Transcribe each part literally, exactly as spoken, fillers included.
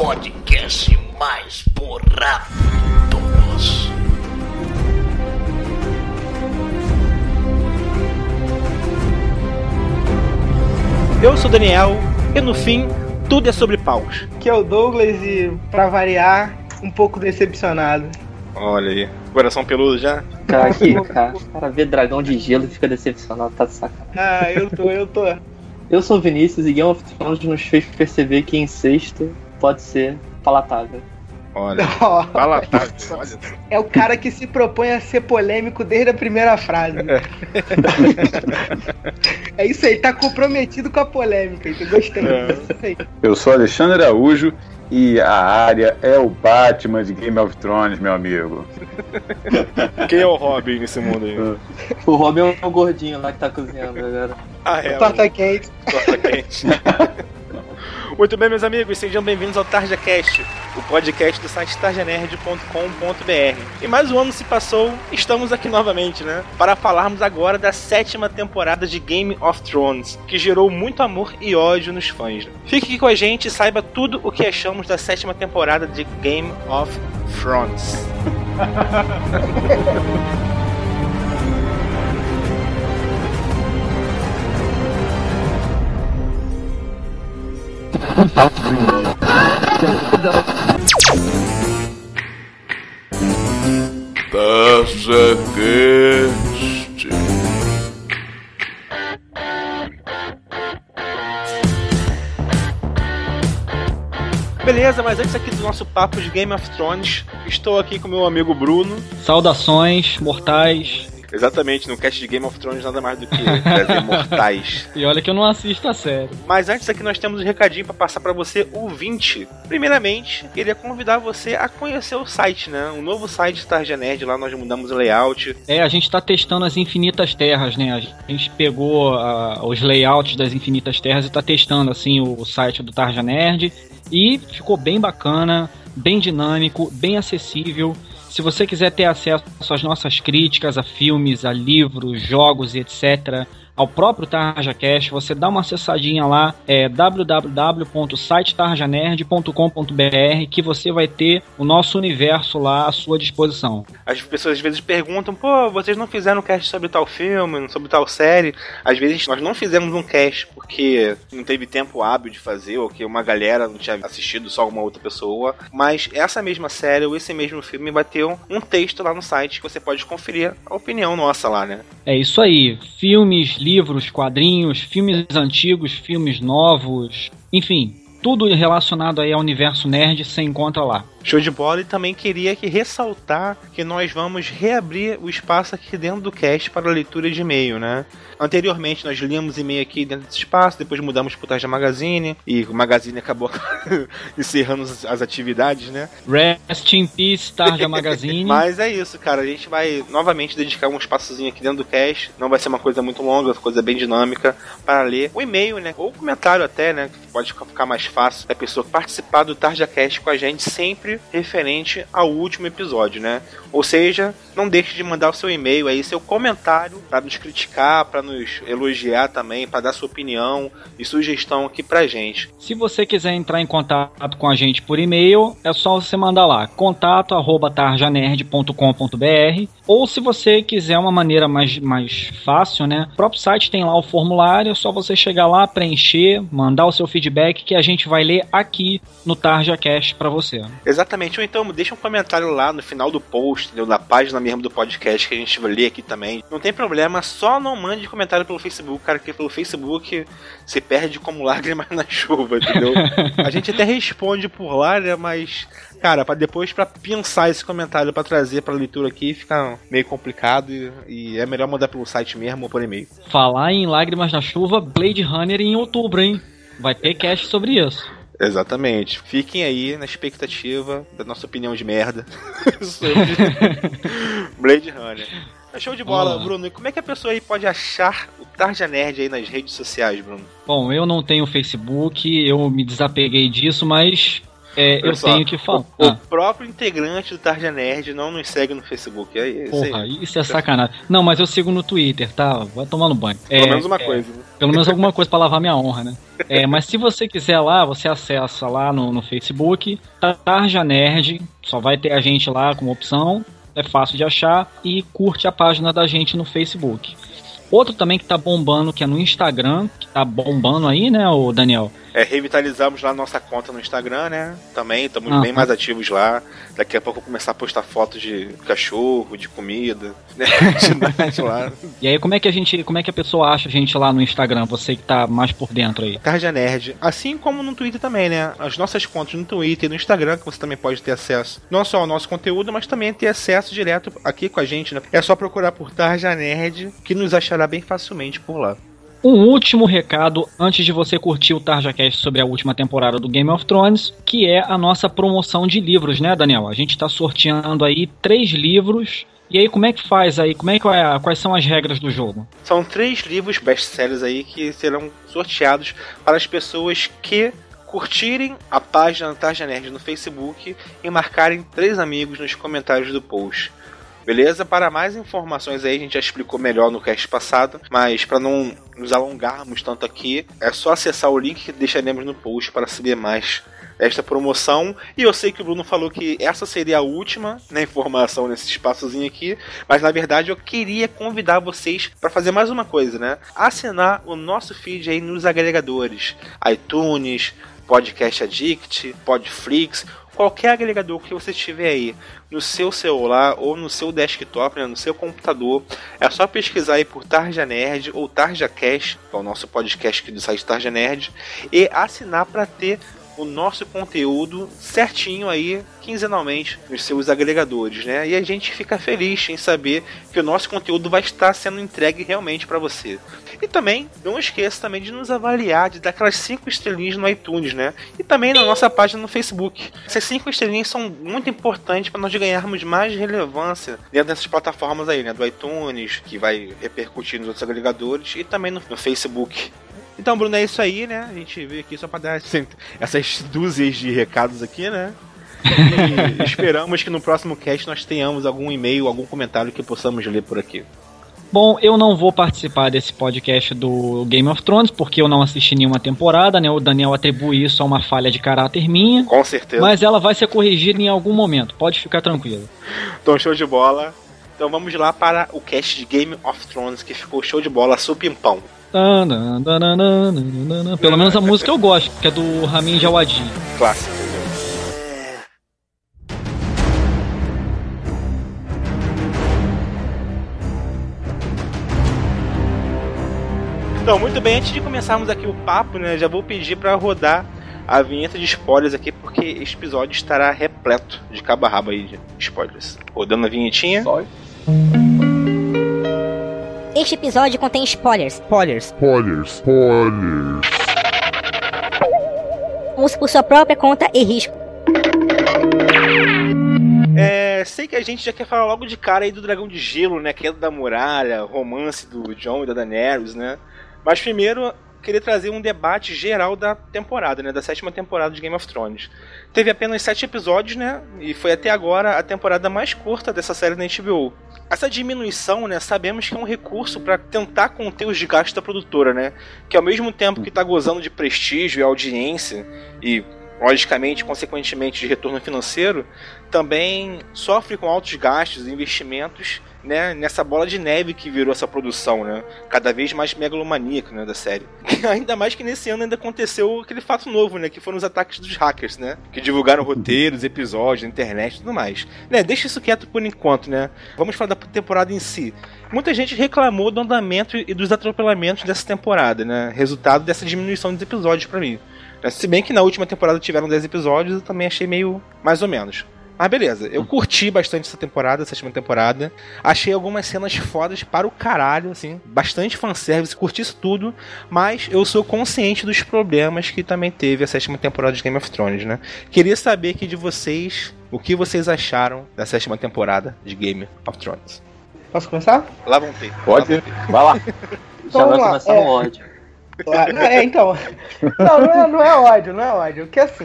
podcast mais porrado de todos. Eu sou o Daniel e no fim tudo é sobre paus. Que é o Douglas e, pra variar, um pouco decepcionado. Olha aí, coração peludo já? Cara, que cara, cara vê dragão de gelo e fica decepcionado, tá de sacanagem. Ah, eu tô, eu tô. Eu sou o Vinícius e Game of Thrones nos fez perceber que incesto pode ser palatável. Olha, oh. Palatável, olha. É o cara que se propõe a ser polêmico desde a primeira frase. É isso aí, tá comprometido com a polêmica, gostei. É. Isso aí. Eu sou Alexandre Araújo e a Arya é o Batman de Game of Thrones, meu amigo. Quem é o Robin nesse mundo aí? O Robin é o gordinho lá que tá cozinhando agora. Ah, é. Torta quente. Torta quente. Muito bem, meus amigos, sejam bem-vindos ao TarjaCast, o podcast do site tarja nerd ponto com ponto b r. E mais um ano se passou, estamos aqui novamente, né? Para falarmos agora da sétima temporada de Game of Thrones, que gerou muito amor e ódio nos fãs. Fique aqui com a gente e saiba tudo o que achamos da sétima temporada de Game of Thrones. TarjaCast. Beleza, mas antes aqui do nosso papo de Game of Thrones, estou aqui com meu amigo Bruno. Saudações, mortais. Exatamente, no cast de Game of Thrones nada mais do que trazer mortais. E olha que eu não assisto a série. Mas antes aqui nós temos um recadinho para passar para você, ouvinte. Primeiramente, queria convidar você a conhecer o site, né? O novo site Tarja Nerd, lá nós mudamos o layout. É, a gente tá testando as Infinitas Terras, né? A gente pegou uh, os layouts das Infinitas Terras e tá testando, assim, o, o site do Tarja Nerd. E ficou bem bacana, bem dinâmico, bem acessível. Se você quiser ter acesso às nossas críticas a filmes, a livros, jogos e etcétera, ao próprio TarjaCast, você dá uma acessadinha lá, é w w w ponto site tarja nerd ponto com ponto b r, que você vai ter o nosso universo lá à sua disposição. As pessoas às vezes perguntam, pô, vocês não fizeram um cast sobre tal filme, sobre tal série? Às vezes nós não fizemos um cast porque não teve tempo hábil de fazer, ou que uma galera não tinha assistido, só uma outra pessoa, mas essa mesma série ou esse mesmo filme vai ter um, um texto lá no site que você pode conferir a opinião nossa lá, né? É isso aí, filmes, livros, quadrinhos, filmes antigos, filmes novos, enfim, tudo relacionado aí ao universo nerd você encontra lá. Show de bola, e também queria que ressaltar que nós vamos reabrir o espaço aqui dentro do cast para a leitura de e-mail, né? Anteriormente nós líamos e-mail aqui dentro desse espaço, depois mudamos para o Tarja Magazine, e o Magazine acabou encerrando as atividades, né? Rest in peace, Tarja Magazine. Mas é isso, cara, a gente vai novamente dedicar um espaçozinho aqui dentro do cast, não vai ser uma coisa muito longa, uma coisa bem dinâmica, para ler o e-mail, né? Ou o comentário até, né? Que pode ficar mais fácil a pessoa participar do TarjaCast com a gente, sempre referente ao último episódio, né? Ou seja, não deixe de mandar o seu e-mail aí, seu comentário, para nos criticar, para nos elogiar também, para dar sua opinião e sugestão aqui pra gente. Se você quiser entrar em contato com a gente por e-mail, é só você mandar lá, contato arroba tarja nerd ponto com ponto b r, ou se você quiser uma maneira mais, mais fácil, né? O próprio site tem lá o formulário, é só você chegar lá, preencher, mandar o seu feedback que a gente vai ler aqui no TarjaCast para você. Exatamente, ou então deixa um comentário lá no final do post, entendeu? Na página mesmo do podcast que a gente vai ler aqui também. Não tem problema, só não mande comentário pelo Facebook, cara, que pelo Facebook se perde como lágrimas na chuva, entendeu? A gente até responde por lá, né, mas, cara, pra depois pra pensar esse comentário pra trazer pra leitura aqui fica meio complicado e, e é melhor mandar pelo site mesmo ou por e-mail. Falar em lágrimas na chuva, Blade Runner em outubro, hein? Vai ter cast sobre isso. Exatamente. Fiquem aí na expectativa da nossa opinião de merda sobre Blade Runner. Show de bola, ah. Bruno. E como é que a pessoa aí pode achar o Tarja Nerd aí nas redes sociais, Bruno? Bom, eu não tenho Facebook, eu me desapeguei disso, mas É, eu só, tenho que falar. O, Ah. o próprio integrante do Tarja Nerd não nos segue no Facebook. É isso Porra, aí. isso é sacanagem. Não, mas eu sigo no Twitter, tá? Vai tomar no banho. Pelo É, menos uma é, coisa. Né? Pelo menos alguma coisa pra lavar minha honra, né? É, mas se você quiser lá, você acessa lá no, no Facebook, Tarja Nerd, só vai ter a gente lá como opção, é fácil de achar, e curte a página da gente no Facebook. Outro também que tá bombando, que é no Instagram, que tá bombando aí, né, o Daniel? É, revitalizamos lá nossa conta no Instagram, né? Também, estamos Ah, bem tá. mais ativos lá. Daqui a pouco eu vou começar a postar fotos de cachorro, de comida, né? De lá. E aí, como é que a gente, como é que a pessoa acha a gente lá no Instagram? Você que tá mais por dentro aí. Tarja Nerd. Assim como no Twitter também, né? As nossas contas no Twitter e no Instagram, que você também pode ter acesso não só ao nosso conteúdo, mas também ter acesso direto aqui com a gente, né? É só procurar por Tarja Nerd, que nos achará bem facilmente por lá. Um último recado antes de você curtir o TarjaCast sobre a última temporada do Game of Thrones, que é a nossa promoção de livros, né, Daniel? A gente tá sorteando aí três livros. E aí, como é que faz aí? Como é que é, quais são as regras do jogo? São três livros best-sellers aí que serão sorteados para as pessoas que curtirem a página Tarja Nerd no Facebook e marcarem três amigos nos comentários do post. Beleza? Para mais informações aí, a gente já explicou melhor no cast passado, mas para não nos alongarmos tanto aqui, é só acessar o link que deixaremos no post para saber mais desta promoção. E eu sei que o Bruno falou que essa seria a última, né, informação nesse espaçozinho aqui, mas na verdade eu queria convidar vocês para fazer mais uma coisa, né? Assinar o nosso feed aí nos agregadores iTunes, Podcast Addict, Podflix, qualquer agregador que você tiver aí no seu celular ou no seu desktop, né, no seu computador. É só pesquisar aí por Tarja Nerd ou TarjaCast, que é o nosso podcast aqui do site Tarja Nerd, e assinar para ter o nosso conteúdo certinho aí, quinzenalmente, nos seus agregadores, né? E a gente fica feliz em saber que o nosso conteúdo vai estar sendo entregue realmente para você. E também, não esqueça também de nos avaliar, de dar aquelas cinco estrelinhas no iTunes, né? E também na nossa página no Facebook. Essas cinco estrelinhas são muito importantes para nós ganharmos mais relevância dentro dessas plataformas aí, né? Do iTunes, que vai repercutir nos outros agregadores, e também no, no Facebook. Então, Bruno, é isso aí, né? A gente veio aqui só para dar assim, essas dúzias de recados aqui, né? E esperamos que no próximo cast nós tenhamos algum e-mail, algum comentário que possamos ler por aqui. Bom, eu não vou participar desse podcast do Game of Thrones, porque eu não assisti nenhuma temporada, né? O Daniel atribui isso a uma falha de caráter minha. Com certeza. Mas ela vai ser corrigida em algum momento, pode ficar tranquilo. Então, show de bola. Então vamos lá para o cast de Game of Thrones, que ficou show de bola, supimpão. Pelo menos a música eu gosto, que é do Ramin Djawadi. Clássico. Então, muito bem, antes de começarmos aqui o papo, né, já vou pedir para rodar a vinheta de spoilers aqui, porque este episódio estará repleto de cabo a rabo aí de spoilers. Rodando a vinhetinha. Só Este episódio contém spoilers. Spoilers. Spoilers, spoilers. Use por sua própria conta e risco. É, sei que a gente já quer falar logo de cara aí do Dragão de Gelo, né? Queda da Muralha, romance do Jon e da Daenerys, né? Mas primeiro, queria trazer um debate geral da temporada, né? Da sétima temporada de Game of Thrones. Teve apenas sete episódios, né? E foi até agora a temporada mais curta dessa série na H B O. Essa diminuição, né? Sabemos que é um recurso para tentar conter os gastos da produtora, né? Que ao mesmo tempo que está gozando de prestígio e audiência e, logicamente, consequentemente, de retorno financeiro, também sofre com altos gastos e investimentos, né, nessa bola de neve que virou essa produção, né, cada vez mais megalomaníaca, né, da série. Ainda mais que nesse ano ainda aconteceu aquele fato novo, né, que foram os ataques dos hackers, né, que divulgaram roteiros, episódios na internet e tudo mais. Né, deixa isso quieto por enquanto, né. Vamos falar da temporada em si. Muita gente reclamou do andamento e dos atropelamentos dessa temporada, né, resultado dessa diminuição dos episódios pra mim. Se bem que na última temporada tiveram dez episódios, eu também achei meio mais ou menos. Mas beleza, eu curti bastante essa temporada, essa sétima temporada. Achei algumas cenas fodas para o caralho, assim. Bastante fanservice, curti isso tudo. Mas eu sou consciente dos problemas que também teve a sétima temporada de Game of Thrones, né? Queria saber aqui de vocês, o que vocês acharam da sétima temporada de Game of Thrones. Posso começar? Lá vão ter. Pode? Lá vão ter. Vai lá. Então, Já vai vamos lá, começar é. no ódio. Ah, não, é, então. Não, não é, não é ódio, não é ódio. Porque assim,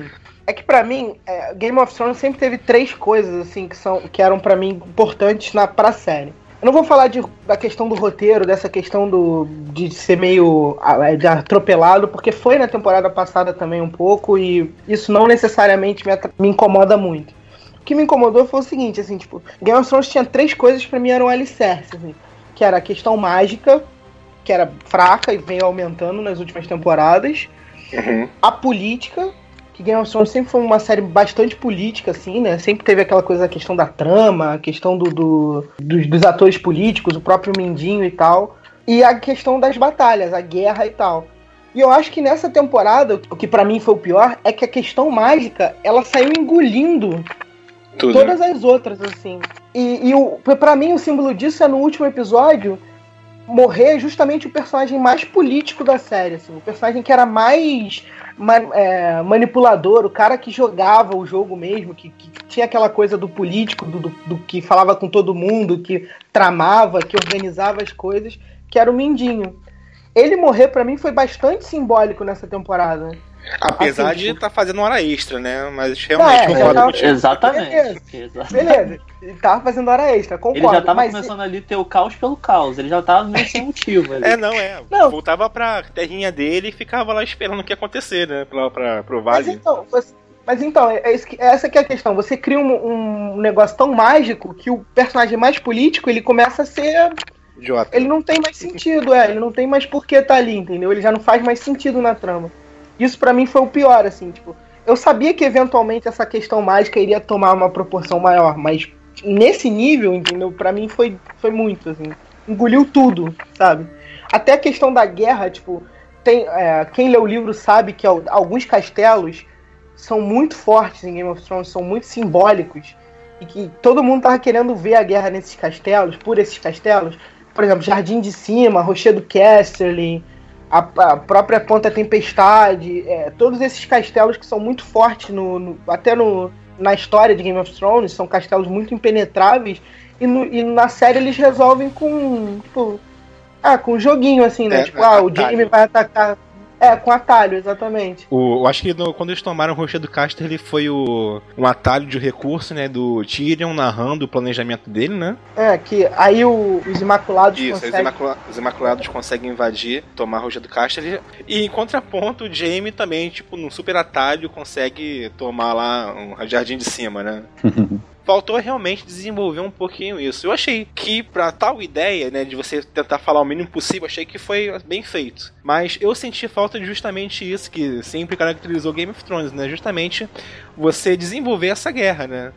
É que pra mim, é, Game of Thrones sempre teve três coisas, assim, que, são, que eram pra mim importantes na, pra série. Eu não vou falar de, da questão do roteiro, dessa questão do, de ser meio de atropelado, porque foi na temporada passada também um pouco, e isso não necessariamente me, me incomoda muito. O que me incomodou foi o seguinte, assim, tipo, Game of Thrones tinha três coisas que pra mim eram alicerces, assim, que era a questão mágica, que era fraca e veio aumentando nas últimas temporadas, uhum. A política, que Game of Thrones sempre foi uma série bastante política, assim, né? Sempre teve aquela coisa, a questão da trama, a questão do, do, dos, dos atores políticos, o próprio Mindinho e tal. E a questão das batalhas, a guerra e tal. E eu acho que nessa temporada, o que pra mim foi o pior, é que a questão mágica, ela saiu engolindo tudo, todas né? as outras, assim. E, e o, pra mim o símbolo disso é no último episódio morrer justamente o personagem mais político da série, assim. O personagem que era mais... Man, é, manipulador, o cara que jogava o jogo mesmo, que, que tinha aquela coisa do político, do, do, do que falava com todo mundo, que tramava, que organizava as coisas, que era o Mindinho. Ele morrer pra mim foi bastante simbólico nessa temporada. Apesar assim, de estar tá fazendo hora extra, né? Mas realmente não, é, concordo contigo. Exatamente. Beleza. Exatamente. Beleza. Ele tava fazendo hora extra, concordo. Ele já tava mas começando ali a ter o caos pelo caos. Ele já tava meio sem motivo. Ali. É, não, é. Não. Voltava pra terrinha dele e ficava lá esperando o que ia acontecer, né? Pra, pra, pro vale. Mas então, você, mas então é, é essa que é a questão. Você cria um, um negócio tão mágico que o personagem mais político, ele começa a ser... idiota. Ele não tem mais sentido, é. Ele não tem mais por que tá ali, entendeu? Ele já não faz mais sentido na trama. Isso pra mim foi o pior, assim, tipo... Eu sabia que eventualmente essa questão mágica iria tomar uma proporção maior, mas nesse nível, entendeu? Pra mim foi, foi muito, assim. Engoliu tudo, sabe? Até a questão da guerra, tipo... Tem, é, quem lê o livro sabe que alguns castelos são muito fortes em Game of Thrones, são muito simbólicos, e que todo mundo tava querendo ver a guerra nesses castelos, por esses castelos. Por exemplo, Jardim de Cima, Rochedo Casterly... A, a própria Ponta Tempestade, é, todos esses castelos que são muito fortes, no, no, até no, na história de Game of Thrones, são castelos muito impenetráveis, e, no, e na série eles resolvem com, tipo, ah, com um joguinho assim, né? É, tipo, ah, o Jaime vai atacar... É, com atalho, exatamente. O, eu acho que no, quando eles tomaram o Rochedo Casterly foi o, um atalho de recurso, né, do Tyrion narrando o planejamento dele, né? É, que aí o, os Imaculados Isso, conseguem... os, Imacula, os Imaculados conseguem invadir, tomar o Rochedo Casterly, e em contraponto o Jaime também, tipo, num super atalho, consegue tomar lá um Jardim de Cima, né? Faltou realmente desenvolver um pouquinho isso. Eu achei que, pra tal ideia, né, de você tentar falar o mínimo possível, achei que foi bem feito. Mas eu senti falta de justamente isso que sempre caracterizou Game of Thrones, né? Justamente você desenvolver essa guerra, né?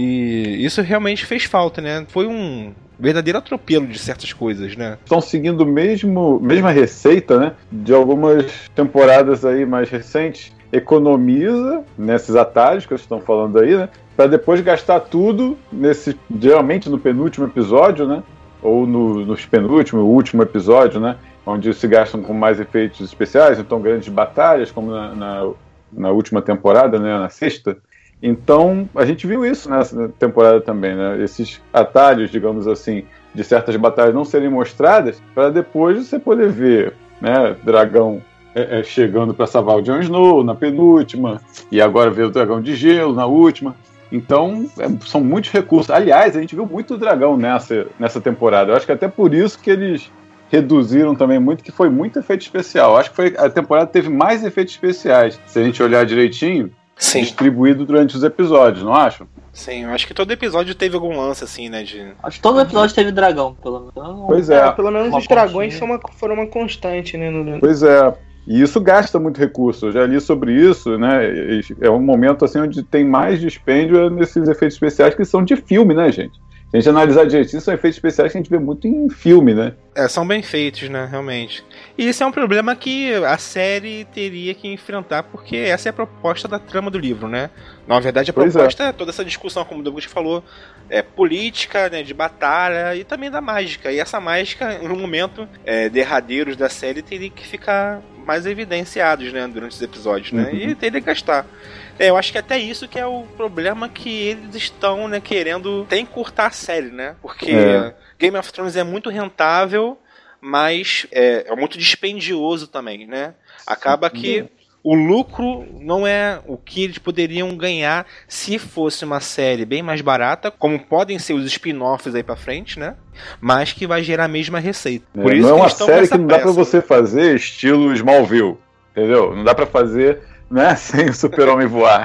E isso realmente fez falta, né? Foi um verdadeiro atropelo de certas coisas, né? Estão seguindo mesmo mesma receita, né? De algumas temporadas aí mais recentes. Economiza nesses atalhos que vocês estão falando aí, né? Para depois gastar tudo nesse, geralmente no penúltimo episódio, né? Ou no, nos penúltimo, último episódio, né? Onde se gastam com mais efeitos especiais, então grandes batalhas, como na, na, na última temporada, né? Na sexta. Então, a gente viu isso nessa temporada também, né? Esses atalhos, digamos assim, de certas batalhas não serem mostradas, para depois você poder ver, né? Dragão É, é, chegando para salvar o Jon Snow na penúltima, e agora ver o Dragão de Gelo na última. Então, é, são muitos recursos. Aliás, a gente viu muito dragão nessa, nessa temporada. Eu acho que até por isso que eles reduziram também muito, que foi muito efeito especial. Eu acho que foi, a temporada teve mais efeitos especiais, se a gente olhar direitinho, Sim. distribuído durante os episódios, não acham? Sim, eu acho que todo episódio teve algum lance assim, né? De... Acho que todo episódio teve dragão, pelo menos. Pois é. é pelo menos os dragões são uma, foram uma constante, né? No... Pois é. E isso gasta muito recurso. Eu já li sobre isso, né? É um momento assim onde tem mais dispêndio nesses efeitos especiais que são de filme, né, gente? Se a gente analisar direitinho, são efeitos especiais que a gente vê muito em filme, né? É, são bem feitos, né, realmente. E isso é um problema que a série teria que enfrentar, porque essa é a proposta da trama do livro, né? Na verdade, a pois proposta é. é toda essa discussão, como o Douglas falou, é política, né, de batalha e também da mágica. E essa mágica, no momento é, derradeiros da série, teria que ficar mais evidenciados, né, durante os episódios, né? Uhum. E teria que gastar. É, eu acho que até isso que é o problema que eles estão, né, querendo até encurtar a série, né? Porque é. Game of Thrones é muito rentável, mas é, é muito dispendioso também, né? Acaba que o lucro não é o que eles poderiam ganhar se fosse uma série bem mais barata, como podem ser os spin-offs aí pra frente, né? Mas que vai gerar a mesma receita. É, Por isso não é que uma eles estão série com essa que não dá pra pressa. você fazer estilo Smallville, entendeu? Não dá pra fazer, né, sem o Super-Homem voar.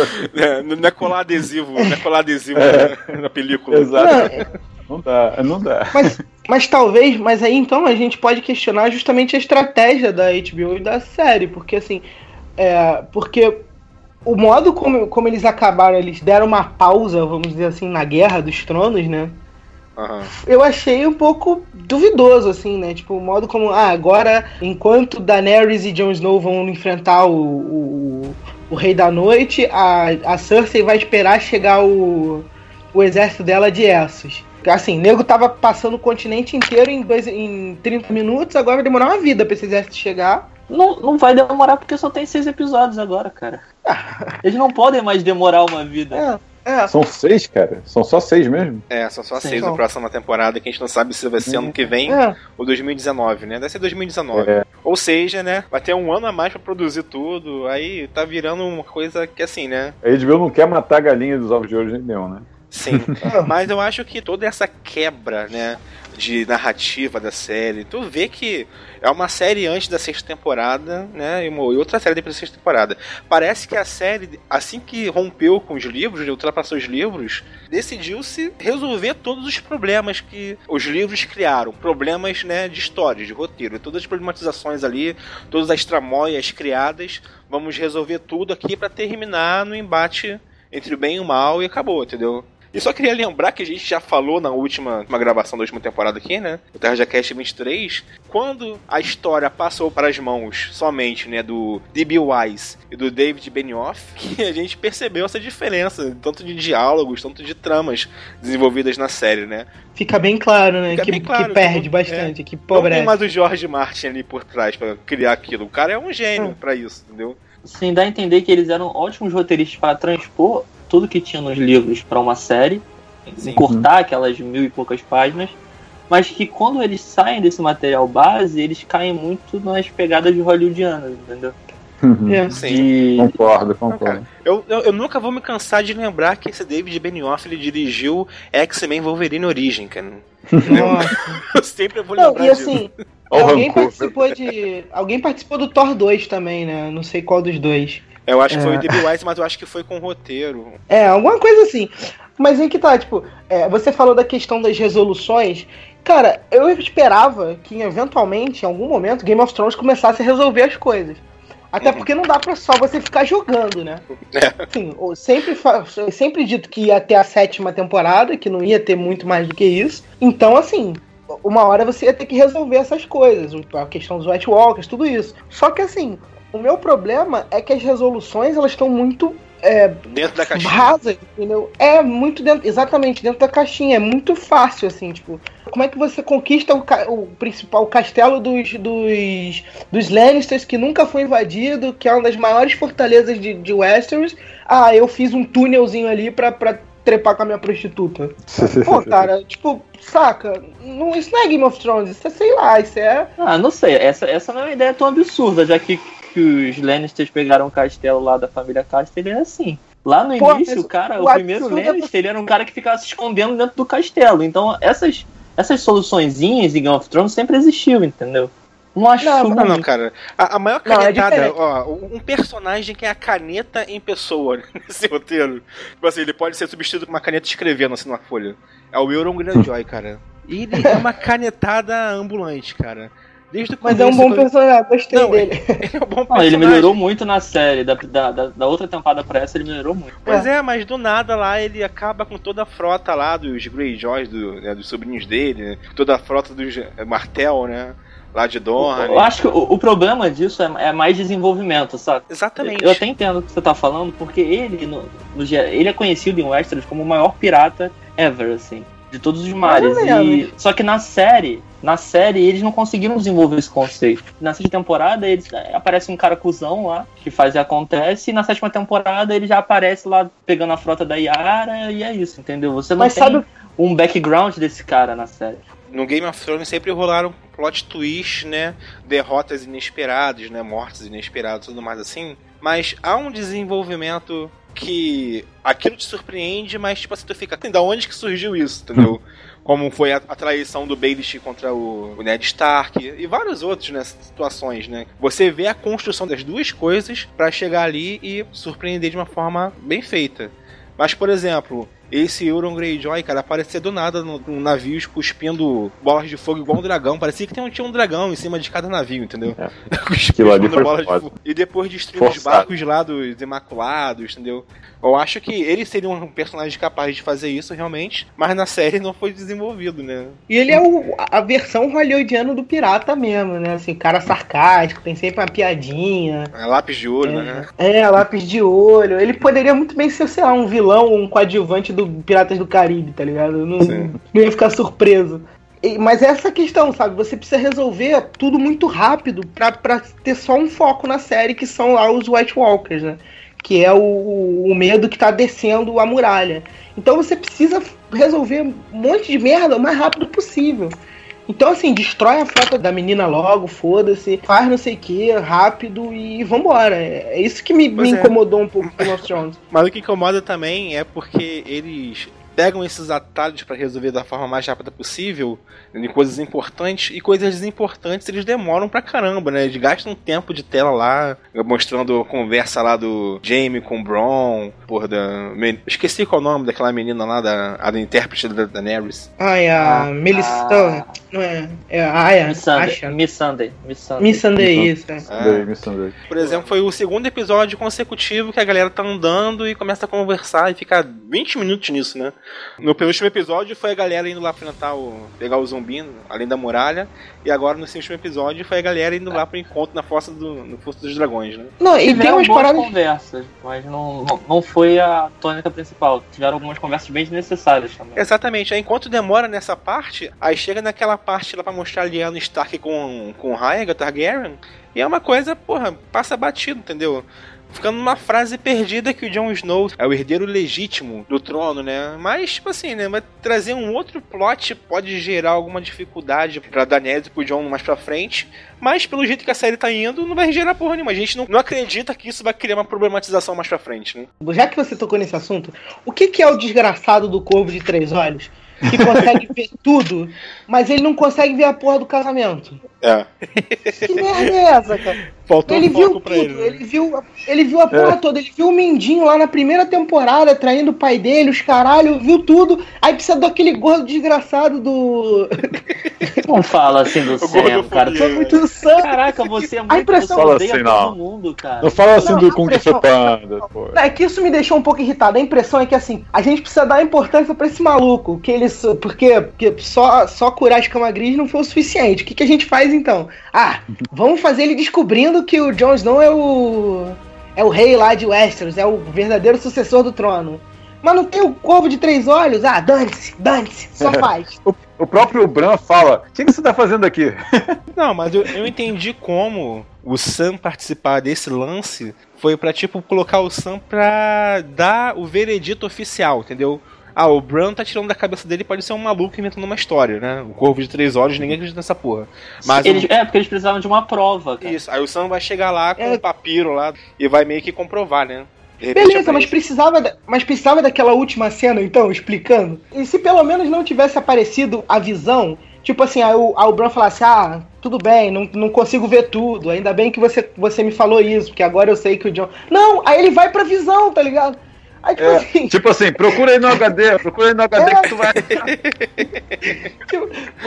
É, não é colar adesivo, não é colar adesivo É. na, na película. Exato. Não dá, não dá. Mas, mas talvez, mas aí então a gente pode questionar justamente a estratégia da H B O e da série, porque assim, é, porque o modo como, como eles acabaram, eles deram uma pausa, vamos dizer assim, na Guerra dos Tronos, né? Uhum. Eu achei um pouco duvidoso, assim, né? Tipo, o modo como, ah, agora, enquanto Daenerys e Jon Snow vão enfrentar o, o, o Rei da Noite, a, a Cersei vai esperar chegar o, o exército dela de Essos. Assim, o nego tava passando o continente inteiro em, dois, em trinta minutos, agora vai demorar uma vida pra esse exército chegar. Não, não vai demorar porque só tem seis episódios agora, cara. Eles não podem mais demorar uma vida. É, é. São seis, cara? São só seis mesmo? É, são só Sim. seis da próxima temporada, que a gente não sabe se vai ser ano que vem É. ou dois mil e dezenove, né? Deve ser dois mil e dezenove. É. Ou seja, né? Vai ter um ano a mais pra produzir tudo. Aí tá virando uma coisa que assim, né? A H B O não quer matar a galinha dos ovos de ouro de nenhum, né? Sim. Mas eu acho que toda essa quebra, né? De narrativa da série, tu vê que é uma série antes da sexta temporada, né? E, uma, e outra série depois da sexta temporada. Parece que a série, assim que rompeu com os livros, ultrapassou os livros, decidiu-se resolver todos os problemas que os livros criaram. Problemas, né, de história, de roteiro. Todas as problematizações ali, todas as tramóias criadas. Vamos resolver tudo aqui pra terminar no embate entre o bem e o mal e acabou, entendeu? E só queria lembrar que a gente já falou na última uma gravação da última temporada aqui, né? O TerraCast vinte e três, quando a história passou para as mãos somente, né, do D B. Wise e do David Benioff, que a gente percebeu essa diferença, tanto de diálogos, tanto de tramas desenvolvidas na série, né? Fica bem claro, né? Fica Que, bem claro, que perde que- bastante, é. que Não pobre. tem mais o George Martin ali por trás pra criar aquilo. O cara é um gênio Hum. pra isso, entendeu? Sim, dá a entender que eles eram ótimos roteiristas para transpor tudo que tinha nos livros para uma série, Sim. cortar aquelas mil e poucas páginas, mas que quando eles saem desse material base, eles caem muito nas pegadas de hollywoodianas, entendeu? É. Sim. De... Concordo, Não, concordo. cara, eu, eu, eu nunca vou me cansar de lembrar que esse David Benioff ele dirigiu X-Men Wolverine Origem, cara. Nossa. Eu sempre vou Não, lembrar e disso. assim, Olha o alguém rancor. participou de. Alguém participou do Thor dois também, né? Não sei qual dos dois. Eu acho que foi É. o D B. Wise, mas eu acho que foi com roteiro. É, alguma coisa assim. Mas aí que tá, tipo, é, você falou da questão das resoluções. Cara, eu esperava que eventualmente, em algum momento, Game of Thrones começasse a resolver as coisas. Até Uhum. porque não dá pra só você ficar jogando, né? É. Assim, eu sempre, fa- eu sempre dito que ia ter a sétima temporada, que não ia ter muito mais do que isso. Então, assim, uma hora você ia ter que resolver essas coisas. A questão dos White Walkers, tudo isso. Só que, assim, o meu problema é que as resoluções, elas estão muito... É, Dentro da caixinha. rasa, entendeu? É muito dentro, exatamente, dentro da caixinha, é muito fácil, assim, tipo, como é que você conquista o, ca- o principal o castelo dos, dos, dos Lannisters, que nunca foi invadido, que é uma das maiores fortalezas de, de Westeros. Ah, eu fiz um túnelzinho ali pra, pra trepar com a minha prostituta. Pô, cara, tipo, saca, não, isso não é Game of Thrones, isso é, sei lá, isso é... Ah, não sei, essa, essa não é uma ideia tão absurda, já que, que os Lannisters pegaram o castelo lá da família Casterly, é assim. Lá no Pô, início, mas o cara, o o primeiro absurdo é Lannister, ele era um cara que ficava se escondendo dentro do castelo. Então, essas, essas soluçõezinhas em Game of Thrones sempre existiu, entendeu? Não acho Não, Não, não, cara. A, a maior Não, é canetada, diferente. ó, um personagem que é a caneta em pessoa nesse roteiro. Tipo assim, ele pode ser substituído por uma caneta escrevendo assim numa folha. É o Euron Greyjoy, cara. Ele é uma canetada ambulante, cara. Desde o Mas é um começo, bom quando- personagem, gostei Não, dele. Ele é um bom Não, personagem. ele melhorou muito na série, da, da, da, da outra temporada pra essa ele melhorou muito. Pois é, mas do nada lá ele acaba com toda a frota lá dos Greyjoys, do, né, dos sobrinhos dele, né? Toda a frota dos eh, Martell, né? Lá de Dorne. Eu acho que o, o problema disso é, é mais desenvolvimento, sabe? Exatamente. Eu até entendo o que você tá falando, porque ele, no, no, ge- ele é conhecido em Westeros como o maior pirata ever, assim, de todos os mares. Mais ou E, menos. só que na série, na série eles não conseguiram desenvolver esse conceito. Na sexta temporada eles, é, aparece um cara cuzão lá, que faz e acontece, e na sétima temporada ele já aparece lá pegando a frota da Yara, e é isso, entendeu? Você não Mas tem sabe- um background desse cara na série. no Game of Thrones sempre rolaram plot twists, né? Derrotas inesperadas, né? Mortes inesperadas, tudo mais assim. Mas há um desenvolvimento que aquilo te surpreende, mas tipo assim, tu fica, da onde que surgiu isso, entendeu? Como foi a, a traição do Baelish contra o, o Ned Stark e vários outros, né, situações, né? Você vê a construção das duas coisas pra chegar ali e surpreender de uma forma bem feita. Mas, por exemplo, esse Euron Greyjoy, cara, aparecia do nada no, no navio cuspindo bolas de fogo igual um dragão. Parecia que tinha um dragão em cima de cada navio, entendeu? É. Cuspindo bolas de fogo. E depois destruindo os barcos lá dos Imaculados, entendeu? Eu acho que ele seria um personagem capaz de fazer isso realmente, mas na série não foi desenvolvido, né? E ele é o, a versão hollywoodiana do pirata mesmo, né? Assim, cara sarcástico, tem sempre uma piadinha. É lápis de olho, é, né? É, lápis de olho. Ele poderia muito bem ser, sei lá, um vilão, um coadjuvante do Piratas do Caribe, tá ligado? Eu não, não ia ficar surpreso. E, mas é essa questão, sabe? Você precisa resolver tudo muito rápido pra, pra ter só um foco na série, que são lá os White Walkers, né? Que é o, o medo que tá descendo a muralha. Então você precisa resolver um monte de merda o mais rápido possível. Então, assim, destrói a frota da menina logo, foda-se, faz não sei o que, rápido e vambora. É isso que me, me é. incomodou um pouco com Game of Thrones. Mas o que incomoda também é porque eles pegam esses atalhos pra resolver da forma mais rápida possível, em coisas importantes, e coisas desimportantes eles demoram pra caramba, né? Eles gastam tempo de tela lá, mostrando a conversa lá do Jaime com o Bronn, porra, da... esqueci qual é o nome daquela menina lá, da, a da intérprete da Daenerys. Ah, é a ah, Melissa... Ah, não é... É a Aya. Miss Sunday. Miss Sunday. Miss Sunday, Miss Sunday isso. É. É. Miss Sunday. Por exemplo, foi o segundo episódio consecutivo que a galera tá andando e começa a conversar e fica vinte minutos nisso, né? No penúltimo episódio foi a galera indo lá pra enfrentar o... pegar o zumbi, além da muralha. E agora, no último episódio, foi a galera indo lá pro encontro na Fossa do, no Fosso dos Dragões, né? Não, e tem umas paradas... conversas, mas não, não, não foi a tônica principal. Tiveram algumas conversas bem desnecessárias também. Exatamente. Aí, enquanto demora nessa parte, aí chega naquela parte lá pra mostrar a Lyanna Stark com, com Rhaegar Targaryen, e é uma coisa, porra, passa batido, entendeu? Ficando numa frase perdida que o Jon Snow é o herdeiro legítimo do trono, né? Mas, tipo assim, né? Vai trazer um outro plot, pode gerar alguma dificuldade pra Daenerys e pro Jon mais pra frente. Mas, pelo jeito que a série tá indo, não vai gerar porra nenhuma. A gente não, não acredita que isso vai criar uma problematização mais pra frente, né? Já que você tocou nesse assunto, o que, que é o desgraçado do Corvo de Três Olhos? Que consegue ver tudo, mas ele não consegue ver a porra do casamento. É. Que merda é essa, cara? Faltou ele um viu foco pra tudo, ele, né? ele viu, ele viu a porra é. toda, ele viu o Mindinho lá na primeira temporada, traindo o pai dele, os caralho, viu tudo, aí precisa daquele gordo desgraçado do... Não fala assim do Sam, cara. Tu é muito santo. Caraca, você é muito... A impressão... Não fala assim, não. Mundo, cara. Não fala assim não, do Kung Fu Panda, pô. É que isso me deixou um pouco irritado. A impressão é que, assim, a gente precisa dar importância pra esse maluco, que ele... Porque, porque só, só curar a escama gris não foi o suficiente. O que, que a gente faz, então? Ah, vamos fazer ele descobrindo que o Jon Snow é o... é o rei lá de Westeros, é o verdadeiro sucessor do trono. Mas não tem o Corvo de Três Olhos? Ah, dane-se, dane-se, só faz. o, o próprio Bran fala, o que, que você tá fazendo aqui? Não, mas eu, eu entendi como o Sam participar desse lance foi pra, tipo, colocar o Sam pra dar o veredito oficial, entendeu? Ah, o Bran tá tirando da cabeça dele, pode ser um maluco inventando uma história, né? O Corvo de Três Olhos, ninguém acredita nessa porra. Mas eles, o... É, porque eles precisavam de uma prova, cara. Isso, aí o Sam vai chegar lá com o é... um papiro lá e vai meio que comprovar, né? Beleza, mas precisava, mas precisava daquela última cena, então, explicando. E se pelo menos não tivesse aparecido a visão, tipo assim, aí o, aí o Bran falasse, ah, tudo bem, não, não consigo ver tudo, ainda bem que você, você me falou isso, porque agora eu sei que o Jon... Não, aí ele vai pra visão, tá ligado? Aí, tipo, é, assim... tipo assim, procura aí no H D, procura aí no H D é... que tu vai... tipo,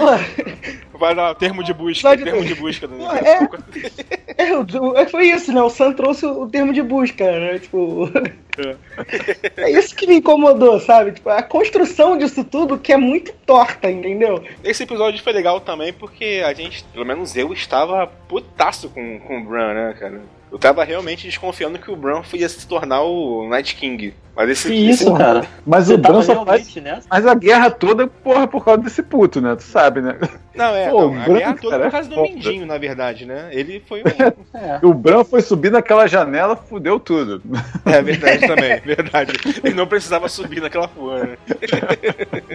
vai dar termo de busca, termo de busca. Né? É, é, foi isso, né? O Sam trouxe o termo de busca, né? Tipo... É. É isso que me incomodou, sabe? Tipo, a construção disso tudo que é muito torta, entendeu? Esse episódio foi legal também porque a gente, pelo menos eu, estava putaço com, com o Bran, né, cara? Eu tava realmente desconfiando que o Bran ia se tornar o Night King. Mas esse... Que isso, esse... cara? Mas Você o Bran só faz... Nessa? Mas a guerra toda, porra, por causa desse puto, né? Tu sabe, né? Não, é. Pô, não, a Bran, guerra toda cara, por causa é do Mindinho, na verdade, né? Ele foi o... É. O Bran foi subir naquela janela, fudeu tudo. É verdade também, verdade. Ele não precisava subir naquela porra, né?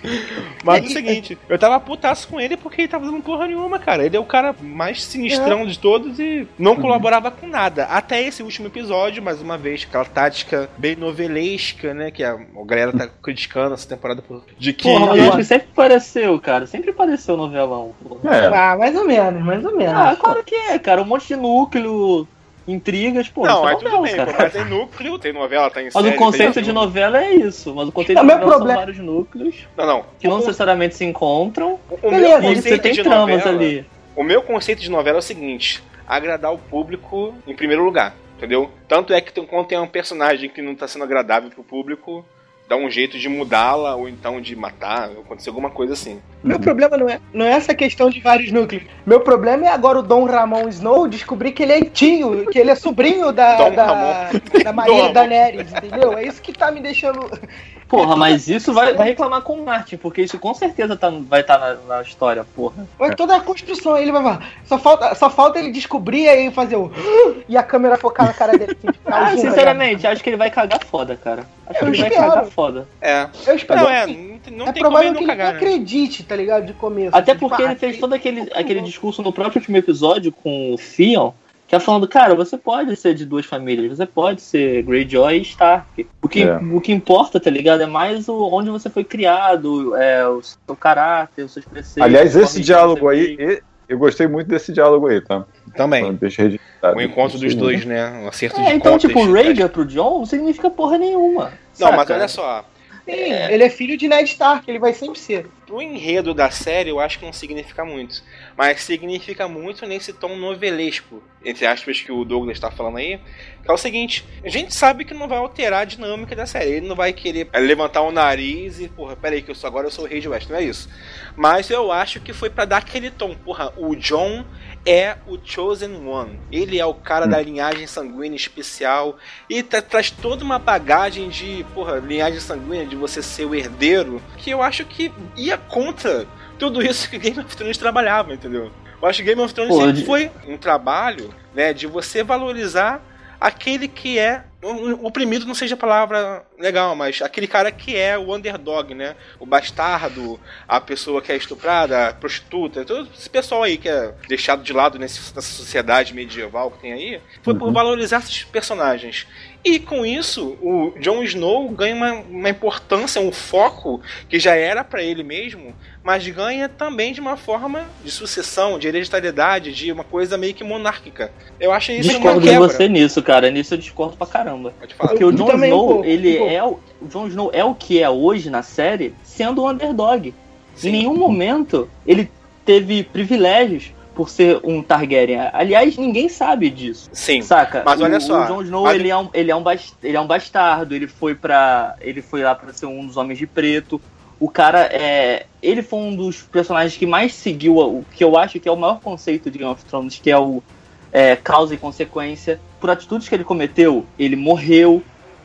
Mas é o seguinte, eu tava putaço com ele porque ele tava dando porra nenhuma, cara. Ele é o cara mais sinistrão é. de todos e não uhum. colaborava com nada. Até esse último episódio, mais uma vez, aquela tática bem novelesca, né? Que a, a galera tá criticando essa temporada por, de que... Porra, mas eu acho que sempre pareceu, cara. Sempre pareceu novelão. É. Ah, mais ou menos, mais ou menos. Ah, claro que é, cara. Um monte de núcleo... Intrigas, pô. Não, é aí tudo bem, pô, mas tem núcleo, tem novela, tem mas série... Mas o conceito tem... de novela é isso. Mas o conceito não, de novela problema... são vários núcleos não, não. que não necessariamente se encontram. O, o meu e conceito você tem de tramas novela, ali. O meu conceito de novela é o seguinte: agradar o público em primeiro lugar, entendeu? Tanto é que tem, quando tem um personagem que não tá sendo agradável pro público, dá um jeito de mudá-la, ou então de matar, ou acontecer alguma coisa assim. Meu problema não é, não é essa questão de vários núcleos. Meu problema é agora o Dom Ramon Snow descobrir que ele é tio, que ele é sobrinho da, da, da Maria Daenerys, entendeu? É isso que tá me deixando... Porra, mas isso vai, vai reclamar com o Martin, porque isso com certeza tá, vai estar tá na, na história, porra. Mas toda a construção aí ele vai falar. Só falta, só falta ele descobrir e fazer o... E a câmera focar na cara dele. Assim, ah, sinceramente, acho que ele vai cagar foda, cara. Acho eu que ele espero. vai cagar foda. É. Eu espero. Não, é, não, não é tem provável como ele que não ele cagar, não né? acredite, tá ligado? De começo. Até tipo, porque ah, ele fez todo aquele, aquele discurso no próprio último episódio com o Theon, que é falando, cara, você pode ser de duas famílias, você pode ser Greyjoy e Stark. O que, é. o que importa, tá ligado? É mais o, onde você foi criado, é, o seu caráter, os seus preceitos. Aliás, esse diálogo aí, eu gostei muito desse diálogo aí, tá? Também. Deixa registrado. O encontro dos dois, né? Um acerto é, de então, contas, tipo, de Rhaegar pro Jon não significa porra nenhuma. Não, saca? mas olha só. Sim, é... ele é filho de Ned Stark, ele vai sempre ser. Pro enredo da série, eu acho que não significa muito. Mas significa muito nesse tom novelesco, entre aspas, que o Douglas tá falando aí. Que é o seguinte, a gente sabe que não vai alterar a dinâmica da série. Ele não vai querer levantar o nariz e, porra, peraí, que eu sou, agora eu sou o Rei de West, não é isso. Mas eu acho que foi pra dar aquele tom. Porra, o Jon é o Chosen One. Ele é o cara hum. da linhagem sanguínea especial. E tra- traz toda uma bagagem de, porra, linhagem sanguínea, de você ser o herdeiro, que eu acho que ia contra tudo isso que Game of Thrones trabalhava, entendeu? Eu acho que Game of Thrones Pô, sempre de... foi um trabalho, né, de você valorizar aquele que é... O oprimido não seja a palavra legal, mas aquele cara que é o underdog, né? O bastardo, a pessoa que é estuprada, a prostituta, todo esse pessoal aí que é deixado de lado nessa sociedade medieval que tem aí, foi por valorizar esses personagens. E com isso, o Jon Snow ganha uma, uma importância, um foco que já era pra ele mesmo, mas ganha também de uma forma de sucessão, de hereditariedade, de uma coisa meio que monárquica. Eu acho isso discordo uma quebra. de você nisso, cara. Nisso eu discordo pra caramba. Pode falar. Porque o Jon também, Snow, pô, ele pô. é o, o Jon Snow é o que é hoje na série, sendo um underdog. Sim. Em nenhum momento ele teve privilégios por ser um Targaryen. Aliás, ninguém sabe disso. Sim. Saca? Mas olha o, só. O Jon Snow, mas... ele, é um, ele, é um bast, ele é um bastardo, ele foi para ele foi lá pra ser um dos Homens de Preto. O cara é... Ele foi um dos personagens que mais seguiu o que eu acho que é o maior conceito de Game of Thrones, que é o é, causa e consequência. Por atitudes que ele cometeu, ele morreu.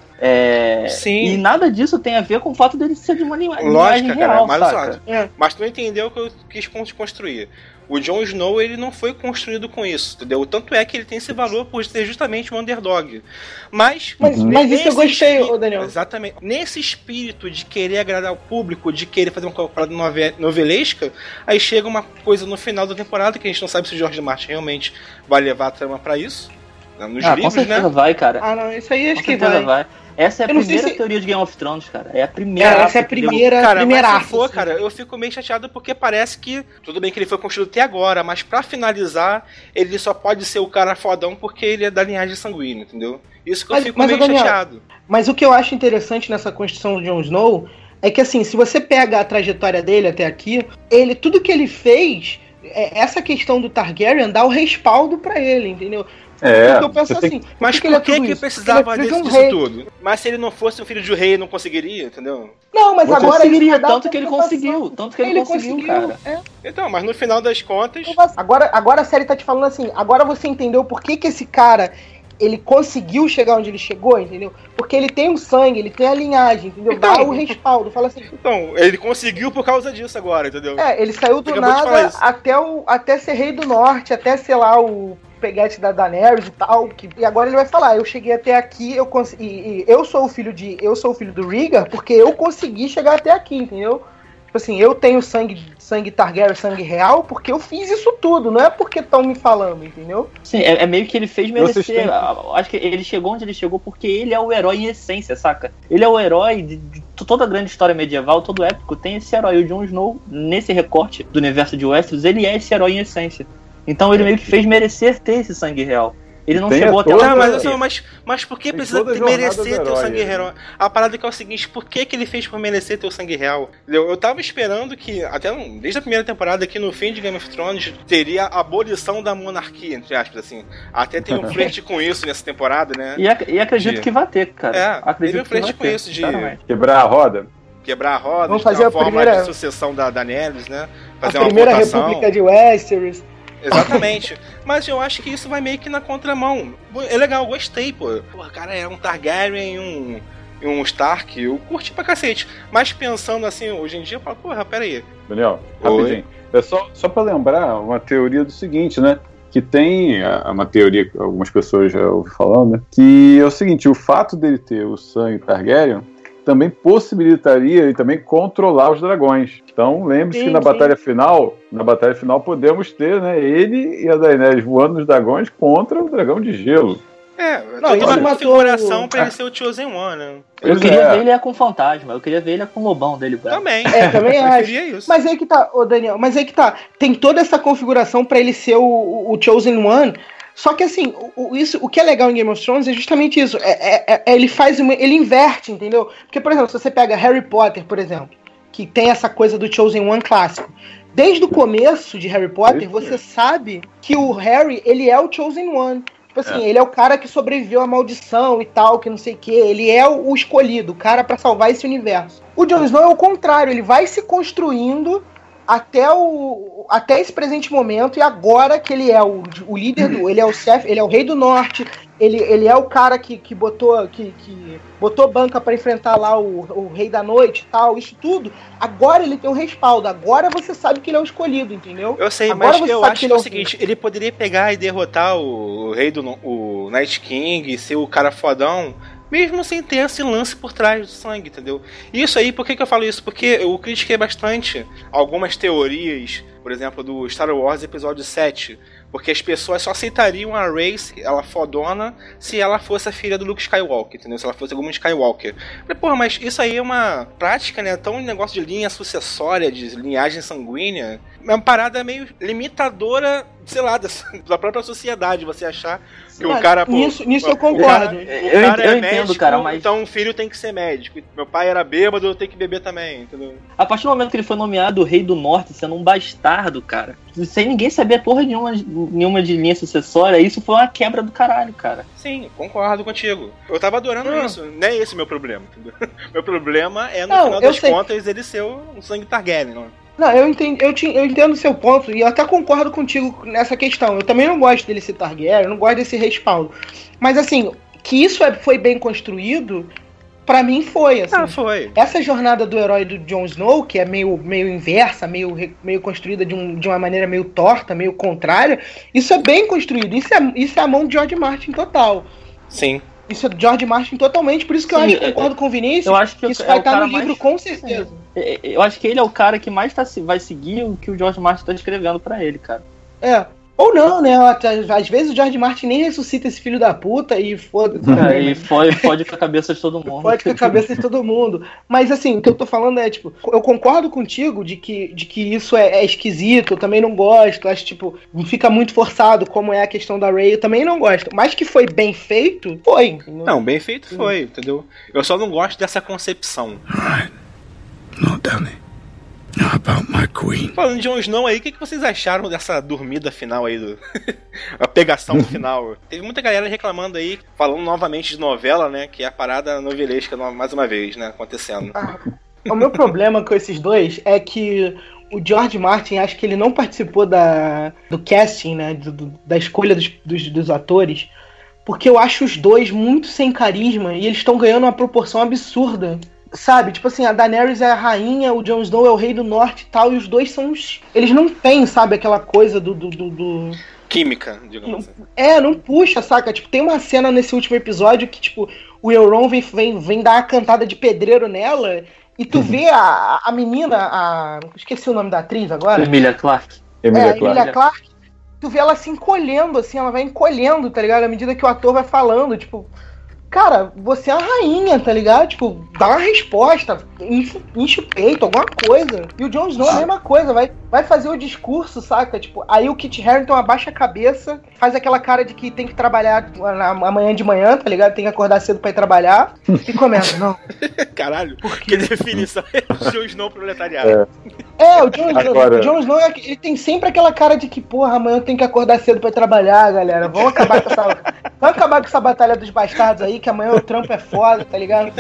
É... Sim. E nada disso tem a ver com o fato dele ser de uma linguagem Lógica, real, cara, mas, saca? é. mas tu não entendeu o que eu quis construir. O Jon Snow, ele não foi construído com isso, entendeu? Tanto é que ele tem esse valor por ser justamente um underdog. Mas... Mas, mas isso eu gostei, espírito, Daniel. Exatamente. Nesse espírito de querer agradar o público, de querer fazer uma parada novelesca, aí chega uma coisa no final da temporada que a gente não sabe se o George Martin realmente vai levar a trama pra isso. Nos ah, livros, com certeza né? vai, cara. Ah, não, isso aí acho com que vai. vai. Essa é a eu primeira se... teoria de Game of Thrones, cara. É a primeira. É, essa é a primeira. Cara, primeira mas se for, cara, eu fico meio chateado porque parece que tudo bem que ele foi construído até agora, mas pra finalizar, ele só pode ser o cara fodão porque ele é da linhagem sanguínea, entendeu? Isso que eu mas, fico mas, meio Daniel, chateado. Mas o que eu acho interessante nessa construção do Jon Snow é que, assim, se você pega a trajetória dele até aqui, ele, tudo que ele fez, é, essa questão do Targaryen dá o respaldo pra ele, entendeu? É, então eu penso assim, tem... mas por que, que, ele, que precisava ele disso, um disso tudo? Mas se ele não fosse um filho de rei, não conseguiria, entendeu? Não, mas Você agora conseguiria, tanto que ele conseguiu, tanto que ele, ele conseguiu, conseguiu, cara. É. Então, mas no final das contas... Agora, agora a série tá te falando assim, agora você entendeu por que que esse cara, ele conseguiu chegar onde ele chegou, entendeu? Porque ele tem o sangue, ele tem a linhagem, entendeu? Então, dá o respaldo, fala assim... Então, ele conseguiu por causa disso agora, entendeu? É, ele saiu do nada até, o, até ser rei do norte, até, sei lá, o... peguete da Daenerys e tal, que, e agora ele vai falar, eu cheguei até aqui, eu consegui, e, e eu sou o filho de, eu sou o filho do Rhaegar, porque eu consegui chegar até aqui, entendeu? Tipo assim, eu tenho sangue, sangue Targaryen, sangue real, porque eu fiz isso tudo, não é porque estão me falando, entendeu? Sim, é, é meio que ele fez merecer. têm... Acho que ele chegou onde ele chegou porque ele é o herói em essência, saca? Ele é o herói de, de toda a grande história medieval, todo épico, tem esse herói. O Jon Snow, nesse recorte do universo de Westeros, ele é esse herói em essência. Então ele meio que fez merecer ter esse sangue real. Ele não Tem chegou a até toda- Tá, lá. mas, assim, mas, mas por que Tem precisa toda a ter- jornada merecer do ter o herói, sangue né? real? A parada que é o seguinte, por que, que ele fez por merecer ter o sangue real? Eu, eu tava esperando que, até no- desde a primeira temporada, que no fim de Game of Thrones teria a abolição da monarquia, entre aspas, assim. Até tem um flerte com isso nessa temporada, né? E, ac- e acredito De- que vai ter, cara. É, acredito teve um que flerte vai com ter, isso de- sinceramente. Quebrar a roda. Quebrar a roda, Vamos de ter fazer uma a forma primeira- de sucessão da Daenerys, né? A Fazer uma primeira votação. república de Westeros. Exatamente. Mas eu acho que isso vai meio que na contramão. É legal, gostei, pô. Pô, cara, é um Targaryen e um, e um Stark. Eu curti pra cacete. Mas pensando assim, hoje em dia, eu falo, porra, pera aí. Daniel, Oi. rapidinho. É só, só pra lembrar uma teoria do seguinte, né? Que tem é uma teoria que algumas pessoas já ouviram falando, né? Que é o seguinte, o fato dele ter o sangue Targaryen também possibilitaria e também controlar os dragões. Então, lembre-se Sim, que na sim. batalha final, na batalha final podemos ter, né, ele e a Daenerys voando nos dragões contra o dragão de gelo. É, Não, toda isso uma matou configuração o- pra ele ser o Chosen One, né? Eu Pois queria é. ver ele com fantasma, eu queria ver ele com o lobão dele, velho. Também. É, também Eu acho. preferia isso. Mas aí que tá, ô Daniel, mas aí que tá. Tem toda essa configuração pra ele ser o, o Chosen One. Só que assim, o, o- isso, o que é legal em Game of Thrones é justamente isso. É, é- é- ele faz uma, ele inverte, entendeu? Porque, por exemplo, se você pega Harry Potter, por exemplo, que tem essa coisa do Chosen One clássico. Desde o começo de Harry Potter, Isso. você sabe que o Harry, ele é o Chosen One. Tipo assim, ele é o cara que sobreviveu à maldição e tal, que não sei o que. Ele é o, o escolhido, o cara pra salvar esse universo. O Jon Snow é o contrário, ele vai se construindo até, o, até esse presente momento, e agora que ele é o, o líder do. Ele é o chefe, ele é o rei do norte, ele, ele é o cara que, que, botou, que, que botou banca pra enfrentar lá o, o rei da noite e tal, isso tudo. Agora ele tem um respaldo, agora você sabe que ele é o escolhido, entendeu? Eu sei, Agora mas você eu sabe acho que que é o ele é o- seguinte, ele poderia pegar e derrotar o, o rei do no- o Night King, ser o cara fodão, mesmo sem ter esse lance por trás do sangue, entendeu? Isso aí, por que, que eu falo isso? Porque eu critiquei bastante algumas teorias, por exemplo, do Star Wars Episódio sete, porque as pessoas só aceitariam a Rey, ela fodona, se ela fosse a filha do Luke Skywalker, entendeu? Se ela fosse alguma Skywalker. Eu falei, porra, mas isso aí é uma prática, né? Tão um negócio de linha sucessória, de linhagem sanguínea. É uma parada meio limitadora, sei lá, da, da própria sociedade, você achar que Mas o cara... pô, nisso- nisso eu o concordo. cara- O Eu cara, ent- eu é entendo, médico, cara, mas- então o filho tem que ser médico. Meu pai era bêbado, eu tenho que beber também, entendeu? A partir do momento que ele foi nomeado o Rei do Norte, sendo um bastardo, cara, sem ninguém saber porra nenhuma, nenhuma de linha sucessória, isso foi uma quebra do caralho, cara. Sim, concordo contigo. Eu tava adorando Não. isso. Não é esse o meu problema, entendeu? Meu problema é, no Não, final eu das sei. contas, ele ser um sangue Targaryen, não é? Não, eu entendo, eu, te- eu entendo o seu ponto, e eu até concordo contigo nessa questão. Eu também não gosto dele ser Targaryen, eu não gosto desse respaldo. Mas assim, que isso é- foi bem construído, pra mim foi, assim. Ah, foi. Essa jornada do herói do Jon Snow, que é meio, meio inversa, meio, re- meio construída de, um- de uma maneira meio torta, meio contrária, isso é bem construído. Isso é, isso é a mão de George Martin total. Sim. Isso é George Martin totalmente, por isso que eu Sim, acho que é- concordo com o Vinícius, eu acho que que isso é vai o estar no cara livro mais- com certeza. É, Eu acho que ele é o cara que mais tá, se- vai seguir o que o George Martin tá escrevendo pra ele, cara. É. Ou não, né? Às vezes o George Martin nem ressuscita esse filho da puta e foda-se. também, E mas fode, fode com a cabeça de todo mundo. pode com a cabeça de todo mundo. Mas assim, o que eu tô falando é, tipo, eu concordo contigo de que, de que isso é, é esquisito, eu também não gosto, acho, tipo, fica muito forçado, como é a questão da Rey, eu também não gosto. Mas que foi bem feito, foi. entendeu? Não, bem feito foi, entendeu? Eu só não gosto dessa concepção. No, Danny. How about my queen? Falando de Jon Snow aí, o que, que vocês acharam dessa dormida final aí, do... a pegação final? Teve muita galera reclamando aí, falando novamente de novela, né, que é a parada novelesca no- mais uma vez, né, acontecendo. Ah, o meu problema com esses dois é que o George Martin, acho que ele não participou da, do casting, né, do- do- da escolha dos, dos, dos atores, porque eu acho os dois muito sem carisma e eles estão ganhando uma proporção absurda. Sabe, tipo assim, a Daenerys é a rainha, o Jon Snow é o rei do norte e tal, e os dois são os... Eles não têm, sabe, aquela coisa do... do, do, do... Química, digamos assim. É, não puxa, saca? Tipo, tem uma cena nesse último episódio que, tipo, o Euron vem, vem, vem dar uma cantada de pedreiro nela E tu vê a, a menina, a. Esqueci o nome da atriz agora. Emilia Clarke. Emilia é, Clarke. Emilia Clarke. Tu vê ela se encolhendo, assim, ela vai encolhendo, tá ligado? À medida que o ator vai falando, tipo. Cara, você é a rainha, tá ligado? Tipo, dá uma resposta, enche, enche o peito, alguma coisa. E o Jon Snow é a mesma coisa, vai, vai fazer o discurso, saca? Tipo, aí o Kit Harington abaixa a cabeça, faz aquela cara de que tem que trabalhar amanhã de manhã, tá ligado? Tem que acordar cedo pra ir trabalhar. E começa, não. Caralho, que definição é o Jon Snow proletariado. É. É, o Jon Snow, Agora... o Jon Snow é, ele tem sempre aquela cara de que, porra, amanhã eu tenho que acordar cedo pra ir trabalhar, galera. Vamos acabar com essa, vamos acabar com essa batalha dos bastardos aí, que amanhã o trampo é foda, tá ligado?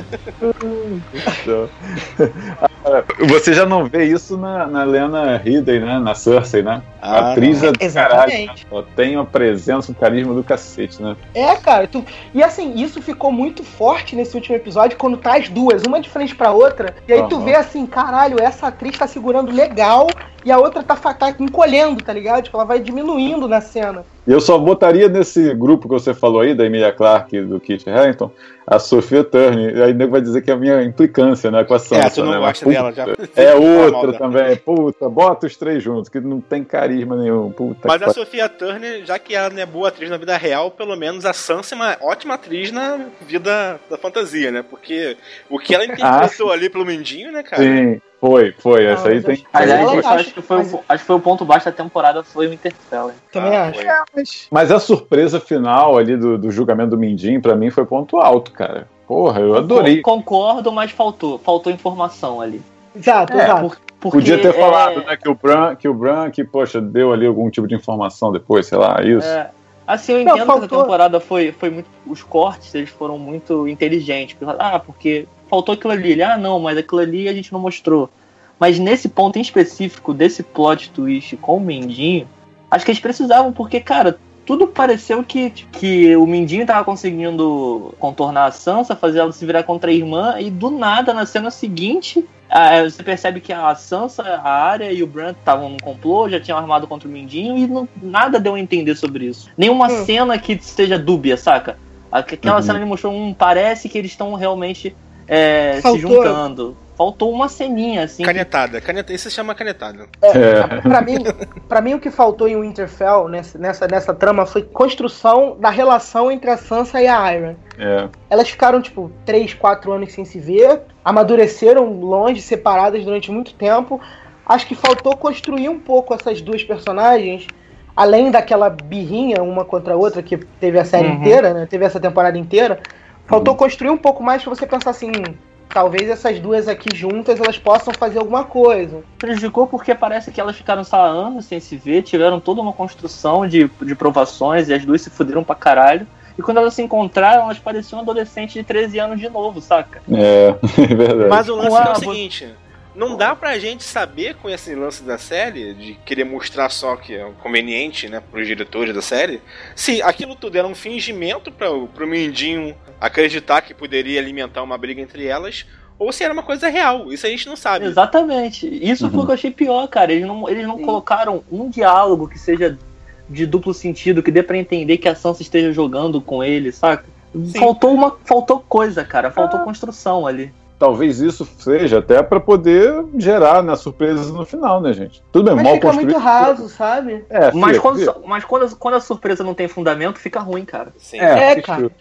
Você já não vê isso na, na Lena Headey, né? Na Cersei, né? Ah, a atriz é do exatamente. caralho. Ela tem uma presença, um carisma do cacete, né? É, cara. Tu... E assim, isso ficou muito forte nesse último episódio quando tá as duas, uma de frente pra outra. E aí uhum. tu vê assim, caralho, essa atriz tá segurando legal e a outra tá, tá encolhendo, tá ligado? Tipo, ela vai diminuindo na cena. E eu só botaria nesse grupo que você falou aí, da Emilia Clarke e do Kit Harington, a Sophia Turner. E aí o nego vai dizer que é a minha implicância, né, com a Sansa. É, tu não né? gosta Mas, dela já. É outra também. Puta, bota os três juntos, que não tem carisma nenhum. Puta. Mas a Sophia Turner, já que ela não é boa atriz na vida real, pelo menos a Sansa é uma ótima atriz na vida da fantasia, né? Porque o que ela interpretou ah, ali pelo Mindinho, né, cara? Sim. Foi, foi, essa aí tem. Aliás, acho, acho, que foi, mas... acho que foi o ponto baixo da temporada, foi o Winterfell. Também ah, acho. É, mas... mas a surpresa final ali do, do julgamento do Mindinho, pra mim, foi ponto alto, cara. Porra, eu adorei. Concordo, mas faltou. Faltou informação ali. Exato, é, exato. Por, podia ter é... falado, né, que o Bran, que o Bran, que, poxa, deu ali algum tipo de informação depois, sei lá, isso. É. Assim, eu entendo não, que essa temporada foi, foi muito. Os cortes, eles foram muito inteligentes. Ah, porque faltou aquilo ali. Ele, ah, não, mas aquilo ali a gente não mostrou. Mas nesse ponto em específico, desse plot twist com o Mindinho, acho que eles precisavam, porque, cara, tudo pareceu que, que o Mindinho tava conseguindo contornar a Sansa, fazer ela se virar contra a irmã, e do nada, na cena seguinte, a, você percebe que a Sansa, a Arya e o Bran estavam num complô, já tinham armado contra o Mindinho, e não, nada deu a entender sobre isso. Nenhuma hum. cena que seja dúbia, saca? Aquela uhum. cena me mostrou um... Parece que eles estão realmente é, se juntando. Faltou uma ceninha, assim. Canetada, que... canetada. Isso se chama canetada. É, é. Pra, mim, pra mim, o que faltou em Winterfell, nessa, nessa, nessa trama, foi construção da relação entre a Sansa e a Arya. É. Elas ficaram, tipo, três, quatro anos sem se ver, amadureceram longe, separadas durante muito tempo. Acho que faltou construir um pouco essas duas personagens, além daquela birrinha uma contra a outra, que teve a série uhum. inteira, né? Teve essa temporada inteira. Faltou uhum. construir um pouco mais pra você pensar assim... Talvez essas duas aqui juntas, elas possam fazer alguma coisa. Prejudicou porque parece que elas ficaram, sei lá, anos sem se ver, tiveram toda uma construção de, de provações, e as duas se fuderam pra caralho. E quando elas se encontraram, elas pareciam adolescentes de treze anos de novo, saca? É, é verdade. Mas o lance é o seguinte... Não dá pra gente saber com esse lance da série, de querer mostrar só que é conveniente, né, pros diretores da série, se aquilo tudo era um fingimento pra, pro Mindinho acreditar que poderia alimentar uma briga entre elas, ou se era uma coisa real. Isso a gente não sabe. Exatamente. Isso uhum. foi o que eu achei pior, cara. Eles não, eles não colocaram um diálogo que seja de duplo sentido, que dê pra entender que a Sansa esteja jogando com ele, saca? Sim. Faltou uma, faltou coisa, cara. Faltou ah. construção ali. Talvez isso seja até pra poder gerar, né, surpresas no final, né, gente? Tudo bem, mas mal fica construído. Muito raso, sabe? É, mas fica, quando, fica. mas quando, quando a surpresa não tem fundamento, fica ruim, cara. Sim. É, é cara.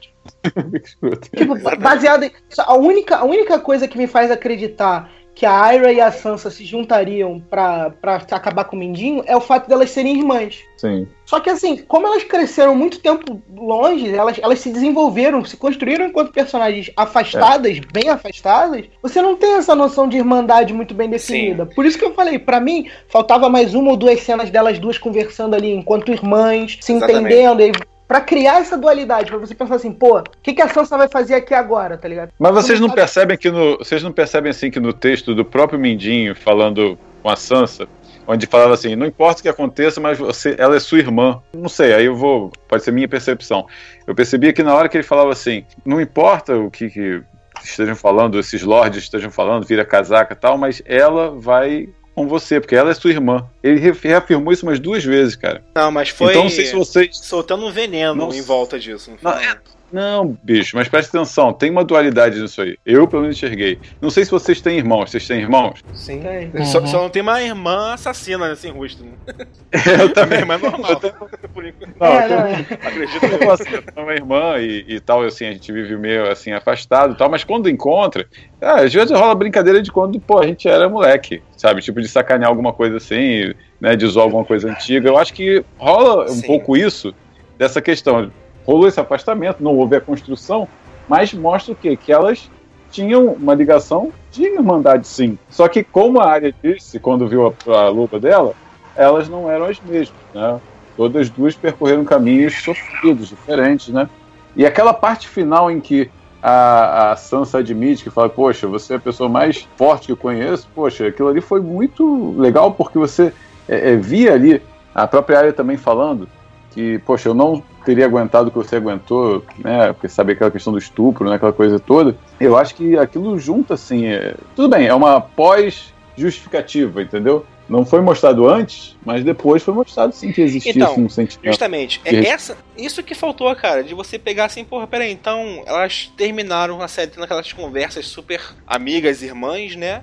Tipo, baseado em... A única, a única coisa que me faz acreditar que a Arya e a Sansa se juntariam pra, pra acabar com o Mindinho é o fato delas serem irmãs. Sim. Só que assim, como elas cresceram muito tempo longe, elas, elas se desenvolveram, se construíram enquanto personagens afastadas, é. bem afastadas, você não tem essa noção de irmandade muito bem definida. Sim. Por isso que eu falei, pra mim, faltava mais uma ou duas cenas delas duas conversando ali enquanto irmãs, se Exatamente. entendendo e... Pra criar essa dualidade, pra você pensar assim, pô, o que, que a Sansa vai fazer aqui agora, tá ligado? Mas vocês não, não percebem que no. Vocês não percebem assim que no texto do próprio Mindinho falando com a Sansa, onde falava assim, não importa o que aconteça, mas você, ela é sua irmã. Não sei, aí eu vou. Pode ser minha percepção. Eu percebia que na hora que ele falava assim, não importa o que, que estejam falando, esses lords estejam falando, vira casaca e tal, mas ela vai com você, porque ela é sua irmã. Ele reafirmou isso umas duas vezes, cara. Não, mas foi então, não sei se vocês... soltando um veneno não... em volta disso. Não, é... Não, bicho, mas presta atenção, tem uma dualidade nisso aí. Eu, pelo menos, enxerguei. Não sei se vocês têm irmãos. Vocês têm irmãos? Sim. Uhum. Só, só não tem uma irmã assassina nesse assim, rosto. Né? Eu também. Minha irmã é normal. Por enquanto. Não, é, não, é. Acredito que eu tenho uma irmã e, e tal, assim, a gente vive meio assim, afastado e tal, mas quando encontra, ah, às vezes rola brincadeira de quando, pô, a gente era moleque, sabe? Tipo, de sacanear alguma coisa assim, né? De zoar alguma coisa antiga. Eu acho que rola um Sim. pouco isso, dessa questão. Rolou esse afastamento, não houve a construção, mas mostra o quê? Que elas tinham uma ligação de irmandade, sim. Só que, como a Arya disse, quando viu a, a luta dela, elas não eram as mesmas, né? Todas duas percorreram caminhos sofridos, diferentes, né? E aquela parte final em que a, a Sansa admite, que fala, poxa, você é a pessoa mais forte que eu conheço, poxa, aquilo ali foi muito legal, porque você é, é, via ali, a própria Arya também falando, que, poxa, eu não teria aguentado o que você aguentou, né, porque saber aquela questão do estupro, né, aquela coisa toda, eu acho que aquilo junta, assim, é... tudo bem, é uma pós-justificativa, entendeu? Não foi mostrado antes, mas depois foi mostrado, sim, que existia então, assim, um sentimento. Justamente, é essa, isso que faltou, cara, de você pegar assim, porra, peraí, então, elas terminaram a série tendo aquelas conversas super amigas, irmãs, né?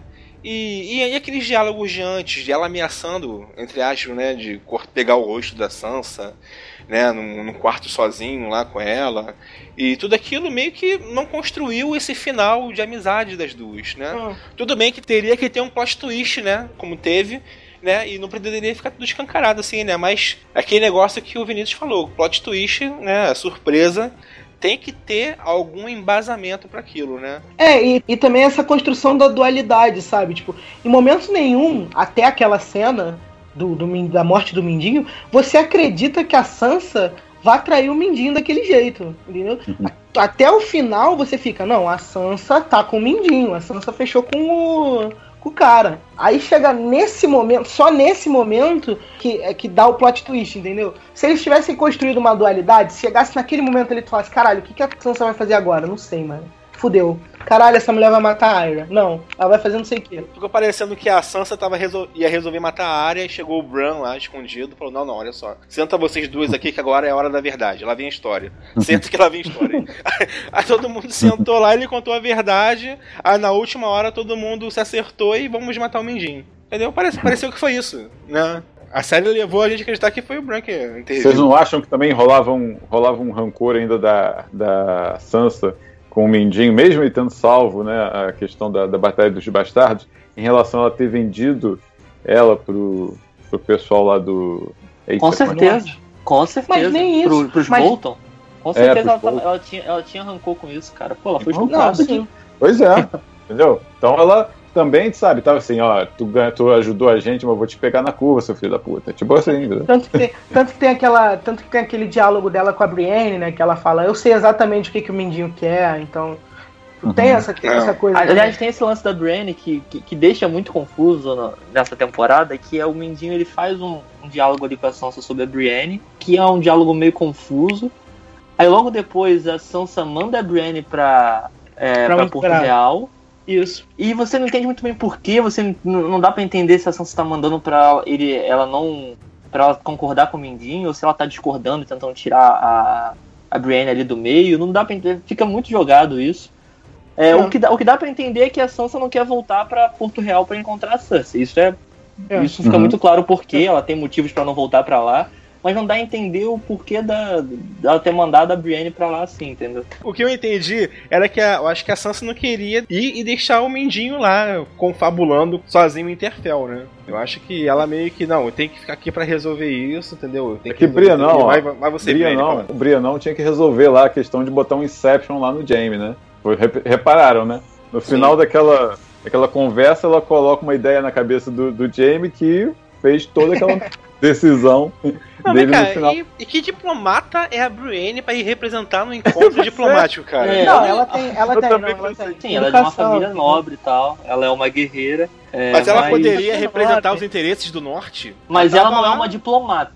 E, e, e aqueles diálogos de antes, de ela ameaçando, entre aspas, né, de pegar o rosto da Sansa, né, num, num quarto sozinho lá com ela, e tudo aquilo meio que não construiu esse final de amizade das duas, né? Hum. Tudo bem que teria que ter um plot twist, né, como teve, né, e não poderia ficar tudo escancarado assim, né, mas aquele negócio que o Vinícius falou, plot twist, né, a surpresa, tem que ter algum embasamento para aquilo, né? É, e, e também essa construção da dualidade, sabe? Tipo, em momento nenhum, até aquela cena do, do, da morte do Mindinho, você acredita que a Sansa vai trair o Mindinho daquele jeito, entendeu? Uhum. Até o final você fica, não, a Sansa tá com o Mindinho, a Sansa fechou com o... o cara. Aí chega nesse momento, só nesse momento que, é, que dá o plot twist, entendeu? Se eles tivessem construído uma dualidade, se chegasse naquele momento ele falasse, caralho, o que, que a Sansa vai fazer agora? Não sei, mano. Fudeu. Caralho, essa mulher vai matar a Arya. Não, ela vai fazer não sei o quê. Ficou parecendo que a Sansa tava resol... ia resolver matar a Arya e chegou o Bran lá, escondido, falou, não, não, olha só. Senta vocês duas aqui que agora é a hora da verdade. Lá vem a história. Senta que lá vem a história. aí, aí todo mundo sentou lá, ele contou a verdade, aí na última hora todo mundo se acertou e vamos matar o Mindinho. Entendeu? Parece, pareceu que foi isso, né? A série levou a gente a acreditar que foi o Bran que interviu. Vocês não acham que também rolava um, rolava um rancor ainda da, da Sansa com o Mindinho, mesmo ele tendo salvo, né, a questão da, da Batalha dos Bastardos, em relação a ela ter vendido ela pro, pro pessoal lá do... Eita, com certeza, com certeza. Mas nem isso. Pro, pros mas... Bolton. Com certeza é, ela, tava, ela, tinha, ela tinha rancor com isso, cara. Pô, ela foi estuprada aqui. Pois é, entendeu? Então ela também, sabe, tava assim, ó, tu, tu ajudou a gente, mas eu vou te pegar na curva, seu filho da puta. Tipo assim, entendeu? Tanto que, tem, tanto que tem aquela, tanto que tem aquele diálogo dela com a Brienne, né, que ela fala, eu sei exatamente o que, que o Mindinho quer, então uhum. tem essa, essa coisa. Aliás, tem esse lance da Brienne que, que, que deixa muito confuso no, nessa temporada, que é o Mindinho, ele faz um, um diálogo ali com a Sansa sobre a Brienne, que é um diálogo meio confuso. Aí logo depois a Sansa manda a Brienne pra, é, pra, pra Porto pra... Real. Isso. E você não entende muito bem porquê, você não, não dá pra entender se a Sansa tá mandando pra ele, ela não... pra ela concordar com o Mindinho, ou se ela tá discordando e tentando tirar a, a Brienne ali do meio. Não dá pra entender, fica muito jogado isso. É, o, que dá, o que dá pra entender é que a Sansa não quer voltar pra Porto Real pra encontrar a Cersei. Isso, é, é. isso fica uhum. muito claro porque ela tem motivos pra não voltar pra lá. Mas não dá a entender o porquê da, dela ter mandado a Brienne pra lá assim, entendeu? O que eu entendi era que a, eu acho que a Sansa não queria ir e deixar o Mindinho lá confabulando sozinho em Interfell, né? Eu acho que ela meio que, não, eu tenho que ficar aqui pra resolver isso, entendeu? Eu tenho é que, que Bria não, vai, vai você, Bria Brienne, não, o Bria não tinha que resolver lá a questão de botar um Inception lá no Jaime, né? Repararam, né? No final Sim. daquela, daquela conversa, ela coloca uma ideia na cabeça do, do Jaime que fez toda aquela decisão não, dele cara, no final. E, e que diplomata é a Brienne pra ir representar no encontro diplomático, cara? É, não, ela tem, ela tem, não, ela tem. Sim, ela é de uma família nobre e tal, ela é uma guerreira. É, mas ela mas... poderia representar os interesses do norte? Mas ela não é uma diplomata.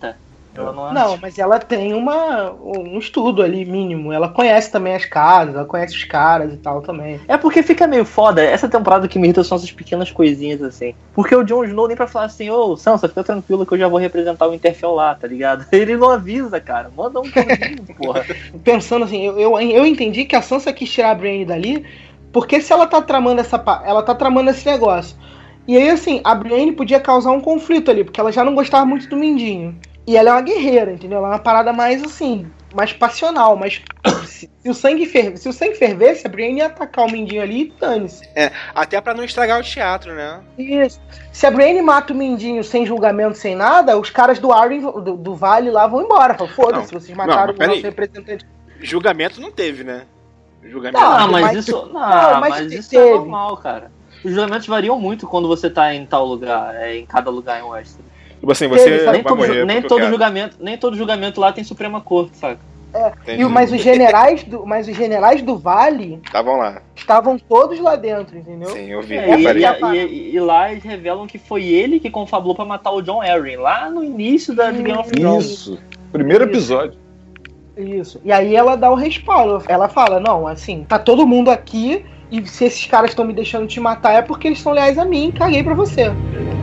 Ela não, é Não, mas ela tem uma, um estudo ali mínimo. Ela conhece também as casas, ela conhece os caras e tal também. É porque fica meio foda. Essa temporada que me irrita são essas pequenas coisinhas assim. Porque o Jon Snow nem pra falar assim, ô, Sansa, fica tranquilo que eu já vou representar o Winterfell lá, tá ligado? Ele não avisa, cara. Manda um pouquinho, porra. Pensando assim, eu, eu, eu entendi que a Sansa quis tirar a Brienne dali, porque se ela tá tramando essa pa- ela tá tramando esse negócio. E aí, assim, a Brienne podia causar um conflito ali, porque ela já não gostava muito do Mindinho. E ela é uma guerreira, entendeu? Ela é uma parada mais, assim, mais passional, mas se, se, o sangue ferve, se o sangue fervesse, a Brienne ia atacar o Mindinho ali e dane-se. É, até pra não estragar o teatro, né? Isso. Se a Brienne mata o Mindinho sem julgamento, sem nada, os caras do Arryn, do, do Vale lá vão embora. Falam, foda-se, vocês mataram não, o nosso representante. Julgamento não teve, né? Julgamento Não, não, mas, mas- isso, não, não, mas mas isso teve. é normal, cara. Os julgamentos variam muito quando você tá em tal lugar, é, em cada lugar em Westeros. Tipo assim, você Teve, vai Nem todo, morrer nem porque eu todo quero. julgamento, nem todo julgamento lá tem Suprema Corte, saca? E, o- mas, os generais do, mas os generais do Vale Estavam lá. estavam todos lá dentro, entendeu? Sim, eu vi. É, e, Reparei. e- e- e lá eles revelam que foi ele que confabulou pra matar o Jon Arryn, lá no início da de Game of Thrones. Isso. Primeiro Isso. episódio. Isso. E aí ela dá o respaldo. Ela fala, não, assim, tá todo mundo aqui e se esses caras estão me deixando te matar é porque eles são leais a mim, caguei pra você.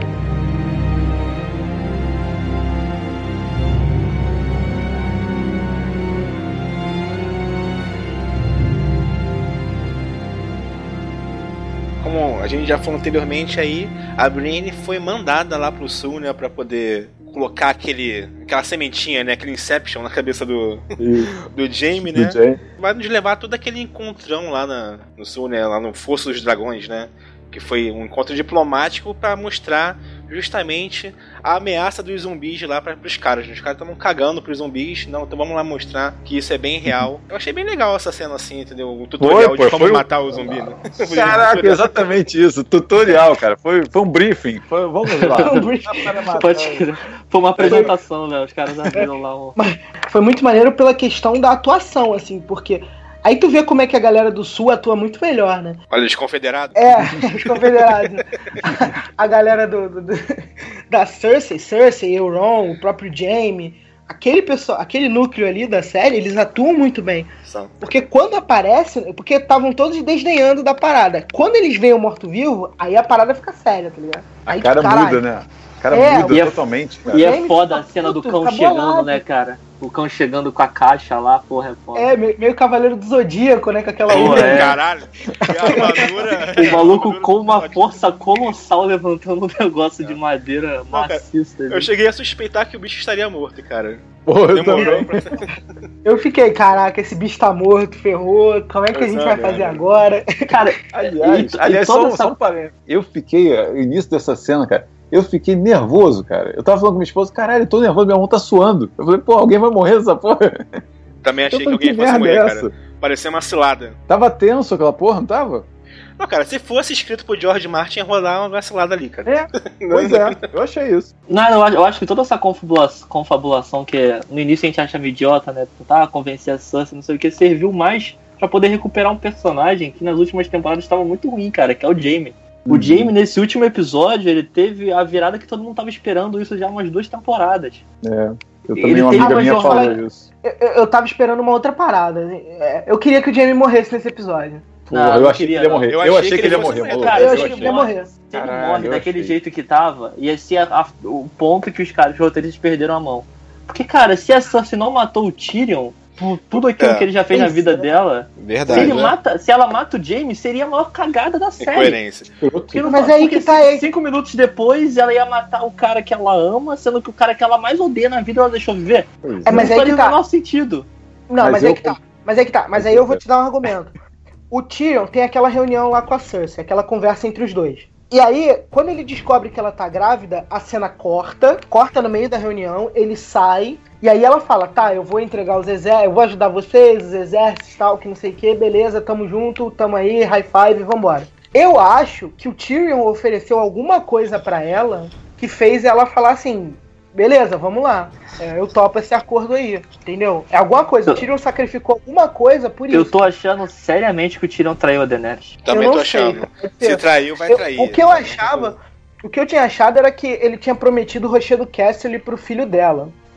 Como a gente já falou anteriormente aí, a Brienne foi mandada lá pro sul, né, pra poder colocar aquele, aquela sementinha, né, aquele Inception na cabeça do, Isso. do Jaime, né? Do Jaime. Vai nos levar todo aquele encontrão lá na, no sul, né, lá no Fosso dos Dragões, né? Que foi um encontro diplomático pra mostrar justamente a ameaça dos zumbis lá para os caras. Os caras estavam cagando pros zumbis. Não, então vamos lá mostrar que isso é bem real. Eu achei bem legal essa cena assim, entendeu? O tutorial Foi, pô, de como foi um- matar o zumbi, né? Caraca, exatamente isso. Tutorial, cara. Foi, foi um briefing. Foi, vamos lá. Um briefing. Pode crer. Foi uma apresentação, né? Os caras abriram lá um. Foi muito maneiro pela questão da atuação, assim, porque aí tu vê como é que a galera do sul atua muito melhor, né? Olha, os confederados. É, os confederados. A galera do, do- do- da Cersei, Cersei, Euron, o próprio Jaime, aquele pessoal, aquele núcleo ali da série, eles atuam muito bem. São. Porque quando aparece, porque estavam todos desdenhando da parada. Quando eles veem o morto-vivo, aí a parada fica séria, tá ligado? Aí, O cara caralho, muda, né? O cara É, muda e é- totalmente, cara. E é Jaime foda a fica cena do puto, cão fica chegando, bolado. né, cara? O cão chegando com a caixa lá, porra, é foda. É, me- meio Cavaleiro do Zodíaco, né? Com aquela Pô, unha. é. Caralho. E a armadura. O maluco a com uma armadura- força colossal levantando um negócio de madeira cara, maciça. Eu cheguei a suspeitar que o bicho estaria morto, cara. Pô, eu Demorou também. pra... Eu fiquei, caraca, esse bicho tá morto, ferrou. Como é que a gente vai Exato, fazer né? agora? Cara, Aliás, e- e aliás toda só, um- essa- só um parênteses. Eu fiquei, o início dessa cena, cara, eu fiquei nervoso, cara. Eu tava falando com minha esposa, caralho, eu tô nervoso, minha mão tá suando. Eu falei, pô, alguém vai morrer nessa porra. Também achei Eu que falei, alguém que fosse merda morrer, é cara. essa? Parecia uma cilada. Tava tenso aquela porra, não tava? Não, cara, se fosse escrito por George Martin, ia rolar uma vacilada ali, cara. É, pois é, eu achei isso. Não, eu acho, eu acho que toda essa confabulação, confabulação que no início a gente achava idiota, né? Tentar convencer a Sansa, não sei o que, serviu mais pra poder recuperar um personagem que nas últimas temporadas estava muito ruim, cara, que é o Jaime. O Uhum. Jaime, nesse último episódio, ele teve a virada que todo mundo tava esperando isso já há umas duas temporadas. É, eu Ele também, uma tem amiga uma minha jornada- falou isso. Eu, eu- eu tava esperando uma outra parada. É, Eu queria que o Jamie morresse nesse episódio. Porra, Não, eu não achei queria, que ele ia não. morrer. Eu Eu, achei achei que que ele ia ele fosse morrer, morrer. maluco. Cara, eu Eu achei que ele ia achei. morrer. Se ele Caralho, morre eu daquele achei. jeito que tava, ia ser a- a- o ponto que os caras, os roteiristas perderam a mão. Porque, cara, se a Cersei não matou o Tyrion, por tudo aquilo É, que ele já fez na isso, vida né? dela, se, Verdade. ele né? mata, se ela mata o Jaime, seria a maior cagada da série. Incoerência. Porque não- Mas aí porque que tá c- aí. Cinco minutos depois, ela ia matar o cara que ela ama, sendo que o cara que ela mais odeia na vida ela deixou viver. Pois É, mas não aí faria que o tá. menor sentido. Não, Mas mas, eu- aí que tá. Mas aí que tá. Mas aí eu vou te dar um argumento. O Tyrion tem aquela reunião lá com a Cersei, aquela conversa entre os dois. E aí, quando ele descobre que ela tá grávida, a cena corta, corta no meio da reunião, ele sai, e aí ela fala, tá, eu vou entregar os exércitos, eu vou ajudar vocês, os exércitos, tal, que não sei o que, beleza, tamo junto, tamo aí, high five, vambora. Eu acho que o Tyrion ofereceu alguma coisa pra ela que fez ela falar assim, beleza, vamos lá, é, eu topo esse acordo aí, entendeu? É alguma coisa, o Tyrion sacrificou alguma coisa por Eu isso. tô achando seriamente que o Tyrion traiu a Daenerys. Também Eu tô não sei, achando. pode ser. Se traiu, vai Eu- trair. o que eu achava, o que eu tinha achado era que ele tinha prometido o Rochedo Castle pro filho dela.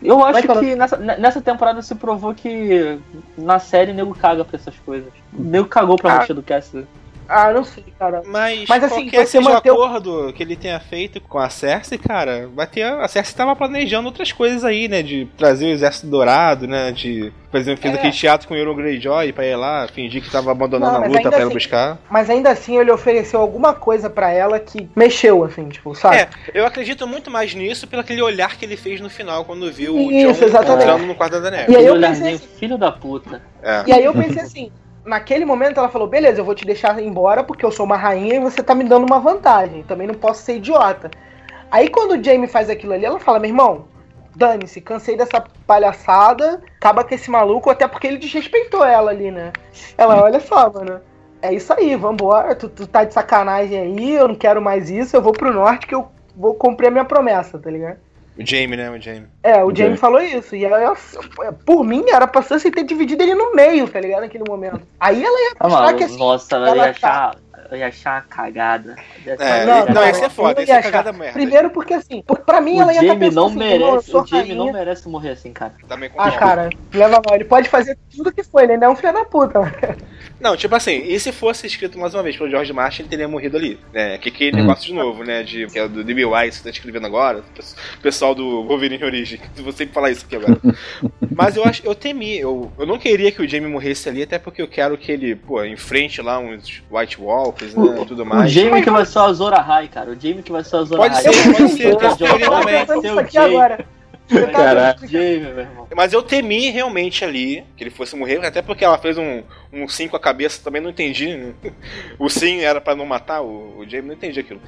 Eu acho Vai, que nessa, nessa temporada se provou que na série o nego caga pra essas coisas. O nego cagou pra Ah. rocha do Cassidy. Ah, não sei, cara. Mas, Mas, assim, qualquer você seja o manteve- acordo que ele tenha feito com a Cersei, cara, vai ter, a Cersei tava planejando outras coisas aí, né? De trazer o Exército Dourado, né? De, por exemplo, fez É. aquele teatro com o Euron Greyjoy pra ir lá, fingir que tava abandonando Não, a mas luta ainda pra ela assim- buscar. Mas ainda assim ele ofereceu alguma coisa pra ela que mexeu, assim, tipo, sabe? É, eu acredito muito mais nisso pelo aquele olhar que ele fez no final, quando viu Isso, o Jon exatamente. entrando no quarto da E neve. aí Aquele eu olharzinho, pensei assim- filho da puta. É. E aí eu pensei assim, naquele momento ela falou, beleza, eu vou te deixar embora porque eu sou uma rainha e você tá me dando uma vantagem. Também não posso ser idiota. Aí quando o Jaime faz aquilo ali, ela fala, meu irmão, dane-se, cansei dessa palhaçada, acaba com esse maluco, até porque ele desrespeitou ela ali, né? Ela, olha só, mano, é isso aí, vambora, tu, tu tá de sacanagem aí, eu não quero mais isso, eu vou pro norte que eu vou cumprir a minha promessa, tá ligado? O Jaime, né? O Jaime. É, o Ok. Jaime falou isso. E ela, por mim, era pra Cersei ter dividido ele no meio, tá ligado? Naquele momento. Aí ela ia Ah, mostrar mano, que assim. nossa, eu ela ia tá- achar, eu ia achar uma cagada. Ia achar É, uma não, não, cagada. esse é foda, eu esse ia é achar. cagada merda. Primeiro porque assim, por- pra mim O ela ia estar Jaime pensando não assim, irmão, eu merece, sou o Jaime rainha. não merece morrer assim, cara. Também Ah, concordo. cara, leva mal. Ele pode fazer tudo que for, ele ainda é um filho da puta. Não, tipo assim, e se fosse escrito mais uma vez pelo George Martin, ele teria morrido ali, né? Que que Hum. negócio de novo, né? De, que é do D B Wise que tá escrevendo agora, o pessoal do Wolverine Origem. Vou sempre falar isso aqui agora. Mas eu acho, eu temi, eu, eu não queria que o Jaime morresse ali, até porque eu quero que ele, pô, enfrente lá uns White Walkers, né? E tudo O mais. Jaime que vai ser o Azor Ahai, cara. O Jaime que vai ser o Azor Pode Ahai. ser, pode ser, Seu tem essa teoria Jon também. vai ser Isso o aqui Jaime. agora. Você tá Caralho. vendo? Jaime, meu irmão. Mas eu temi realmente ali que ele fosse morrer, até porque ela fez um, um sim com a cabeça, também não entendi. Né? O sim era pra não matar o, o Jaime, não entendi aquilo.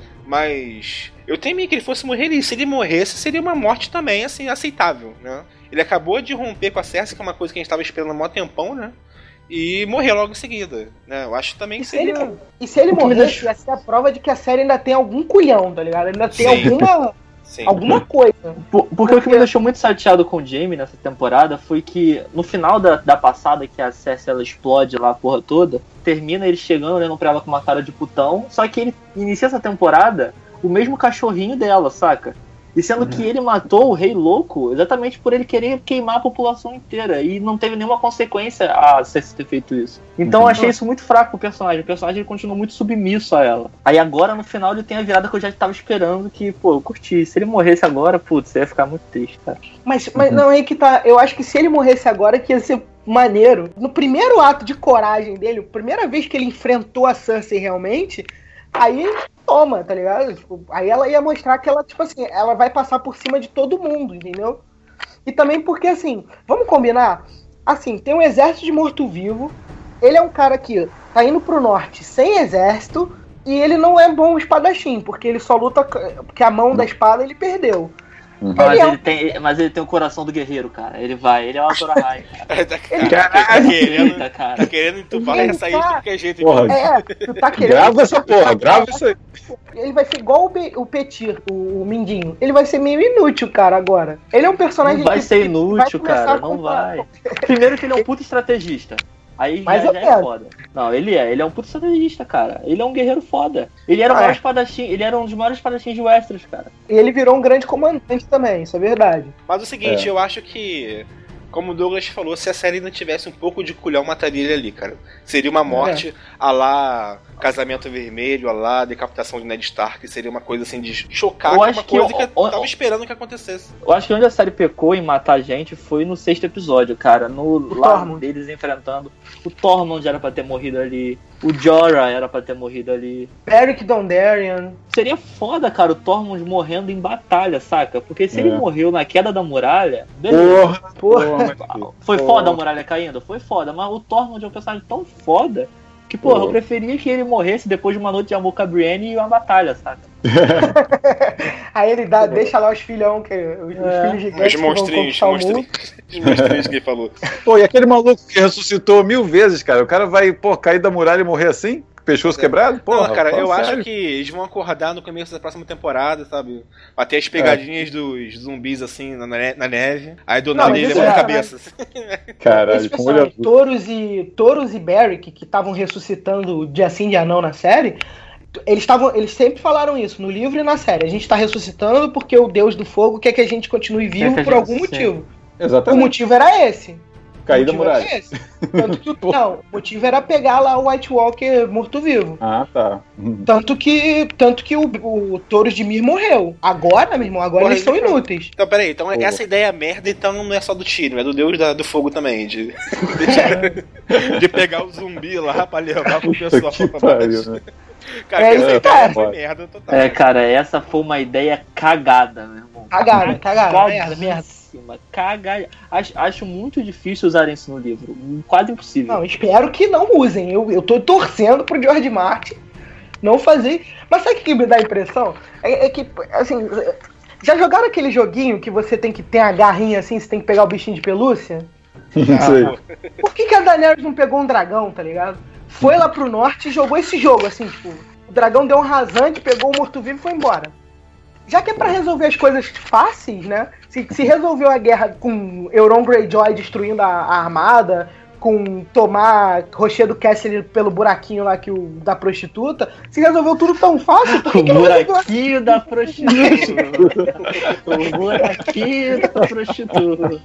Mas eu temi que ele fosse morrer e se ele morresse, seria uma morte também, assim, aceitável, né? Ele acabou de romper com a Cersei, que é uma coisa que a gente tava esperando há mó tempão, né? E morreu logo em seguida, né? Eu acho também E que se ele, seria... e se ele O que me morresse, deixa- ia ser a prova de que a série ainda tem algum culhão, tá ligado? Ainda tem Sim. alguma, Sim. alguma coisa. Por- porque o que me deixou muito chateado com o Jaime nessa temporada foi que no final da, da passada, que a Cersei ela explode lá a porra toda, termina ele chegando, olhando pra ela com uma cara de putão, só que ele inicia essa temporada o mesmo cachorrinho dela, saca? E sendo que ele matou o Rei Louco exatamente por ele querer queimar a população inteira. E não teve nenhuma consequência a Cersei ter feito isso. Então eu achei isso muito fraco pro personagem. O personagem ele continua muito submisso a ela. Aí agora no final ele tem a virada que eu já tava esperando, que, pô, eu curti. Se ele morresse agora, putz, ia ficar muito triste, cara. Mas, mas não, é que tá. Eu acho que se ele morresse agora, que ia ser maneiro. No primeiro ato de coragem dele, a primeira vez que ele enfrentou a Cersei realmente, aí toma, tá ligado? Tipo, aí ela ia mostrar que ela, tipo assim, ela vai passar por cima de todo mundo, entendeu? E também porque, assim, vamos combinar? Assim, tem um exército de morto-vivo, ele é um cara que tá indo pro norte sem exército, e ele não é bom espadachim, porque ele só luta, porque a mão da espada ele perdeu. Mas Ele é um- ele, tem, mas ele tem o coração do guerreiro, cara. Ele vai, ele é o Azor Ahai, cara. tá, Ele- tá, tá querendo, Eita, tá cara. querendo entubar Ele essa aí de tá- qualquer jeito. Porra, É, tu tá querendo. grava essa porra, grava isso aí. Ele vai ser igual o, Be o Petir, o, o Mindinho. Ele vai ser meio inútil, cara, agora. Ele é um personagem Não vai que- ser que inútil, vai começar cara. a Não comprar- vai. Primeiro que ele é um puta estrategista. Aí Mais já, ou já é menos. foda. Não, ele é. Ele é um puta estrategista, cara. Ele é um guerreiro foda. Ele era o Ah, maior é. espadachim. Ele era um dos maiores espadachins de Westeros, cara. E ele virou um grande comandante também, isso é verdade. Mas o seguinte, É. eu acho que, como o Douglas falou, se a série ainda tivesse um pouco de culhão, mataria ele ali, cara. Seria uma morte a lá Casamento Vermelho, a lá Decapitação de Ned Stark, seria uma coisa assim de chocar, Eu uma acho que coisa o- que eu o- tava esperando que acontecesse. Eu acho que onde a série pecou em matar gente foi no sexto episódio, cara. No O lá Tormund. deles enfrentando. O Tormund era pra ter morrido ali. O Jorah era pra ter morrido ali. Beric Dondarrion. Seria foda, cara, o Tormund morrendo em batalha, saca? Porque se É. ele morreu na queda da muralha, beleza. Porra, Porra. porra. Foi Porra. foda a muralha caindo? Foi foda, mas o Tormund é um personagem tão foda que, porra, Porra. eu preferia que ele morresse depois de uma noite de amor com a Brienne e uma batalha, saca? Aí ele dá, deixa lá os filhão, que, os, os É. filhos Os gigantes que vão monstrinhos, conquistar o monstrinhos, mundo. os monstrinhos que ele falou. Pô, e aquele maluco que ressuscitou mil vezes, cara? O cara vai, pô, cair da muralha e morrer assim? Pescoço quebrado? Porra, Não, cara, fala eu sério. acho que eles vão acordar no começo da próxima temporada, sabe? Vai ter as pegadinhas dos zumbis assim na, ne- na neve. Aí do Não, nada mas ele isso levanta a é, cabeça. Caralho, Esses com olho personagens, azul. Taurus e, Taurus e Beric, que estavam ressuscitando dia sim, dia não na série, Eles, tavam, eles sempre falaram isso, no livro e na série. A gente tá ressuscitando porque o Deus do Fogo quer que a gente continue vivo por algum motivo. Exatamente. O motivo era esse. Cair da muralha. Tanto que, não, o motivo era pegar lá o White Walker morto-vivo. Ah, tá. Tanto que, tanto que o, o Taurus de Mir morreu. Agora, meu irmão, agora Porra, eles são então- inúteis. Então, peraí, então Porra. essa ideia é merda, então não é só do Tyrion, é do Deus da- do Fogo também, de, de, de pegar o zumbi lá pra levar pro pessoal Que pra pariu, baixo. né? Cara, É essa isso, ideia cara. foi merda total. É, cara, essa foi uma ideia cagada, meu irmão. Cagaram, cagaram, merda, merda. Cagadíssima, Caga... Acho, acho muito difícil usarem isso no livro. Quase impossível. Não, espero que não usem. Eu, eu tô torcendo pro George Martin não fazer. Mas sabe o que me dá a impressão? É, é que, assim, já jogaram aquele joguinho que você tem que ter a garrinha assim, você tem que pegar o bichinho de pelúcia? Sei. Por que, que a Daenerys não pegou um dragão, tá ligado? Foi lá pro norte e jogou esse jogo, assim, tipo, o dragão deu um rasante, pegou o morto-vivo e foi embora. Já que é pra resolver as coisas fáceis, né? Se, se resolveu a guerra com Euron Greyjoy destruindo a, a armada, com tomar Rochedo Castle pelo buraquinho lá que o, da prostituta, se resolveu tudo tão fácil, por que, O que não resolveu? buraquinho da prostituta. O buraquinho da prostituta.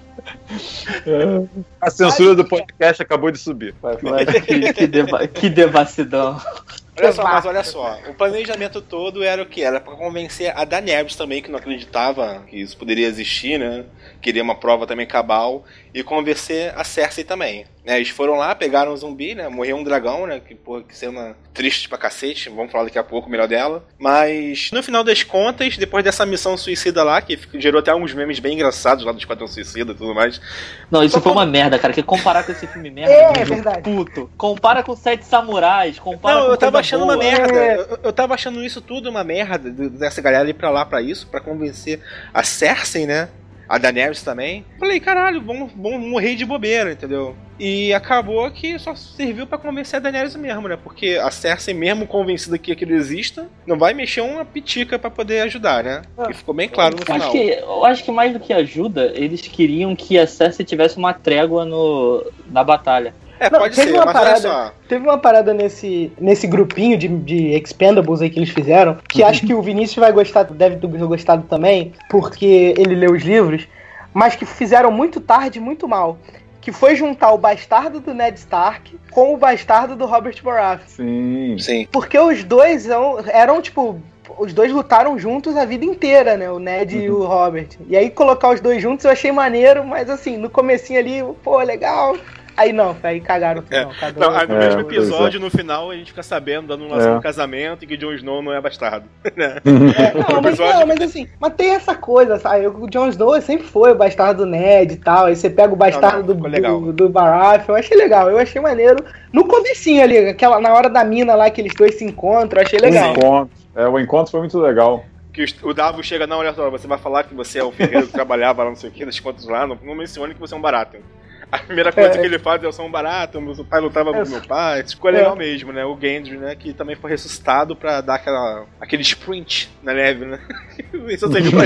A censura do podcast acabou de subir. Vai, vai. Que, que, deva, que devassidão. Olha só, mas olha só, o planejamento todo era o que? Era pra convencer a Daenerys também, que não acreditava que isso poderia existir, né? Queria uma prova também cabal, e convencer a Cersei também. Né? Eles foram lá, pegaram um zumbi, né? Morreu um dragão, né? Que, porra, que cena triste pra cacete, vamos falar daqui a pouco melhor dela. Mas, no final das contas, depois dessa missão suicida lá, que gerou até uns memes bem engraçados lá do Esquadrão Suicida e tudo mais. Não, isso foi uma merda, cara. Que comparar com esse filme merda. É, que é verdade. Puto. Compara com Sete Samurais. Compara Não, com eu tava coisa achando boa. uma merda. É. Eu, eu tava achando isso tudo uma merda, d- dessa galera ir pra lá pra isso, pra convencer a Cersei, né? A Daenerys também. Falei, caralho, vamos, vamos morrer de bobeira, entendeu? E acabou que só serviu pra convencer a Daenerys mesmo, né? Porque a Cersei, mesmo convencida que aquilo exista, não vai mexer uma pitica pra poder ajudar, né? E ficou bem claro no Eu final. acho, que, eu acho que mais do que ajuda, eles queriam que a Cersei tivesse uma trégua no, na batalha. É, Não, pode teve ser, uma mas parada- olha só. Teve uma parada nesse, nesse grupinho de, de Expendables aí que eles fizeram, que acho que o Vinícius vai gostar, deve ter gostado também, porque ele leu os livros, mas que fizeram muito tarde e muito mal. Que foi juntar o bastardo do Ned Stark com o bastardo do Robert Baratheon. Sim. Sim. Porque os dois eram, eram, tipo, os dois lutaram juntos a vida inteira, né? O Ned e o Robert. E aí colocar os dois juntos eu achei maneiro, mas assim, no comecinho ali, pô, legal. Aí não, aí cagaram. É. Não, cada Não, um- aí no É, mesmo pois episódio, no final, a gente fica sabendo da anulação É. do casamento e que Jon Snow não é bastardo. É, não, mas, episódio- não, mas assim, mas tem essa coisa, sabe? O Jon Snow sempre foi o bastardo do Ned e tal. Aí você pega o bastardo Não, não, do, ficou legal. do, do Baratheon. Eu achei legal, eu achei maneiro. No comecinho ali, aquela, na hora da mina lá que eles dois se encontram, eu achei legal. O encontro. É, o encontro foi muito legal. Que os- o Davos chega, não, olha só, você vai falar que você é o ferreiro que trabalhava lá, não sei o que, das contas lá, não, não mencione que você é um Baratheon. A primeira coisa É. que ele faz é eu sou um Baratheon, meu pai lutava com É. meu pai. Isso ficou legal mesmo, né? O Gendry, né? Que também foi ressuscitado pra dar aquela, aquele sprint na neve, né? Isso eu sei pra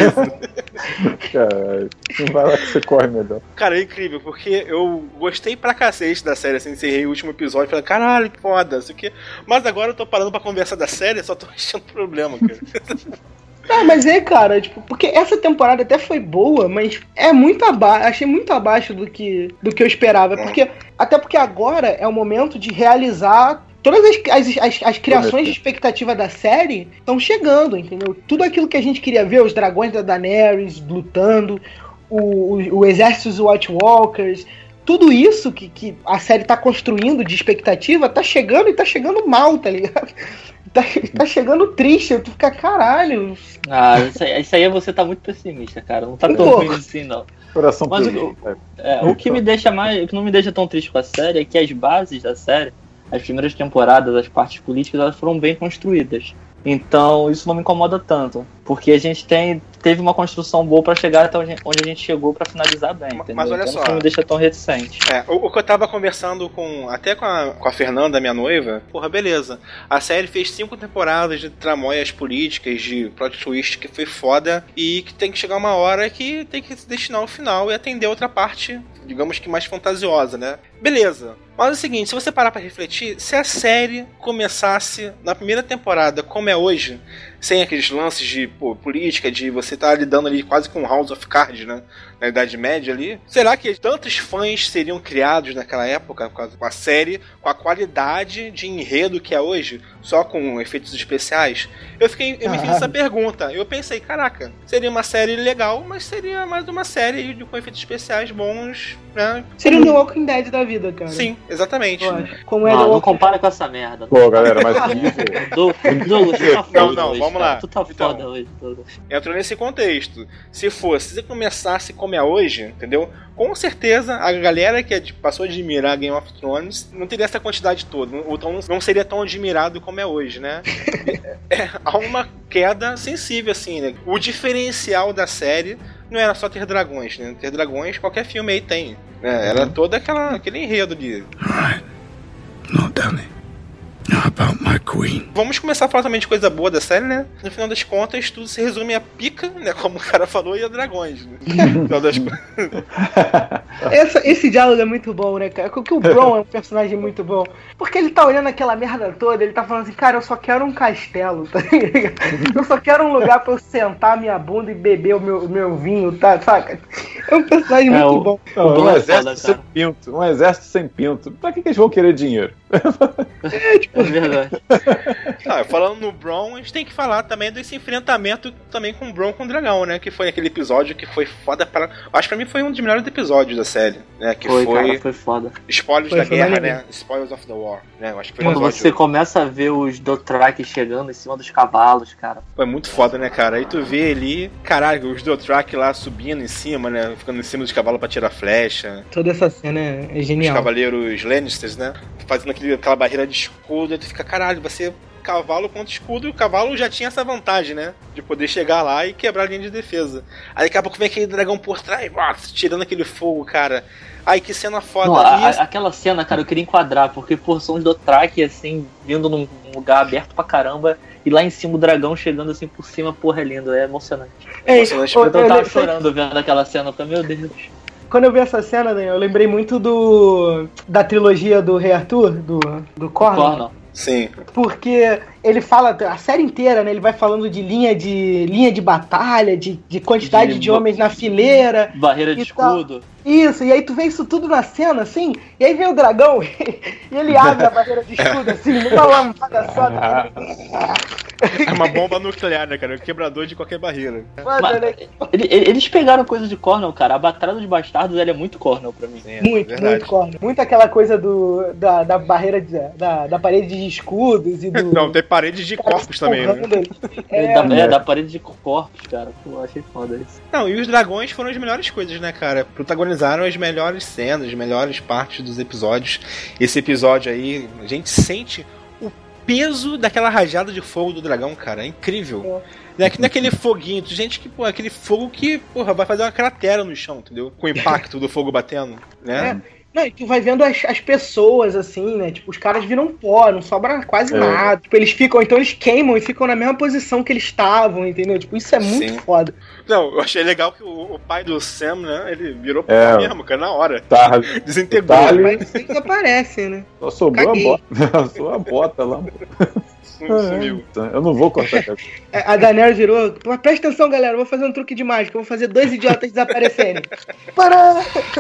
isso. Caralho. Vai lá que você corre melhor. Cara, é incrível, porque eu gostei pra cacete da série, assim, encerrei o último episódio e falei, caralho, que foda, isso aqui. Mas agora eu tô parando pra conversar da série, só tô achando problema, cara. É, mas é, cara, tipo, porque essa temporada até foi boa, mas é muito abaixo, achei muito abaixo do que, do que eu esperava. Porque, até porque agora é o momento de realizar todas as, as, as, as criações de expectativa da série estão chegando, entendeu? Tudo aquilo que a gente queria ver, os dragões da Daenerys lutando, o, o, o exército dos White Walkers, tudo isso que, que a série tá construindo de expectativa tá chegando e tá chegando mal, tá ligado? Tá, tá chegando triste, tu fica, caralho. Ah, isso aí, isso aí você tá muito pessimista, cara. Não tá Um tão pouco. ruim assim, não. Coração Mas peludo. o, é, o que me deixa mais. O que não me deixa tão triste com a série é que as bases da série, as primeiras temporadas, as partes políticas, elas foram bem construídas. Então isso não me incomoda tanto. Porque a gente tem, teve uma construção boa pra chegar até onde a gente chegou pra finalizar bem, entendeu? Mas olha então, só. não me deixa tão reticente. É, o, o que eu tava conversando com até com a, com a Fernanda, minha noiva, porra, beleza. A série fez cinco temporadas de tramóias políticas, de plot twist que foi foda, e que tem que chegar uma hora que tem que se destinar ao final e atender outra parte, digamos que mais fantasiosa, né? Beleza. Mas é o seguinte, se você parar pra refletir, se a série começasse na primeira temporada como é hoje, sem aqueles lances de pô, política, de você estar tá lidando ali quase com House of Cards, né? Na Idade Média ali, será que tantos fãs seriam criados naquela época com a série, com a qualidade de enredo que é hoje, só com efeitos especiais? Eu fiquei, eu me fiz essa pergunta. Eu pensei, caraca, seria uma série legal, mas seria mais uma série com efeitos especiais bons, né? Seria um The Walking Dead da vida, cara. Sim, exatamente. Como é não, The não Walking compara com essa merda. Pô, galera, mas nível. Douglas, Douglas, tu tá foda Não, não, hoje, vamos cara. lá. Tu tá Então, foda hoje, Douglas. Entrou nesse contexto. Se fosse, se começasse como é hoje, entendeu? Com certeza a galera que passou a admirar Game of Thrones não teria essa quantidade toda, ou então não seria tão admirado como é hoje, né? É, há uma queda sensível, assim, né? O diferencial da série não era só ter dragões, né? Ter dragões qualquer filme aí tem, né? Era todo aquela, aquele enredo de... Alright. No, Danny. How about my queen? Vamos começar a falar também de coisa boa da série, né? No final das contas, tudo se resume a pica, né? Como o cara falou, e a dragões, né? No final das contas. Essa, esse diálogo é muito bom, né, cara? Porque o Bron é um personagem muito bom. Porque ele tá olhando aquela merda toda, ele tá falando assim, cara, eu só quero um castelo, tá ligado? Eu só quero um lugar pra eu sentar minha bunda e beber o meu, o meu vinho, tá? Saca? É um personagem É, muito o- bom. Não, um Bom é exército foda, sem cara. pinto. Um exército sem pinto. Pra que, que eles vão querer dinheiro? É verdade. Ah, falando no Bron, a gente tem que falar também desse enfrentamento também com o Bron com o dragão, né? Que foi aquele episódio que foi foda para... Acho que pra mim foi um dos melhores episódios da série, né? Que Foi, foi, cara, foi foda. Spoilers Foi, da foi guerra, maneiro. né? Spoilers of the War, né? Eu acho que foi Quando um episódio... você começa a ver os Dothraki chegando em cima dos cavalos, cara. Foi muito foda, né, cara? Aí tu vê ali, caralho, os Dothraki lá subindo em cima, né? Ficando em cima dos cavalos pra tirar flecha. Toda essa cena é Os genial. cavaleiros Lannisters, né? Fazendo aquele, aquela barreira de escudo, aí tu fica, caralho, você cavalo contra escudo, e o cavalo já tinha essa vantagem, né? De poder chegar lá e quebrar a linha de defesa. Aí daqui a pouco vem aquele dragão por trás, nossa, tirando aquele fogo, cara. Ai, que cena foda. Não, a- E a- esse- aquela cena, cara, eu queria enquadrar, porque, pô, são os Dothraki, assim, vindo num lugar aberto pra caramba, e lá em cima o dragão chegando, assim, por cima, porra, é lindo, é emocionante. É, emocionante. ô, Então eu eu tava le- chorando vendo aquela cena, eu falei, meu Deus. Quando eu vi essa cena, Daniel, eu lembrei muito do da trilogia do Rei Arthur, do, do Cornwall. Cornwall. Sim. Porque ele fala a série inteira, né? Ele vai falando de linha de linha de batalha, de, de quantidade De- de, homens na fileira. Barreira de E tal. escudo. Isso, e aí tu vê isso tudo na cena, assim, e aí vem o dragão e ele abre a barreira de escudo, assim, numa lampada só. Tá É uma bomba nuclear, né, cara? Um quebrador de qualquer barreira. Mano, Mas, né? ele- ele- eles pegaram coisa de Cornwall, cara. A Batalha dos Bastardos, ela é muito Cornwall pra mim. É, Muito, verdade. muito corno. Muito aquela coisa do, da, da barreira, de, da, da parede de escudos e do... Não, tem paredes de corpos também, né? É, da, é, da parede de corpos, cara. Pô, eu achei foda isso. Não, e os dragões foram as melhores coisas, né, cara? Protagonizaram as melhores cenas, as melhores partes dos episódios. Esse episódio aí, a gente sente o peso daquela rajada de fogo do dragão, cara. É incrível. Não é que naquele foguinho, gente que, pô, aquele fogo que, porra, vai fazer uma cratera no chão, entendeu? Com o impacto do fogo batendo, né? É. Não, e tu vai vendo as, as pessoas, assim, né? Tipo, os caras viram pó, não sobra quase É. nada. Tipo, eles ficam, então eles queimam e ficam na mesma posição que eles estavam, entendeu? Tipo, isso é muito Sim. foda. Não, eu achei legal que o, o pai do Sam, né, ele virou pó É. mesmo, cara, na hora. Tá, Desintegrou. tá ali. Mas eles aparecem, né? Só sobrou Caguei. a bota. Só a bota lá. Sumiu. Eu não vou cortar a cabeça. A Daniela virou. Mas presta atenção, galera, eu vou fazer um truque de mágica. Eu vou fazer dois idiotas desaparecerem. Pará!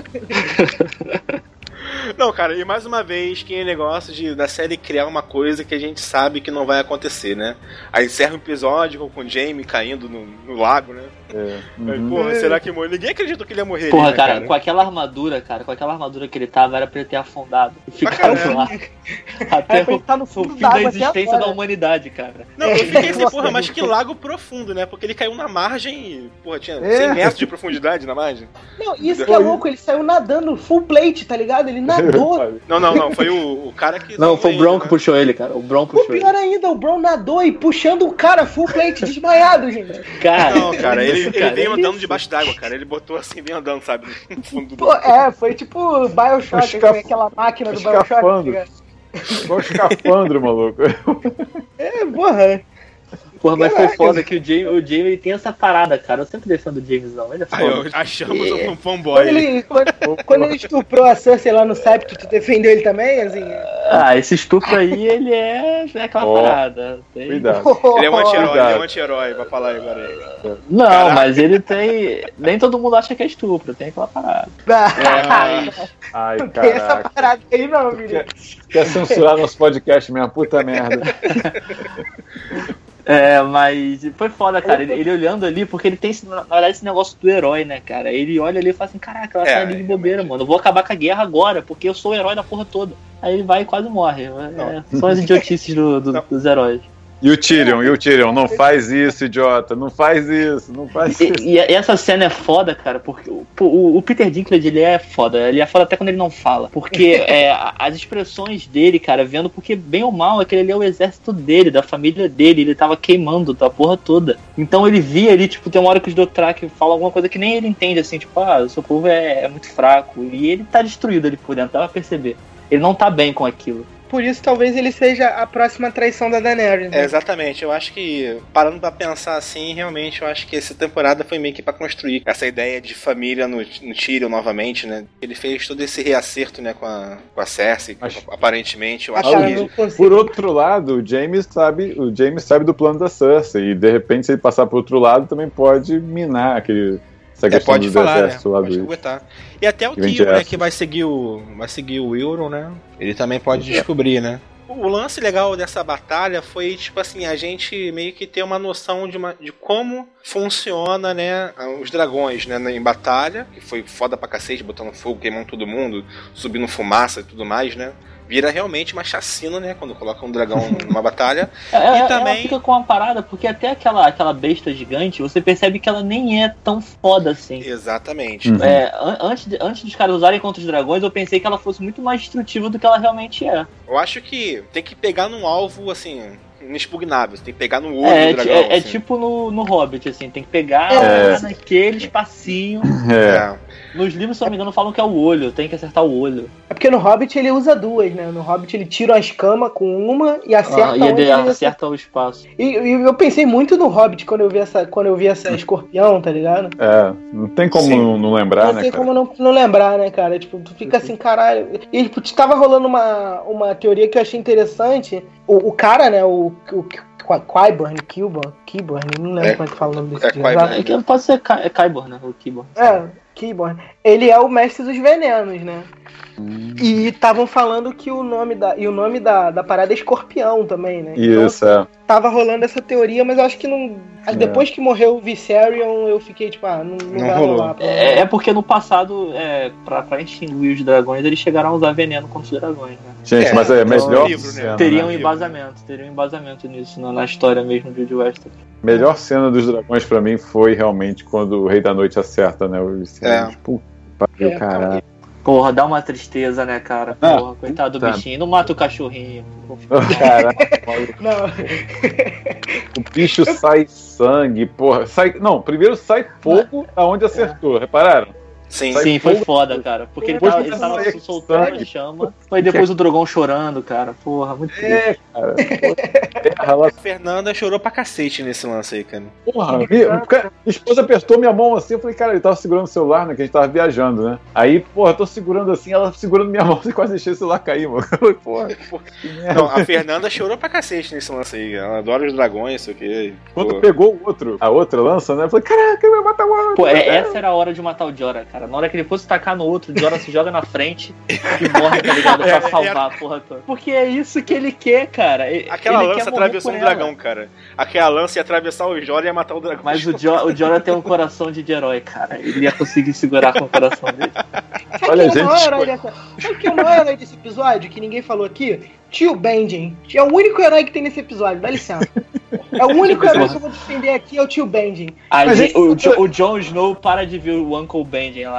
Não, cara, e mais uma vez, que é negócio de, da série criar uma coisa que a gente sabe que não vai acontecer, né? Aí encerra um episódio com, com o Jamie caindo no, no lago, né? É. Aí, Uhum. porra, será que morreu? Ninguém acreditou que ele ia morrer. Porra, né, cara, com aquela armadura, cara, com aquela armadura que ele tava, era pra ele ter afundado. E ficaram caramba. lá. Era Até pra o, ele estar no o fundo fim da da água até existência agora. da humanidade, cara. Não, eu fiquei assim, Nossa, porra, mas gente. que lago profundo, né? Porque ele caiu na margem e, porra, tinha É. cem metros de profundidade na margem. Não, isso que é louco, ele saiu nadando full plate, tá ligado? Ele É, nadou. Não, não, não. Foi o, o cara que. Não, foi o Bron que né? puxou ele, cara. O Bron O puxou ele. pior ainda, o Bron nadou e puxando o cara full plate desmaiado, gente. Cara, Não, cara, ele, isso, ele cara, veio é andando isso. debaixo d'água, cara. Ele botou assim, bem andando, sabe? No fundo do. Pô, é, foi tipo Bioshock, Escaf- foi aquela máquina do Bioshock. tá Escafandro. ligado? Igual escafandro, maluco. É, porra. Porra, mas Caraca. foi foda que o Jamie, o Jamie tem essa parada, cara. Eu sempre defendo o Jamesão, ele é Aí, foda. ó, achamos É. um fanboy. Quando ele, quando, quando ele estuprou a Cersei lá no Septo, tu defendeu ele também, assim? Ah, esse estupro aí, ele é, é aquela Ó, parada. Tem- Cuidado. Ele é um anti-herói, ele é um Cuidado. anti-herói, vai falar aí agora aí. Não, Caraca. mas ele tem... Nem todo mundo acha que é estupro, tem aquela parada. Ai, Não tem essa caraca. parada aí não, menino. Quer censurar nosso podcast mesmo? Puta merda. É, mas foi foda, cara. Ele, ele olhando ali, porque ele tem, esse- na verdade, esse negócio do herói, né, cara? Ele olha ali e fala assim, caraca, ela É, tá ali de bobeira, mano. Eu vou acabar com a guerra agora, porque eu sou o herói da porra toda. Aí ele vai e quase morre. É, são as idiotices do- do- Não. dos heróis. E o Tyrion, e o Tyrion, não faz isso, idiota, não faz isso, não faz E, isso. e essa cena é foda, cara, porque o, o, o Peter Dinklage, ele é foda. Ele é foda até quando ele não fala. Porque é, a- as expressões dele, cara, vendo, porque bem ou mal, aquele ali é o exército dele, da família dele. Ele tava queimando da porra toda. Então ele via ali, tipo, tem uma hora que os Dothraki falam alguma coisa que nem ele entende, assim, tipo, ah, o seu povo é, é muito fraco. E ele tá destruído ali por dentro, dá pra perceber. Ele não tá bem com aquilo. Por isso, talvez ele seja a próxima traição da Daenerys. É, Né? exatamente, eu acho que, parando pra pensar assim, realmente eu acho que essa temporada foi meio que pra construir essa ideia de família no, no Tyrion novamente, né? Ele fez todo esse reacerto, né, com a, com a Cersei, Mas- aparentemente, eu Ah, acho cara, que... não consigo. Por outro lado, o Jaime sabe, o Jaime sabe do plano da Cersei, e de repente, se ele passar pro outro lado, também pode minar aquele, essa É, questão pode do falar, né? exército lá Pode do... aguentar. E até o Que vem de Tyrion, né, essas. que vai seguir o vai seguir o Euron, né? Ele também pode descobrir, né? O lance legal dessa batalha foi, tipo assim, a gente meio que ter uma noção de, uma, de como funciona, né, os dragões, né, em batalha, que foi foda pra cacete, botando fogo, queimando todo mundo, subindo fumaça e tudo mais, né? Vira realmente uma chacina, né, quando coloca um dragão numa batalha. É, E ela também- fica com uma parada, porque até aquela, aquela besta gigante, você percebe que ela nem é tão foda assim. Exatamente. Uhum. É, an- antes, de- antes dos caras usarem contra os dragões, eu pensei que ela fosse muito mais destrutiva do que ela realmente é. Eu acho que tem que pegar num alvo, assim, inexpugnável. Você tem que pegar no olho É, do ti- dragão. é, é assim. tipo no, no Hobbit, assim, tem que pegar É. lá naquele espacinho. É. É. Nos livros, se eu não me engano, falam que é o olho, tem que acertar o olho. É porque no Hobbit ele usa duas, né? No Hobbit ele tira uma escama com uma e acerta Ah, e onde ele ele acerta o espaço. E, e eu pensei muito no Hobbit quando eu vi essa, quando eu vi essa escorpião, tá ligado? É, não tem como Sim. não, não lembrar, não né, tem cara? como não, não lembrar, né, cara? Tipo, tu fica assim, caralho. E tipo, tava rolando uma, uma teoria que eu achei interessante. O, o cara, né, o, o Qyburn, Qyburn, Qyburn, não lembro É, como é que fala o nome desse é cara. Qyburn. É que pode ser Ka- é Qyburn, né? O Qyburn. É, Qyburn. Ele é o mestre dos venenos, né? E estavam falando que o nome da e o nome da, da parada é Escorpião também, né? Então, Isso, é. tava rolando essa teoria, mas eu acho que não. Aí depois que morreu o Viserion, eu fiquei tipo, ah, não, não, Não vai rolou. rolar. É, é porque no passado, é, pra, pra extinguir os dragões, eles chegaram a usar veneno contra os dragões, né? Gente, É, mas é então, melhor livro, né? cena, Teriam um né? embasamento, teriam um embasamento nisso, na, na história mesmo de Westeros. Melhor cena dos dragões pra mim foi realmente quando o Rei da Noite acerta, né? O É. Puta, pariu, É, caralho. Porra, dá uma tristeza, né, cara? Ah, Porra, coitado do tá. bichinho. Não mata o cachorrinho. Caralho, maluco. Não. O bicho sai sangue, porra. Sai, não, primeiro sai fogo aonde acertou, repararam? Sim. Sai Sim, foi fogo. foda, cara. Porque ele Depois tava, que ele tava sai soltando sangue. a chama. Foi depois o dragão chorando, cara. Porra, muito triste. É, cara. Terra lá, A Fernanda chorou pra cacete nesse lance aí, cara. porra. Minha, cara, minha esposa apertou minha mão assim, eu falei, cara, ele tava segurando o celular, né? Que a gente tava viajando, né? Aí, porra, eu tô segurando assim, ela segurando minha mão e quase deixei o celular cair, mano. Eu falei, porra, que merda. Não, a Fernanda chorou pra cacete nesse lance aí. Ela adora os dragões, isso aqui. Quando Pô. pegou o outro, a outra lança, né? Eu falei, caraca, ele vai matar o outro. Pô, é- essa era a hora de matar o Jorah, cara. Na hora que ele fosse tacar no outro, o Jorah se joga na frente e morre, tá ligado? É, Pra salvar a porra toda. Porque é isso que ele quer, cara. Ele- Aquela ele quer lança morrer atravessou por um ela. dragão, cara. Aquela lança ia atravessar o Jorah e ia matar o dragão. Mas o, jo o Jorah tem um coração de herói, cara. Ele ia conseguir segurar com o coração dele. Sabe Olha, quem é o maior gente, herói dessa... Sabe quem é o maior herói desse episódio que ninguém falou aqui? Tio Benjen. É o único herói que tem nesse episódio, dá licença. É o único herói que eu vou defender aqui, é o tio Benjen. Aí Mas esse- o, Jo- o Jon Snow para de ver o Uncle Benjen lá.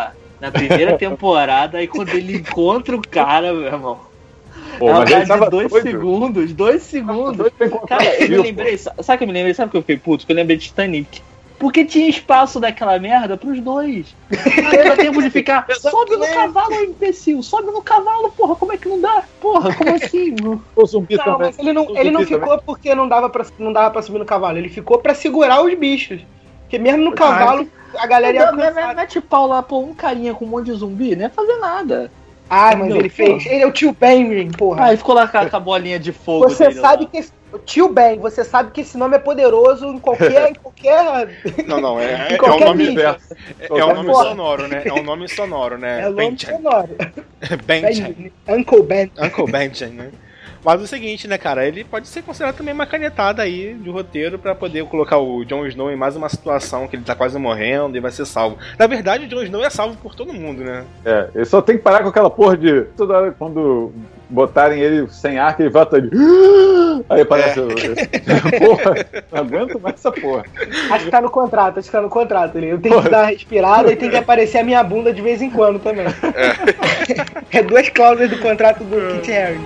Na primeira temporada, aí quando ele encontra o cara, meu irmão. Pô, mas ele tava de dois doido. segundos, dois segundos. Cara, eu me lembrei, sabe o que eu me lembrei? Sabe o que eu fiquei puto? Que eu lembrei de Titanic. Porque tinha espaço daquela merda pros dois. Aí dá tempo de ficar, sobe no cavalo, imbecil, sobe no cavalo, porra, como é que não dá? Porra, como assim? O zumbi Não, também. mas ele não, O ele não zumbi ficou porque não dava, pra, não dava pra subir no cavalo. Ele ficou pra segurar os bichos. Porque mesmo no cavalo, a galera ia cansar. Mete pau lá, pô, um carinha com um monte de zumbi, não ia fazer nada. Ah, mas Entendeu? ele fez. Ele é o tio Ben, porra. Ah, ele ficou lá com a, com a bolinha de fogo Você dele sabe lá. que esse, tio Ben, você sabe que esse nome é poderoso em qualquer, em qualquer, Não, não, é, em é, é um qualquer nome mídia. é, é um nome Porra. sonoro, né? É um nome sonoro, né? É o nome Benjamin. sonoro. Benjamin. Ben, Uncle Ben. Uncle Benjamin, né? Mas o seguinte, né, cara, ele pode ser considerado também uma canetada aí de roteiro pra poder colocar o Jon Snow em mais uma situação que ele tá quase morrendo e vai ser salvo. Na verdade, o Jon Snow é salvo por todo mundo, né? É, ele só tem que parar com aquela porra de. Toda hora quando botarem ele sem arco, ele volta ali. Aí aparece. É. Porra, não aguento mais essa porra. Acho que tá no contrato, acho que tá no contrato. Eu tenho que dar uma respirada e tem que aparecer a minha bunda de vez em quando também. É, é duas cláusulas do contrato do Kit Harington.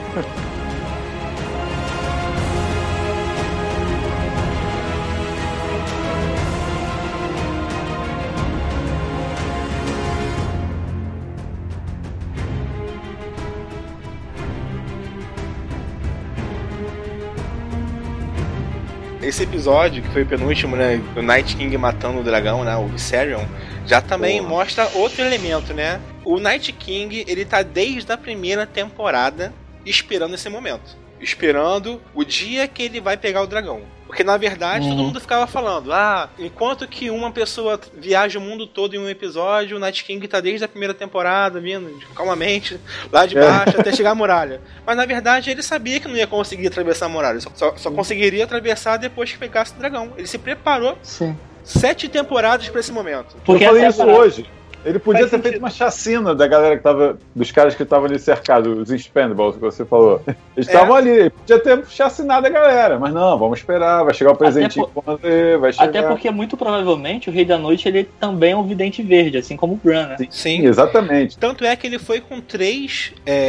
Esse episódio, que foi o penúltimo, né? O Night King matando o dragão, né? O Viserion, já também Porra. mostra outro elemento, né? O Night King, ele tá desde a primeira temporada esperando esse momento. Esperando o dia que ele vai pegar o dragão. Porque, na verdade, Uhum. todo mundo ficava falando, ah, enquanto que uma pessoa viaja o mundo todo em um episódio, o Night King tá desde a primeira temporada, vindo calmamente, lá de baixo, até chegar à muralha. Mas, na verdade, ele sabia que não ia conseguir atravessar a muralha, só, só, só conseguiria atravessar depois que pegasse o dragão. Ele se preparou Sim. sete temporadas pra esse momento. Porque eu falei essa isso é a- hoje. Ele podia Faz ter sentido. feito uma chacina da galera que tava. Dos caras que estavam ali cercados, os Expendables que você falou. Eles estavam É. ali, ele podia ter chacinado a galera, mas não, vamos esperar, vai chegar o presentinho por- quando ele vai chegar. Até porque, muito provavelmente, o Rei da Noite ele também é um vidente verde, assim como o Bran, né? Sim, Sim. exatamente. Tanto é que ele foi com três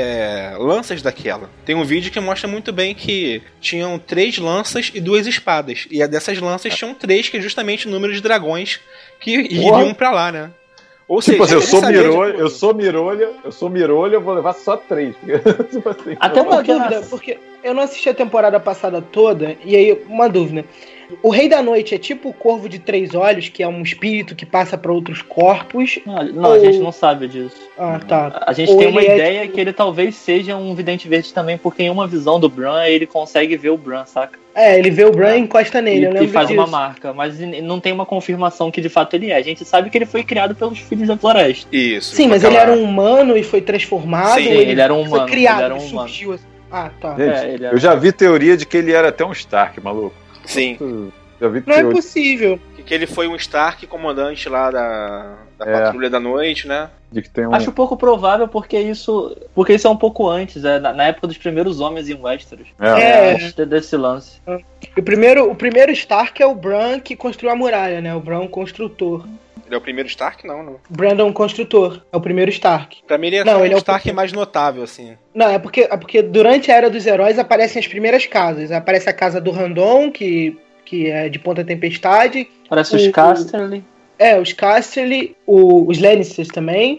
é, lanças daquela. Tem um vídeo que mostra muito bem que tinham três lanças e duas espadas. E dessas lanças tinham três, que é justamente o número de dragões que iriam pra lá, né? Ou Tipo assim, eu ele sou sabia de mirolha, tudo. eu sou mirolha, eu sou mirolha, eu vou levar só três. Tipo assim. Até Uma porque dúvida, porque eu não assisti a temporada passada toda, e aí, uma dúvida. O Rei da Noite é tipo o Corvo de Três Olhos, que é um espírito que passa pra outros corpos? Não, não, a Ou- gente não sabe disso. Ah, tá. A gente Ou tem uma ele é ideia tipo- que ele talvez seja um vidente verde também, porque em uma visão do Bran ele consegue ver o Bran, saca? É, ele vê o Bran e encosta nele, eu E, lembro e faz disso. uma marca, mas não tem uma confirmação que de fato ele é. A gente sabe que ele foi criado pelos Filhos da Floresta. Isso. Sim, mas aquela- ele era um humano e foi transformado? Sim, ou ele era um foi humano, criado, ele era um ele humano. surgiu assim? Ah, tá. Gente, É, ele era- eu já vi teoria de que ele era até um Stark, maluco. Sim. Já vi Não é teoria. possível. Que ele foi um Stark comandante lá da, da É. Patrulha da Noite, né? De que tem um... Acho pouco provável porque isso, porque isso é um pouco antes, é, na, na época dos primeiros homens em Westeros. É. É. Antes de- desse lance. O primeiro, o primeiro Stark é o Bran que construiu a muralha, né? O Bran é um construtor. Ele é o primeiro Stark? Não, não. Brandon é um construtor. É o primeiro Stark. Pra mim ele é Não, só ele um é o Stark primeiro. mais notável, assim. Não, é porque, é porque durante a Era dos Heróis aparecem as primeiras casas. Aparece a casa do Randon, que, que é de Ponta Tempestade. Parece os O- Casterly. É, os Casterly, o- os Lannisters também.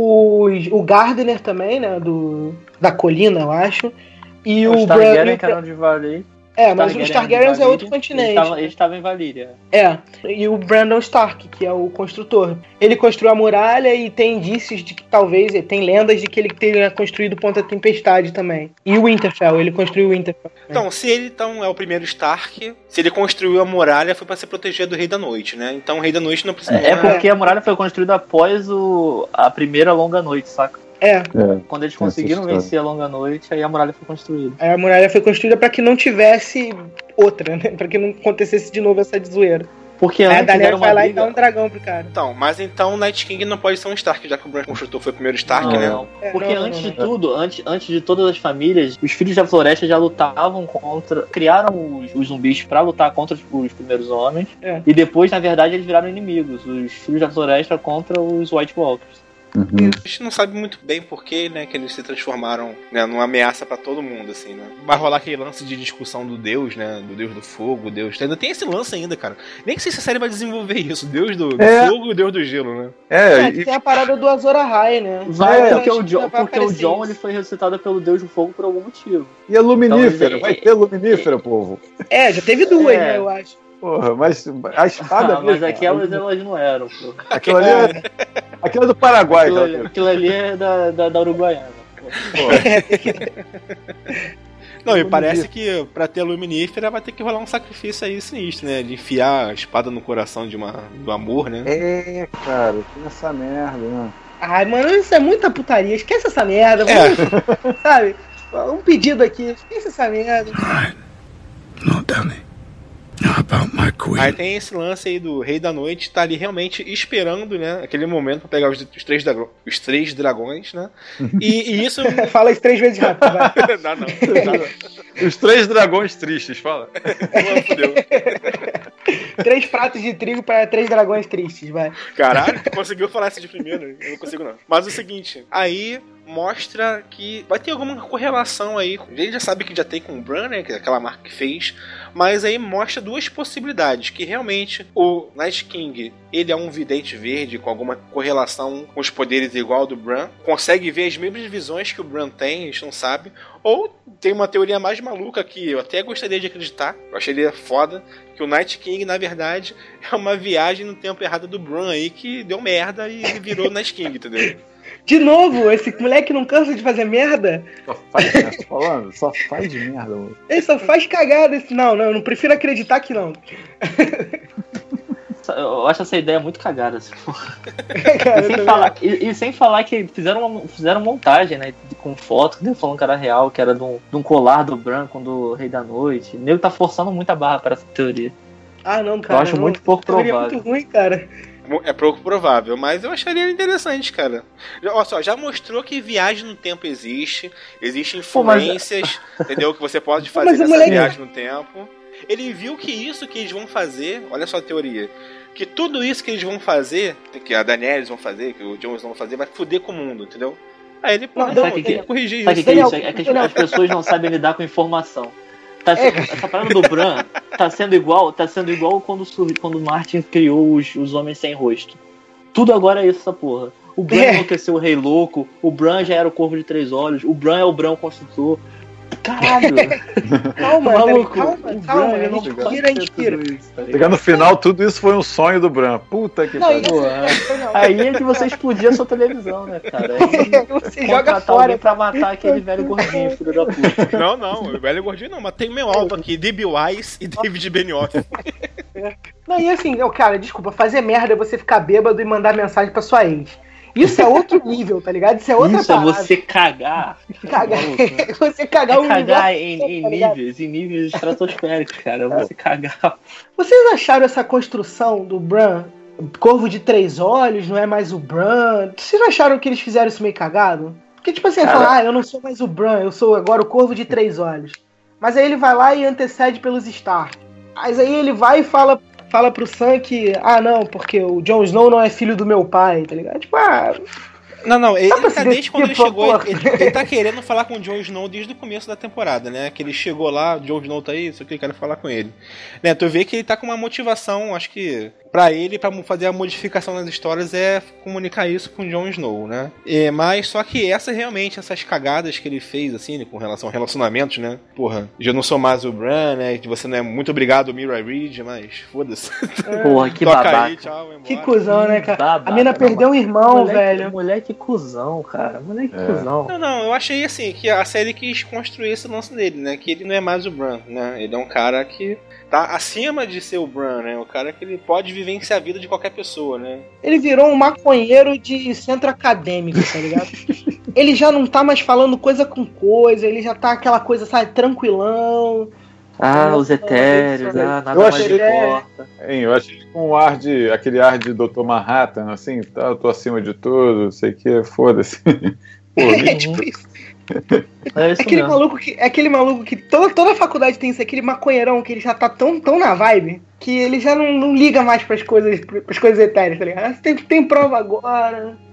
Os, o Gardener também, né? Do, da colina, eu acho. E Os o Bran. Targaryen e o que Bran- eram de Valerian. É, mas os Targaryens é outro continente. Eles estavam em Valíria. É, e o Brandon Stark, que é o construtor. Ele construiu a muralha e tem indícios de que talvez, tem lendas de que ele tenha construído Ponta Tempestade também. E o Winterfell, ele construiu o Winterfell. Então, se ele então é o primeiro Stark, se ele construiu a muralha foi pra se proteger do Rei da Noite, né? Então o Rei da Noite não precisa. É, é porque a muralha foi construída após o, a primeira longa noite, saca? É, É. Quando eles Tem essa conseguiram história. vencer a longa noite, aí a muralha foi construída. aí a muralha foi construída pra que não tivesse outra, né? Pra que não acontecesse de novo essa zoeira. Porque Aí a antes era Daenerys uma vai lá e briga... dá um dragão pro cara. Então, mas então o Night King não pode ser um Stark, já que o Bran Construtor foi o primeiro Stark, Não, né? não. É, Porque não, não, antes não, de tudo, antes, antes de todas as famílias, os Filhos da Floresta já lutavam contra... Criaram os, os zumbis pra lutar contra os, os primeiros homens. É. E depois, na verdade, eles viraram inimigos. Os Filhos da Floresta contra os White Walkers. Uhum. A gente não sabe muito bem porquê, né, que eles se transformaram, né, numa ameaça pra todo mundo, assim, né. Vai rolar aquele lance de discussão do Deus, né, do Deus do Fogo, Deus... Ainda tem esse lance ainda, cara. Nem sei se a série vai desenvolver isso, Deus do, do É. Fogo e o Deus do Gelo, né. É, É, e, tem a parada do Azor Ahai, né? Vai, É, porque acho o que John, vai porque o aparecer John isso. ele foi ressuscitado pelo Deus do Fogo por algum motivo. e a Luminífera, Então, vai ele- ter Luminífera, povo. É, já teve duas, É. né, eu acho. Porra, mas a espada Ah, mas mesmo, aquelas elas não eram, pô. aquilo ali é, aquilo é do Paraguai, Aquilo, cara. ali- aquilo ali é da, da, da Uruguaiana. pô. Não, e parece que pra ter a Luminífera vai ter que rolar um sacrifício aí sinistro, né, de enfiar a espada no coração de uma, do amor, né. É, cara, tem essa merda, né? Ai, mano, isso é muita putaria. Esquece essa merda. É. Vamos, sabe? Um pedido aqui. Esquece essa merda. Alright. No, Danny. How about my queen? Aí tem esse lance aí do Rei da Noite, tá ali realmente esperando, né, aquele momento pra pegar os, os, três, dragões, os três dragões, né, e, e isso... Fala isso três vezes rápido, vai. Não, não, não, não. Os três dragões tristes, fala. Pô, fudeu. Três pratos de trigo para três dragões tristes, vai. Caralho, tu conseguiu falar isso de primeiro? Eu não consigo não. Mas é o seguinte, aí mostra que vai ter alguma correlação aí. A gente já sabe que já tem com o Bran, né, que é aquela marca que fez, mas aí mostra duas possibilidades, que realmente o Night King, ele é um vidente verde com alguma correlação com os poderes igual ao do Bran, consegue ver as mesmas visões que o Bran tem, a gente não sabe, ou tem uma teoria mais maluca que eu até gostaria de acreditar, eu acharia foda, que o Night King, na verdade, é uma viagem no tempo errado do Bran aí, que deu merda e ele virou Night King, entendeu? De novo, esse moleque não cansa de fazer merda. Só faz merda, tô falando? Só faz merda, mano. Ele só faz cagada. Esse... Não, não, eu não prefiro acreditar que não. Eu acho essa ideia muito cagada, assim, pô. Cara, E eu sem, também falar, e, e sem falar que fizeram, uma, fizeram montagem, né? de- Com foto, né, falando que era real, que era de um, de um colar do Bran do Rei da Noite. O nego tá forçando muito a barra para essa teoria. Ah, não, cara. acho não. muito pouco Teoria provável. muito ruim, cara. É pouco provável, mas eu acharia interessante, cara. Já- Olha só, já mostrou que viagem no tempo existe, existem Pô, mas- influências, entendeu? Que você pode Pô, fazer mas o nessa moleque- viagem no tempo. Ele viu que isso que eles vão fazer, olha só a teoria, que tudo isso que eles vão fazer, que a Daenerys vão fazer, que o Jon Snow vão fazer, vai foder com o mundo, entendeu? Aí ele, pô, Não, não, sabe tem que- que corrigir Sabe o isso. que, que é isso? Daniel, É que as, Daniel. as pessoas não sabem lidar com informação. Tá, É. Essa parada do Bran tá sendo igual, tá sendo igual quando, sur- quando o Martin criou os, os homens sem rosto. Tudo agora é isso, essa porra. O Bran É. enlouqueceu o Rei Louco, o Bran já era o Corvo de Três Olhos, o Bran é o Bran Construtor. Caralho! Calma, Maluco, calma, o calma. Bran, ele não Inspira, pode ser inspira. tudo isso, tá ligado? Chegar no final, tudo isso foi um sonho do Bran. Puta que Não, pariu. isso Pô, não. Aí é que você explodia a sua televisão, né, cara? Aí Você joga contratar fora. alguém pra matar aquele velho gordinho, filho da puta. Não, não, o velho gordinho não, mas tem meu alto aqui, D B. Wise e David Benioff. Não, e assim, eu, cara, desculpa, fazer merda é você ficar bêbado e mandar mensagem pra sua ex. Isso é outro nível, tá ligado? Isso é outra Isso é parada. você cagar. Cagar. Maluco, né? Você cagar É o cagar universo, em, em tá ligado? níveis, em níveis estratosféricos, cara. Você cagar. Vocês acharam essa construção do Bran, Corvo de Três Olhos, não é mais o Bran? Vocês não acharam que eles fizeram isso meio cagado? Porque, tipo assim, Cara. falar, ah, eu não sou mais o Bran, eu sou agora o Corvo de Três Olhos. Mas aí ele vai lá e antecede pelos Stark. Mas aí ele vai e fala, fala pro Sam que, ah, não, porque o Jon Snow não é filho do meu pai, tá ligado? Tipo, ah, Não, não, ele, Dá pra ele tá se desde quando ele decidir, chegou, porra. ele, ele tá querendo falar com o Jon Snow desde o começo da temporada, né? Que ele chegou lá, o Jon Snow tá aí, isso aqui, eu quero falar com ele. Né, tu vê que ele tá com uma motivação, acho que pra ele, pra fazer a modificação nas histórias é comunicar isso com o Jon Snow, né? É, mas só que essa realmente, essas cagadas que ele fez, assim, com relação a relacionamentos, né? Porra, já não sou mais o Bran, né? Que você não é muito obrigado, Mira Reed, mas foda-se. Porra, que Toca babaca. aí, tchau, vai embora. que cuzão, né, cara? Babaca, A mina perdeu um irmão, moleque, velho. Moleque cuzão, cara. Moleque É. cuzão. Não, não, eu achei assim, que a série quis construir esse lance dele, né? Que ele não é mais o Bran, né? Ele é um cara que tá acima de ser o Bran, né? O cara que ele pode vivenciar a vida de qualquer pessoa, né? Ele virou um maconheiro de centro acadêmico, tá ligado? Ele já não tá mais falando coisa com coisa, ele já tá aquela coisa, sabe, tranquilão. Ah, os etéreos, ah, nada Eu mais achei- importa. Hein, eu achei com um ar de. aquele ar de doutor Manhattan, assim, tá, eu tô acima de tudo, sei que, foda-se. Pô, É nem- tipo isso. É É isso aquele mesmo. maluco que, é aquele maluco que toda, toda a faculdade tem isso, aquele maconheirão que ele já tá tão, tão na vibe que ele já não, não liga mais pras coisas, pras coisas etéreas, tá ligado? Tem, tem prova agora.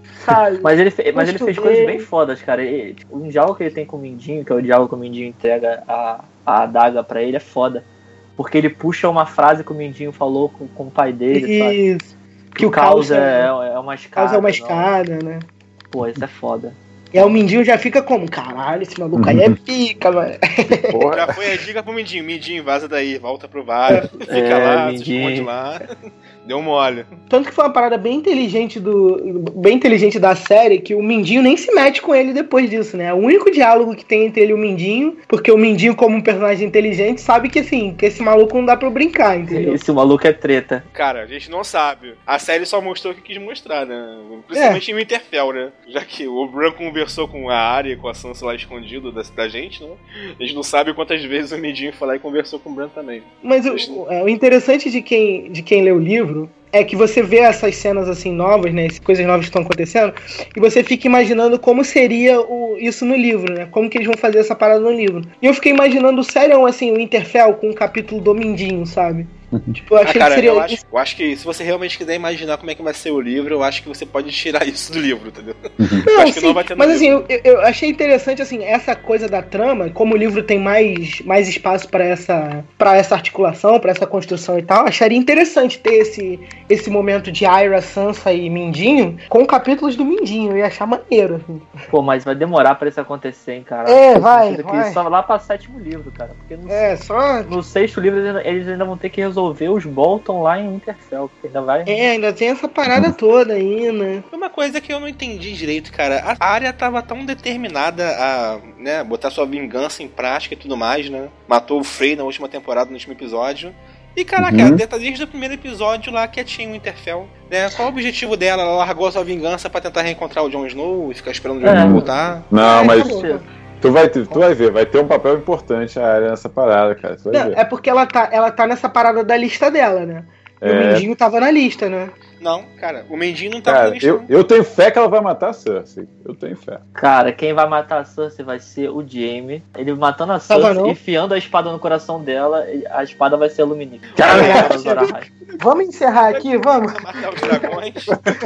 sabe? Mas ele, fe- mas ele Gosto fez coisas dele. bem fodas, cara. Ele, tipo, um diálogo que ele tem com o Mindinho, que é o diálogo que o Mindinho entrega a, a adaga pra ele, é foda. Porque ele puxa uma frase que o Mindinho falou com, com o pai dele, sabe? Isso. Que o caos é, é uma escada. Caos é uma não. escada, né? Pô, isso é foda. E aí o Mindinho já fica como? Caralho, esse maluco aí é pica, mano. Porra. Já foi a dica pro Mindinho. Mindinho, vaza daí, volta pro vale. Fica É, lá, Mindinho. se esconde lá. Deu mole. Tanto que foi uma parada bem inteligente do. Bem inteligente da série, que o Mindinho nem se mete com ele depois disso, né? O único diálogo que tem entre ele e o Mindinho, porque o Mindinho, como um personagem inteligente, sabe que assim, que esse maluco não dá pra eu brincar, entendeu? Esse maluco é treta. Cara, a gente não sabe. A série só mostrou o que quis mostrar, né? Principalmente em Winterfell, né? Já que o Bran conversou com a Arya, com a Sansa lá escondido da, da gente, né? A gente não sabe quantas vezes o Mindinho foi lá e conversou com o Bran também. Mas o, é, o interessante de quem, de quem lê o livro é que você vê essas cenas assim novas, né? Essas coisas novas que estão acontecendo, e você fica imaginando como seria o, isso no livro, né? Como que eles vão fazer essa parada no livro. E eu fiquei imaginando sério assim, o Winterfell com um capítulo do Mindinho, sabe? Tipo, eu achei Ah, cara, que seria. eu acho, eu acho que se você realmente quiser imaginar como é que vai ser o livro, eu acho que você pode tirar isso do livro, entendeu? Eu Não, acho que sim, não vai ter no mas assim, livro. eu, eu achei interessante assim, essa coisa da trama, como o livro tem mais, mais espaço pra essa, pra essa articulação, pra essa construção e tal, acharia interessante ter esse, esse momento de Arya, Sansa e Mindinho com capítulos do Mindinho, eu ia achar maneiro. Assim. Pô, mas vai demorar pra isso acontecer, hein, cara. É, vai, Sentido que vai. Só lá pra sétimo livro, cara. Porque no, É, só. no sexto livro eles ainda, eles ainda vão ter que resolver os Bolton lá em Winterfell. Que ainda vai. É, ainda tem essa parada toda aí, né? Uma coisa que eu não entendi direito, cara. A Arya tava tão determinada a, né, botar sua vingança em prática e tudo mais, né? Matou o Frey na última temporada, no último episódio. E caraca, Uhum. ela tá desde o primeiro episódio lá quietinho em Winterfell, né? Qual o objetivo dela? Ela largou a sua vingança pra tentar reencontrar o Jon Snow e ficar esperando o Jon É. Snow voltar? Não, É, mas acabou. tu vai, ter- tu vai ver, vai ter um papel importante a área nessa parada, cara. Tu vai Não, ver. é porque ela tá, ela tá nessa parada da lista dela, né? E o É. Mindinho tava na lista, né? Não, cara, o Mendinho não tava Cara, na lista, eu, não. eu tenho fé que ela vai matar a Cersei. Eu tenho fé. Cara, quem vai matar a Cersei vai ser o Jaime. Ele matando a Tava Cersei, não. enfiando a espada no coração dela, a espada vai ser luminífera. Cara, Vamos encerrar aqui, vamos? Vai matar os dragões.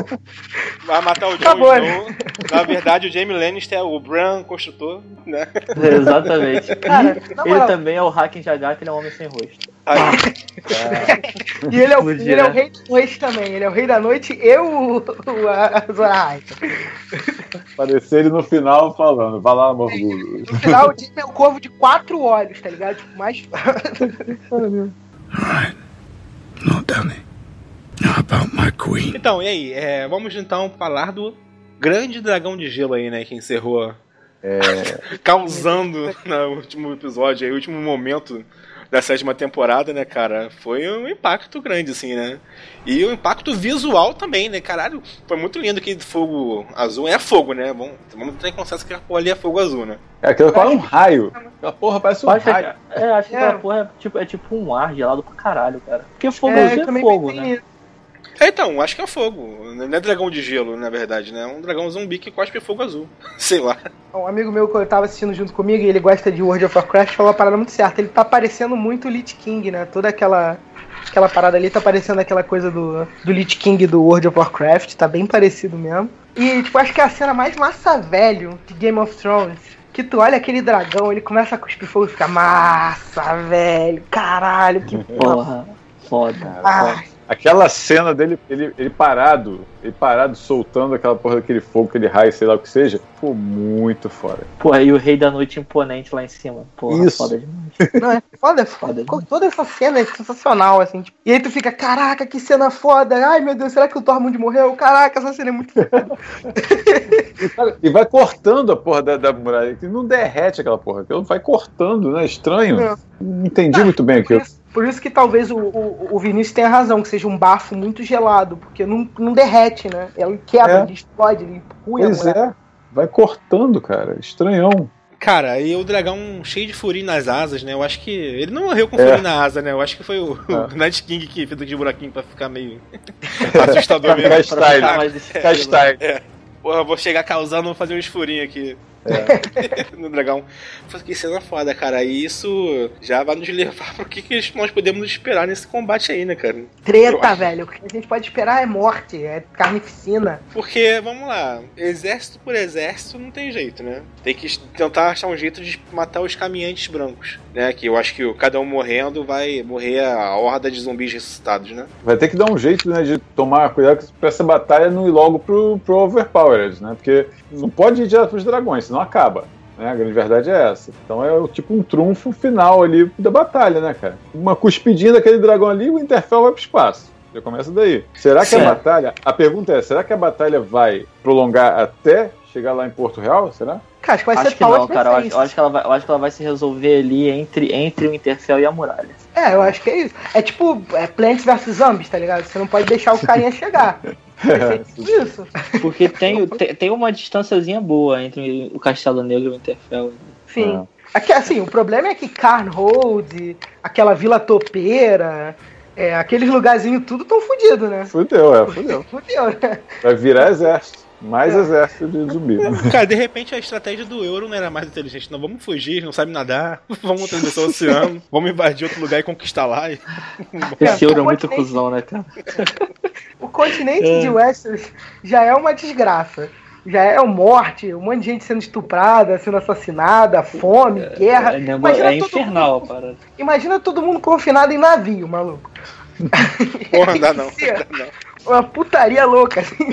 Vai matar o Jon Acabou, Snow. Na verdade, o Jaime Lannister é o Bran construtor, né? Exatamente. Cara, na Ele moral, também é o Haken Jagat, ele é um homem sem rosto. Aí, e ele é, o, Explodir, ele é o né? rei da noite também. Ele é o rei da noite e o, o a Azor Ahai. Aparecer ele no final falando, vai lá, Morgulho. No final, o Jimmy é o corvo de quatro olhos, tá ligado? Tipo, mais. Alright. Not done it. How about my queen? então, e aí? É, vamos então falar do grande dragão de gelo aí, né? Que encerrou causando no último episódio, aí, o último momento da sétima temporada, né, cara? Foi um impacto grande, assim, né? E o impacto visual também, né? Caralho, foi muito lindo aquele fogo azul. É fogo, né? Vamos, vamos ter em consenso que a porra ali é fogo azul, né? É, aquilo fala um raio. Aquela porra parece um Eu acho que, raio. é, acho que É. aquela porra é tipo, é tipo um ar gelado pra caralho, cara. Porque fogo É, azul eu é também fogo, pensei né? nisso. É, então, acho que é fogo. Não é dragão de gelo, na verdade, né? É um dragão zumbi que cospe fogo azul. Sei lá. Um amigo meu que eu tava assistindo junto comigo e ele gosta de World of Warcraft falou uma parada muito certa. Ele tá parecendo muito o Lich King, né? Toda aquela aquela parada ali tá parecendo aquela coisa do, do Lich King do World of Warcraft. Tá bem parecido mesmo. E, tipo, acho que é a cena mais massa velho de Game of Thrones. Que tu olha aquele dragão, ele começa a cuspir fogo e fica massa, velho. Caralho, que porra. Porra, foda. Ah, Aquela cena dele, ele, ele parado, ele parado, soltando aquela porra daquele fogo, aquele raio, sei lá o que seja, ficou muito fora. Porra, e o Rei da Noite imponente lá em cima. Porra, Isso. foda demais. não, é foda, é Foda foda. Toda essa cena é sensacional, assim. Tipo, e aí tu fica, caraca, que cena foda. Ai, meu Deus, será que o Tormund morreu? Caraca, essa cena é muito foda. E vai cortando a porra da, da muralha, que não derrete aquela porra, aquilo vai cortando, né? Estranho. É. Não entendi muito bem Por aquilo. isso, por isso que talvez o, o, o Vinícius tenha razão, que seja um bafo muito gelado, porque não, não derrete, né? Ele quebra, É. ele explode, ele empurra a Pois mulher. é, vai cortando, cara. Estranhão. Cara, e o dragão cheio de furinho nas asas, né? Eu acho que. Ele não morreu com É. furinho na asa, né? Eu acho que foi o, É. o Night King que fez de buraquinho pra ficar meio assustador Pra mesmo. ficar style. Pra ficar mais Ficar style. Porra, eu vou chegar causando, vou fazer uns furinhos aqui. É. no dragão. Que cena foda, cara. E isso já vai nos levar pro que, que nós podemos esperar nesse combate aí, né, cara? Treta, velho. O que a gente pode esperar é morte, é carnificina. Porque, vamos lá, exército por exército não tem jeito, né? Tem que tentar achar um jeito de matar os caminhantes brancos, né? Que eu acho que cada um morrendo vai morrer a horda de zumbis ressuscitados, né? Vai ter que dar um jeito, né, de tomar cuidado pra essa batalha não ir logo pro, pro Overpowered, né? Porque não pode ir direto pros dragões, senão acaba. Né? A grande verdade é essa. Então é tipo um trunfo final ali da batalha, né, cara? Uma cuspidinha daquele dragão ali, o Winterfell vai pro espaço. Já começa daí. Será que Certo. a batalha... A pergunta é, será que a batalha vai prolongar até chegar lá em Porto Real? Será? Cara, acho que vai Acho ser que não, pau cara. Eu acho, eu acho que ela vai, eu acho que ela vai se resolver ali entre, entre o Winterfell e a muralha. É, eu acho que é isso. É tipo é Plants versus. Zombies, tá ligado? Você não pode deixar o carinha chegar. Vai ser tipo isso. Porque tem, tem, tem uma distânciazinha boa entre o Castelo Negro e o Winterfell. Sim. Aqui, assim, o problema é que Carnhold, aquela Vila Topeira, é, aqueles lugarzinhos tudo tão fodidos, né? Fudeu, é, fudeu. Fudeu, né? Vai virar exército. Mais É. exército de zumbi. Cara, de repente a estratégia do euro não era mais inteligente. Não, vamos fugir, não sabe nadar, vamos atravessar o oceano, vamos invadir outro lugar e conquistar lá. E... Esse ouro é o muito continente- cuzão, né, cara? O continente É. de Westeros já é uma desgraça. Já é uma morte, um monte de gente sendo estuprada, sendo assassinada, fome, guerra. É, nego- Imagina é todo infernal, mundo- cara. Imagina todo mundo confinado em navio, maluco. Porra, não dá não, Sim, não dá não. Uma putaria louca, assim.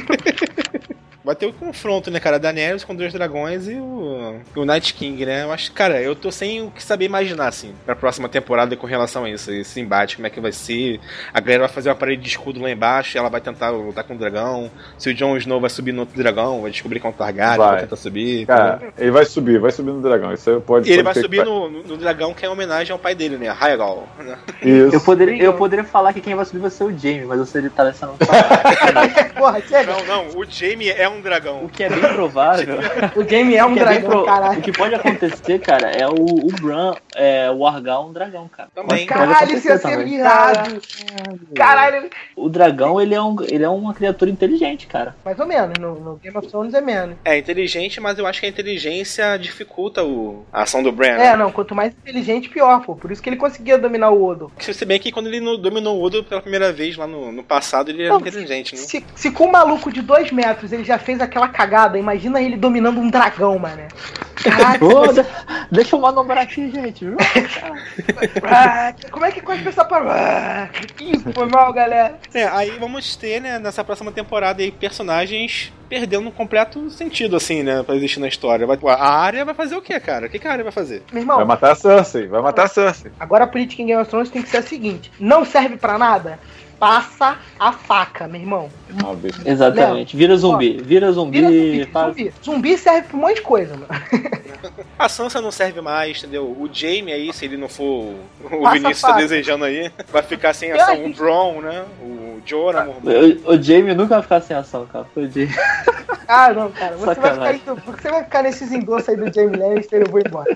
Vai ter o confronto, né, cara? Daenerys com dois dragões e o, o Night King, né? Eu acho, cara, eu tô sem o que saber imaginar, assim, pra próxima temporada com relação a isso, esse embate, como é que vai ser. A galera vai fazer uma parede de escudo lá embaixo e ela vai tentar lutar com o dragão. Se o Jon Snow vai subir no outro dragão, vai descobrir que é um Targaryen, vai, Vai. tentar subir. Cara, ele vai subir, vai subir no dragão. Isso aí pode, E ele pode vai ter subir que- no, no, no dragão que é em homenagem ao pai dele, né? Rhaegal. Né? Isso. Eu poderia, eu poderia falar que quem vai subir vai ser o Jaime, mas eu sei que tá deixando falar. Porra, chega. Não, não, o Jaime é um dragão. O que é bem provável. O Jaime é um o, que é bem dragão, pro- caralho. o que pode acontecer, cara, é o, o Bran é, wargar um dragão, cara. Também. Pode Caralho, isso ia acontecer ser também. irado. Caralho, O dragão, ele é, um, ele é uma criatura inteligente, cara. mais ou menos. No, no Game of Thrones é menos. É inteligente, mas eu acho que a inteligência dificulta o, a ação do Bran. É, né? não, quanto mais inteligente, pior, pô. Por isso que ele conseguia dominar o Odo. Se bem que quando ele no- dominou o Odo pela primeira vez lá no, no passado, ele era Não, inteligente, né? Se, se com um maluco de dois metros ele já fez aquela cagada, imagina ele dominando um dragão, mano. Caralho, Ô, de- deixa eu manobrar aqui, gente. viu? ah, como é que as pessoas param? Ah, isso foi mal, galera. É, aí vamos ter, né, nessa próxima temporada aí, personagens perdendo um completo sentido, assim, né, pra existir na história. Vai- A Arya vai fazer o quê, cara? O que que a Arya vai fazer? Meu irmão, Vai matar a Cersei, vai matar a Cersei. agora a política em Game of Thrones tem que ser a seguinte: não serve pra nada? Passa a faca, meu irmão. Ó, bicho. Exatamente. Vira zumbi. Vira zumbi. Vira zumbi, faz- zumbi. Zumbi serve pra um monte de coisa, mano. A Sansa não serve mais, entendeu? O Jaime aí, se ele não for o Passa Vinícius tá faca. desejando aí, vai ficar sem Eu ação. acho O que- Bron, né? O Jorah, o O, o Jaime nunca vai ficar sem ação, cara. Foi o Jaime. Ah, não, cara. Você vai, ficar, Sacanagem. indo- você vai ficar nesses endossos aí do Jaime Lannister, eu vou embora.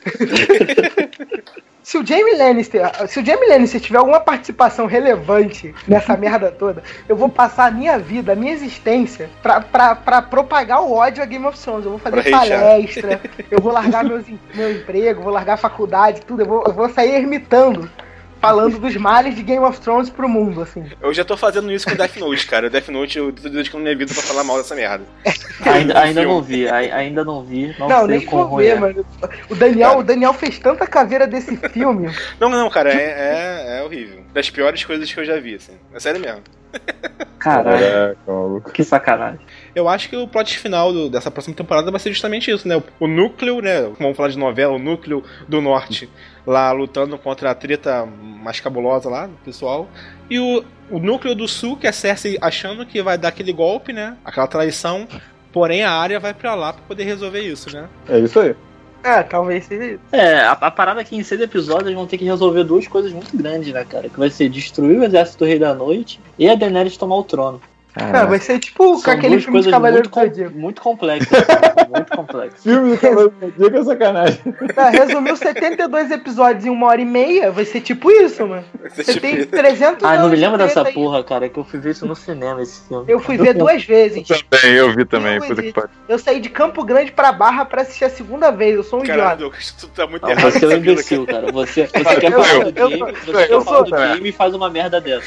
Se o Jaime Lannister, se o Jaime Lannister tiver alguma participação relevante nessa merda toda, eu vou passar a minha vida, a minha existência, pra, pra, pra propagar o ódio a Game of Thrones. Eu vou fazer Pra hatear. palestra, eu vou largar meus, em- meu emprego, vou largar a faculdade, tudo. Eu vou, eu vou sair ermitando, falando dos males de Game of Thrones pro mundo, assim. Eu já tô fazendo isso com Death Note, cara. O Death Note eu tô dedicando minha vida pra falar mal dessa merda. Ainda, ainda Filme. não vi. ai- Ainda não vi. Não, Não, sei nem como vou ver, é. mano. O Daniel, o Daniel fez tanta caveira desse filme. Não, não, cara, é, é, é horrível. Das piores coisas que eu já vi, assim. É sério mesmo. Caralho, É, maluco. que sacanagem. Eu acho que o plot final do- dessa próxima temporada vai ser justamente isso, né? O, o núcleo, né? Vamos falar de novela, o núcleo do norte lá lutando contra a treta mais cabulosa lá, do pessoal. E o, o núcleo do sul, que é a Cersei achando que vai dar aquele golpe, né? Aquela traição. Porém, a Arya vai pra lá pra poder resolver isso, né? É isso aí. É, talvez seja isso. É, a, a parada é que em seis episódios vão ter que resolver duas coisas muito grandes, né, cara? Que vai ser destruir o exército do Rei da Noite e a Daenerys tomar o trono. Ah, vai ser tipo São aquele duas filme de coisas Cavaleiro muito, do com, Zodíaco. muito complexas. Cara, muito complexas. Filme do Cavaleiro do Zodíaco é sacanagem. Ah, resumiu setenta e dois episódios em uma hora e meia, vai ser tipo isso, mano. ser Você tipo tem isso. trezentos Ah, não anos me de lembro dessa treta aí. porra, cara, que eu fui ver isso no cinema, esse filme. Eu fui ver duas vezes. Também, eu vi também. Eu, Puta que pariu. eu saí de Campo Grande pra Barra pra assistir a segunda vez, eu sou um Caralho, idiota. Douglas, tu tá muito Não, errado. você é um nessa vida, imbecil, cara. cara. Você, você quer Eu falar sou- do eu game, sou- você eu quer sou- falar do é. game e faz uma merda dessa.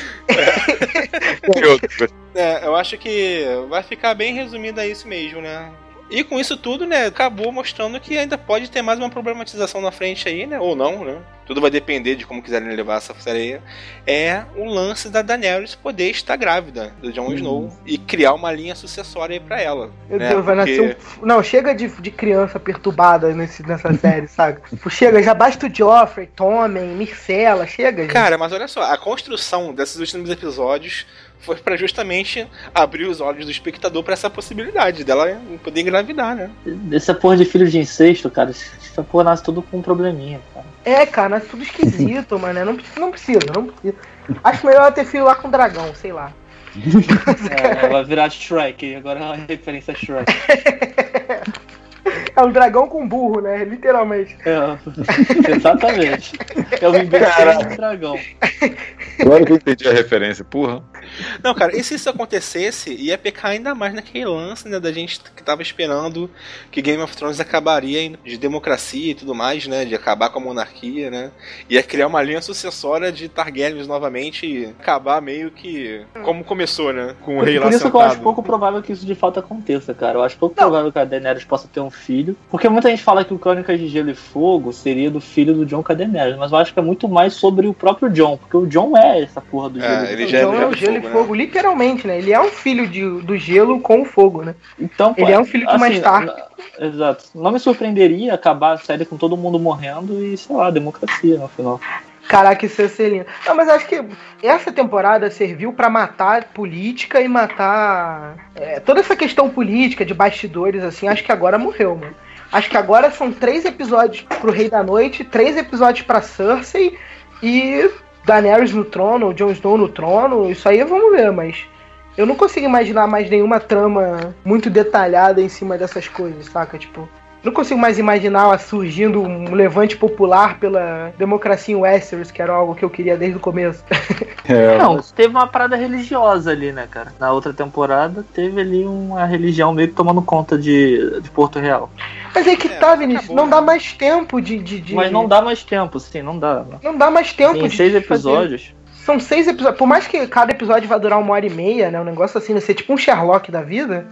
É, eu acho que vai ficar bem resumido a isso mesmo, né? E com isso tudo, né, acabou mostrando que ainda pode ter mais uma problematização na frente aí, né? Ou não, né? Tudo vai depender de como quiserem levar essa série. É o lance da Daenerys poder estar grávida do Jon Snow e criar uma linha sucessória aí pra ela. Meu né? Deus, vai Porque- nascer um... Não, chega de, de criança perturbada nesse, nessa série, sabe? Tipo, chega, já basta o Joffrey, Tommen, Myrcella, chega, gente. Cara, mas olha só, a construção desses últimos episódios foi pra justamente abrir os olhos do espectador pra essa possibilidade dela poder engravidar, né? Essa porra de filho de incesto, cara, essa porra nasce tudo com um probleminha, cara. É, cara, nasce tudo esquisito, mano. Não, não precisa, não precisa. Acho melhor ela ter filho lá com o dragão, sei lá. É, vai virar Shrek, agora é uma referência a Shrek. É um dragão com burro, né? Literalmente. É, exatamente. É o imbecil do dragão. Agora que eu entendi a referência, porra. Não, cara, e se isso acontecesse, ia pecar ainda mais naquele lance, né, da gente que tava esperando que Game of Thrones acabaria de democracia e tudo mais, né, de acabar com a monarquia, né, ia criar uma linha sucessória de Targaryens novamente e acabar meio que como começou, né, com o rei lá Por isso que eu acho sentado. pouco provável que isso de fato aconteça, cara. Eu acho pouco Não. provável que a Daenerys possa ter um filho. Porque muita gente fala que o Crônicas de Gelo e Fogo seria do filho do Jon com a Daenerys. Mas eu acho que é muito mais sobre o próprio Jon. Porque o Jon é essa porra do É, gelo. ele O já é Jon do é o gelo e gelo e fogo, fogo, literalmente, né? Ele é um filho de, do gelo com o fogo, né? Então, Ele é um filho de uma Stark. n- Exato. Não me surpreenderia acabar a série com todo mundo morrendo e, sei lá, democracia no final. Caraca, isso ia ser lindo. Não, mas acho que essa temporada serviu pra matar política e matar é, toda essa questão política de bastidores, assim, acho que agora morreu, mano. Acho que agora são três episódios pro Rei da Noite, três episódios pra Cersei e Daenerys no trono, Jon Snow no trono, isso aí vamos ver, mas eu não consigo imaginar mais nenhuma trama muito detalhada em cima dessas coisas, saca? Tipo, não consigo mais imaginar surgindo um levante popular pela democracia em Westeros, que era algo que eu queria desde o começo. É, Não, teve uma parada religiosa ali, né, cara? Na outra temporada teve ali uma religião meio que tomando conta de, de Porto Real. Mas é que É, tá, mas Vinícius, acabou, não né? dá mais tempo de... de, de- Mas não dá mais tempo, sim, não dá. Não dá mais tempo Em de seis fazer- episódios. São seis episódios. Por mais que cada episódio vá durar uma hora e meia, né? Um negócio assim, vai ser tipo um Sherlock da vida.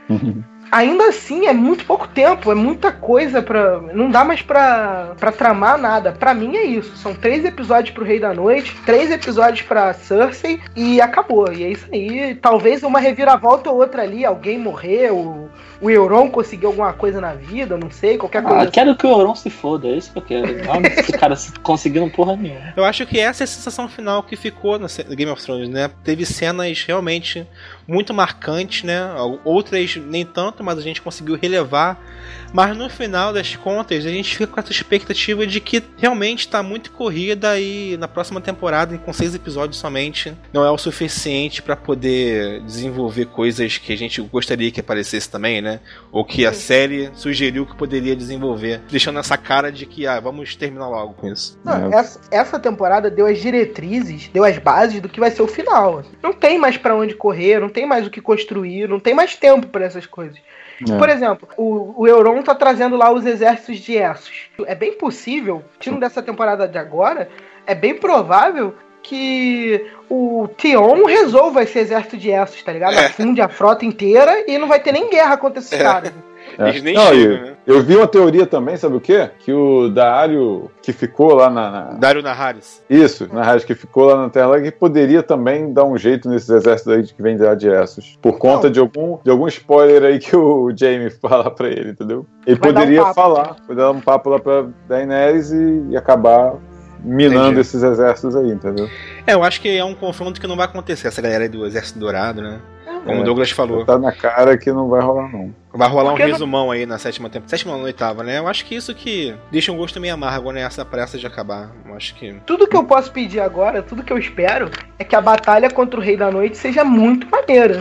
Ainda assim, é muito pouco tempo, é muita coisa pra. Não dá mais pra, pra tramar nada. Pra mim é isso. São três episódios pro Rei da Noite, três episódios pra Cersei e acabou. E é isso aí. Talvez uma reviravolta ou outra ali, alguém morreu, o Euron conseguiu alguma coisa na vida, não sei, qualquer coisa. Ah, quero que o Euron se foda, é isso que eu quero. Não esse cara conseguindo porra nenhuma. Eu acho que essa é a sensação final que ficou no Game of Thrones, né? Teve cenas realmente muito marcantes, né? Outras nem tanto, mas a gente conseguiu relevar. Mas no final das contas, a gente fica com essa expectativa de que realmente está muito corrida e na próxima temporada, com seis episódios somente, não é o suficiente para poder desenvolver coisas que a gente gostaria que aparecesse também, né? Ou que a série sugeriu que poderia desenvolver, deixando essa cara de que, ah, vamos terminar logo com isso. Não, essa, essa temporada deu as diretrizes, deu as bases do que vai ser o final. Não tem mais pra onde correr, não tem mais o que construir, não tem mais tempo pra essas coisas. É. Por exemplo, o, o Euron tá trazendo lá os exércitos de Essos. É bem possível, tendo dessa temporada de agora, é bem provável que o Theon resolva esse exército de Essos, tá ligado? É. Afunde a frota inteira e não vai ter nem guerra contra esses É. caras. É. Eles nem Não, chegam, e né? eu vi uma teoria também, sabe o quê? Que o Daario, que ficou lá na... na... Dario Naharis. Isso, na rádio que ficou lá na Terra, que poderia também dar um jeito nesses exércitos aí que vem lá de Essos. Por conta Não. de algum, de algum spoiler aí que o Jaime fala pra ele, entendeu? Ele Vai dar um poderia papo, falar, né? poderia dar um papo lá pra Daenerys e, e acabar minando Entendi. esses exércitos aí, entendeu? É, eu acho que é um confronto que não vai acontecer, essa galera aí do Exército Dourado, né? Como É. o Douglas falou. Tá na cara que não vai rolar, não. Vai rolar um Porque não- resumão aí na sétima temporada. Sétima ou na oitava, né? Eu acho que isso que deixa um gosto meio amargo, né? Essa pressa de acabar. Eu acho que. Tudo que eu posso pedir agora, tudo que eu espero, é que a batalha contra o Rei da Noite seja muito maneira.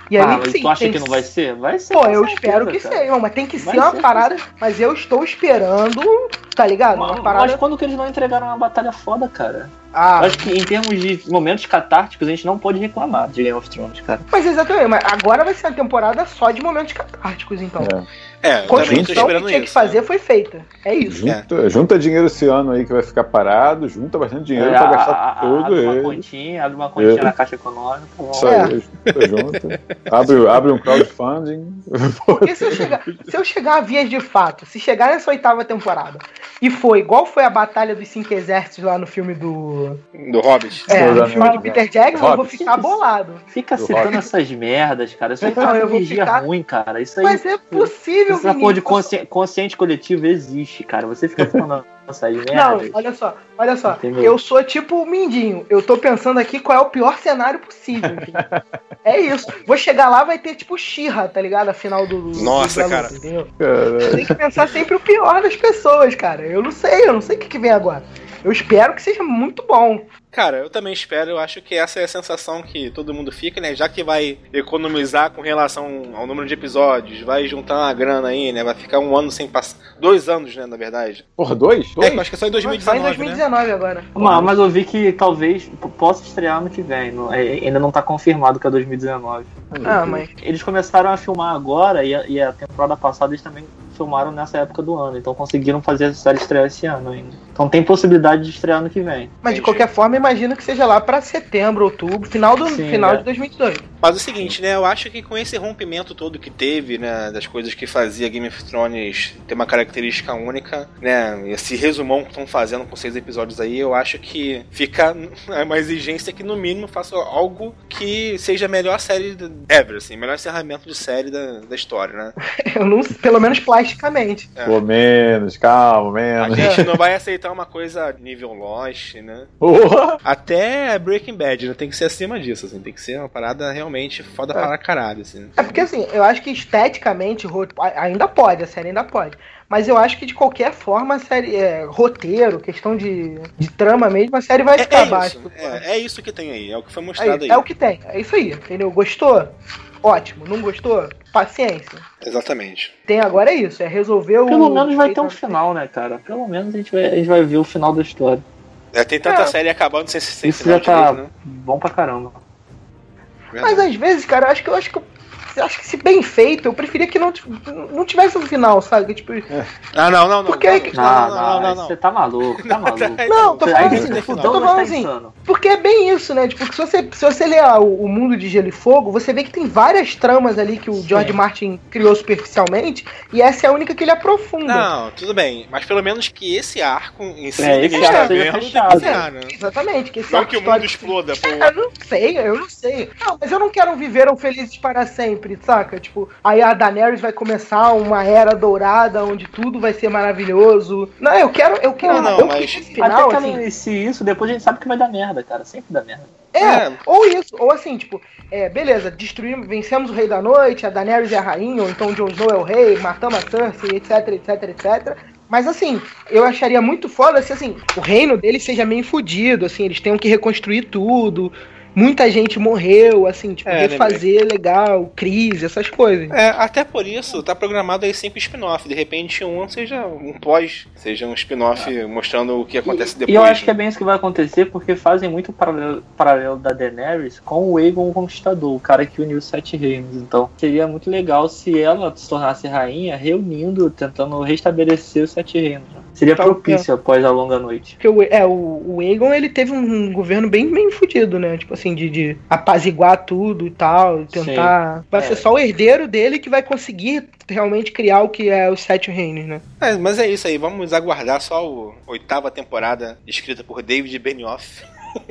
E aí, ah, mas sim, tu acha tem que não vai ser? Vai ser. Pô, com eu certeza, espero que cara. seja, mas tem que Vai ser uma ser, parada. Mas eu estou esperando, tá ligado? Uma Mas, parada. mas quando que eles não entregaram uma batalha foda, cara? Ah, Eu acho que em termos de momentos catárticos, a gente não pode reclamar de Game of Thrones, cara. mas exatamente, mas agora vai ser uma temporada só de momentos catárticos, então. É. É, eu também tô Construção que esperando tinha isso. que fazer né? foi feita. É isso. Junta, junta dinheiro esse ano aí que vai ficar parado, junta bastante dinheiro É, pra a- gastar a- todo abre uma ele. continha, abre uma continha É. na Caixa Econômica. Bom. Isso É. aí, junta, junta. Abre, abre um crowdfunding. Porque se eu, chegar, se eu chegar a vias de fato, se chegar nessa oitava temporada e foi igual foi a Batalha dos Cinco Exércitos lá no filme do. Do Hobbit. É, Seus no filme amigos, do Peter Jackson, eu vou Hobbit. ficar bolado. Fica Do citando rock. essas merdas, cara. Isso aí Então, tá eu vou energia ficar- ruim, cara. Isso aí. Mas é possível, Essa porra de Vinícius. consci... consciente coletivo existe, cara. Você fica falando essas Não, merdas. olha só, olha só. Entendeu? Eu sou tipo o Mindinho. Eu tô pensando aqui qual é o pior cenário possível. entendeu? É isso. Vou chegar lá, vai ter tipo She-Ra, tá ligado? A final do. do- Nossa, do- cara. Entendeu? Cara, Tem que pensar sempre o pior das pessoas, cara. Eu não sei, eu não sei o que, que vem agora. Eu espero que seja muito bom. Cara, eu também espero, eu acho que essa é a sensação que todo mundo fica, né? Já que vai economizar com relação ao número de episódios, vai juntar uma grana aí, né? Vai ficar um ano sem passar. Dois anos, né, na verdade. porra, dois? É, Dois? eu acho que é só em Só em dois mil e dezenove, dois mil e dezenove agora. Mas, mas eu vi que talvez p- possa estrear ano que vem. Não- é- ainda não tá confirmado que é dois mil e dezenove. Ah, mas. Eles começaram a filmar agora e a, e a temporada passada eles também filmaram nessa época do ano. Então conseguiram fazer a série estrear esse ano ainda. Então tem possibilidade de estrear ano que vem. Mas de Entendi. qualquer forma, imagino que seja lá pra setembro, outubro, final do Sim, final é. de dois mil e dezoito. né? Mas é o seguinte, né? Eu acho que com esse rompimento todo que teve, né? Das coisas que fazia Game of Thrones ter uma característica única, né? Esse resumão que estão fazendo com seis episódios aí, eu acho que fica uma exigência que no mínimo faça algo que seja a melhor série ever, assim, melhor encerramento de série da, da história, né? Eu não, pelo menos plasticamente. É. Pô, menos, calma, A menos. gente não vai aceitar uma coisa nível Lost, né? Porra! Até Breaking Bad, né? Tem que ser acima disso, assim. Tem que ser uma parada realmente foda É. para caralho, assim. É porque assim, eu acho que esteticamente ro- ainda pode, a série ainda pode. Mas eu acho que de qualquer forma a série, é, roteiro, questão de, de trama mesmo, a série vai É, ficar é abaixo. isso, é, é isso que tem aí, é o que foi É, mostrado aí. é o que tem, é isso aí, entendeu? Gostou? Ótimo. Não gostou? Paciência. Exatamente. Tem agora é isso, é resolver o. Pelo menos vai ter um final, né, cara? Pelo menos a gente vai, a gente vai ver o final da história. É, tem tanta É. série acabando sem, sem Isso final já tá direito, né? bom pra caramba. Mas às vezes, cara, eu acho que eu acho que eu acho que se bem feito, eu preferia que não, não tivesse um final, sabe? Tipo, Ah, não, não, não. Por que não, que- não, Não, não, não, não, Você tá maluco, tá maluco. Não, tô Aí falando esse assim, fudão tô vai falando estar assim, insano. porque é bem isso, né? Tipo, se você, se você ler ah, o, o Mundo de Gelo e Fogo, você vê que tem várias tramas ali que o George Martin criou superficialmente, e essa é a única que ele aprofunda. Não, tudo bem. Mas pelo menos que esse arco em si, É, que esse a gente tá arco seja vendo, tem que fechado. ficar, né? Exatamente, que esse Não arco que o mundo histórico- exploda, pô. Eu não sei, eu não sei. Não, mas eu não quero um viveram felizes para sempre, saca? Tipo, aí a Daenerys vai começar uma era dourada onde tudo vai ser maravilhoso. Não, eu quero, eu quero, Não, não, eu mas- quero esse final, Até que assim, ela inicie isso, depois a gente sabe que vai dar merda, cara. Sempre dá merda. é, É. ou isso, ou assim, tipo, é, beleza, destruímos, vencemos o Rei da Noite, a Daenerys é a rainha, ou então o Jon Snow é o rei, matamos a Cersei, etc, etc, etcétera. Mas assim, eu acharia muito foda se assim, o reino deles seja meio fodido, assim, eles tenham que reconstruir tudo. Muita gente morreu, assim, tipo, É, refazer legal, crise, essas coisas. É, até por isso, tá programado aí sempre spin-off. De repente, um seja um pós, seja um spin-off mostrando o que acontece E, depois. e eu acho que é né? bem isso que vai acontecer, porque fazem muito paralelo, paralelo da Daenerys com o Aegon o Conquistador, o cara que uniu os Sete Reinos. Então, seria muito legal se ela se tornasse rainha, reunindo, tentando restabelecer os Sete Reinos. né? Seria Tá, propício após a longa noite. Porque o, é, o, o Aegon, ele teve um governo bem, bem fudido, né? Tipo assim, de, de apaziguar tudo e tal, tentar... Vai É. ser só o herdeiro dele que vai conseguir realmente criar o que é os Sete Reinos, né? É, mas é isso aí, vamos aguardar só a oitava temporada, escrita por David Benioff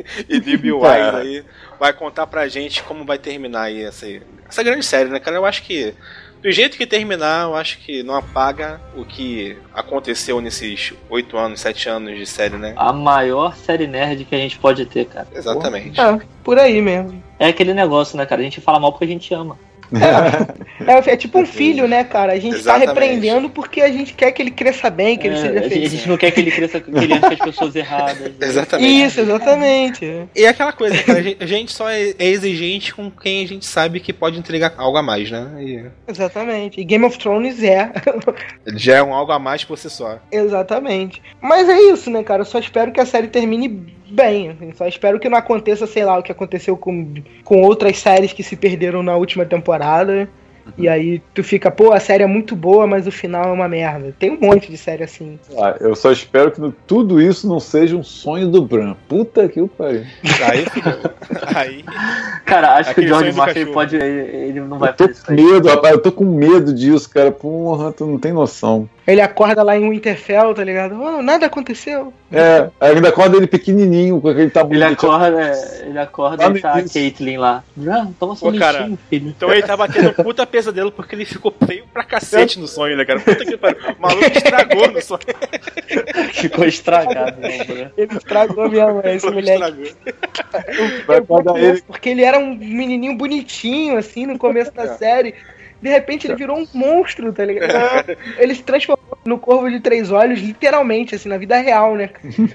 e D B. Wise aí, vai contar pra gente como vai terminar aí essa, essa grande série, né, cara? Eu acho que do jeito que terminar, eu acho que não apaga o que aconteceu nesses oito anos, sete anos de série, né? A maior série nerd que a gente pode ter, cara. Exatamente. É, por aí mesmo. É aquele negócio, né, cara? A gente fala mal porque a gente ama. É, é tipo um filho, né, cara? A gente Exatamente. tá repreendendo porque a gente quer que ele cresça bem, que ele É, seja a, gente, feliz. a gente não quer que ele cresça, que ele ache as pessoas erradas. Né? Exatamente. Isso, exatamente. E é aquela coisa, cara, a gente- a gente só é é exigente com quem a gente sabe que pode entregar algo a mais, né? E Exatamente. E Game of Thrones é. ele já é um algo a mais por si só. Exatamente. Mas é isso, né, cara? Eu só espero que a série termine bem. Assim. Só espero que não aconteça, sei lá, o que aconteceu com, com outras séries que se perderam na última temporada. E aí tu fica, pô, a série é muito boa, mas o final é uma merda. Tem um monte de série assim. Ah, eu só espero que no- tudo isso não seja um sonho do Bran. Puta que o pariu. Aí, filho, aí. Cara, acho Aquele que o George sonho do Martin ele cachorro. pode. Ele, ele não vai Eu tô fazer isso com aí. medo, rapaz. Eu tô com medo disso, cara. Porra, tu não tem noção. Ele acorda lá em Winterfell, tá ligado? Oh, nada aconteceu. É, ainda acorda ele pequenininho com aquele tabuleiro. Ele acorda, ele acorda Lá no e tá a início. Caitlyn lá. Bran, toma seu Pô, cara, leitinho, filho. Então ele tava tendo um puta pesadelo porque ele ficou feio pra cacete no sonho, né, cara? Puta que pariu. O maluco estragou no sonho. Ficou estragado, né, Bran? Ele estragou minha mãe, esse moleque. Estragou. Vai Eu- acordar eu- ele. Porque ele era um menininho bonitinho, assim, no começo da série. De repente ele virou um monstro, tá ligado? Ele se transformou no Corvo de Três Olhos, literalmente, assim, na vida real, né?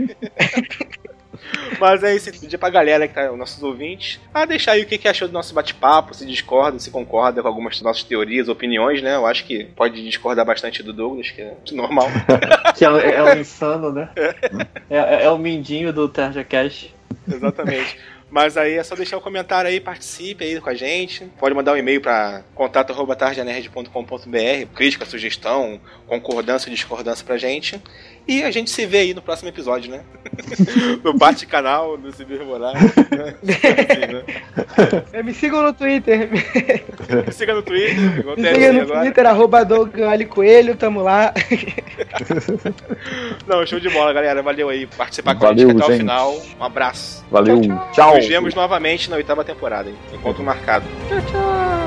Mas é isso, pedir pra galera que tá, os nossos ouvintes, a deixar aí o que, que achou do nosso bate-papo, se discorda, se concorda com algumas das nossas teorias, opiniões, né? Eu acho que pode discordar bastante do Douglas, que é normal. Que é, é o insano, né? É, é, é o mindinho do Tarja Cash. Exatamente. Mas aí é só deixar o comentário aí, participe aí com a gente. Pode mandar um e-mail para contato arroba tarjanerd ponto com ponto br, crítica, sugestão, concordância ou discordância pra gente. E a gente se vê aí no próximo episódio, né? No Bate-Canal, no Cibermoral. Né? Assim, né? É, me sigam no Twitter. Me siga no Twitter, igual Me tem sigam assim no agora. Twitter, arroba Doug Ali Coelho, tamo lá. Não, show de bola, galera. Valeu aí por participar com Valeu, a gente até o gente. final. Um abraço. Valeu, tchau. Nos vemos novamente na oitava temporada, hein? Encontro marcado. Tchau, tchau.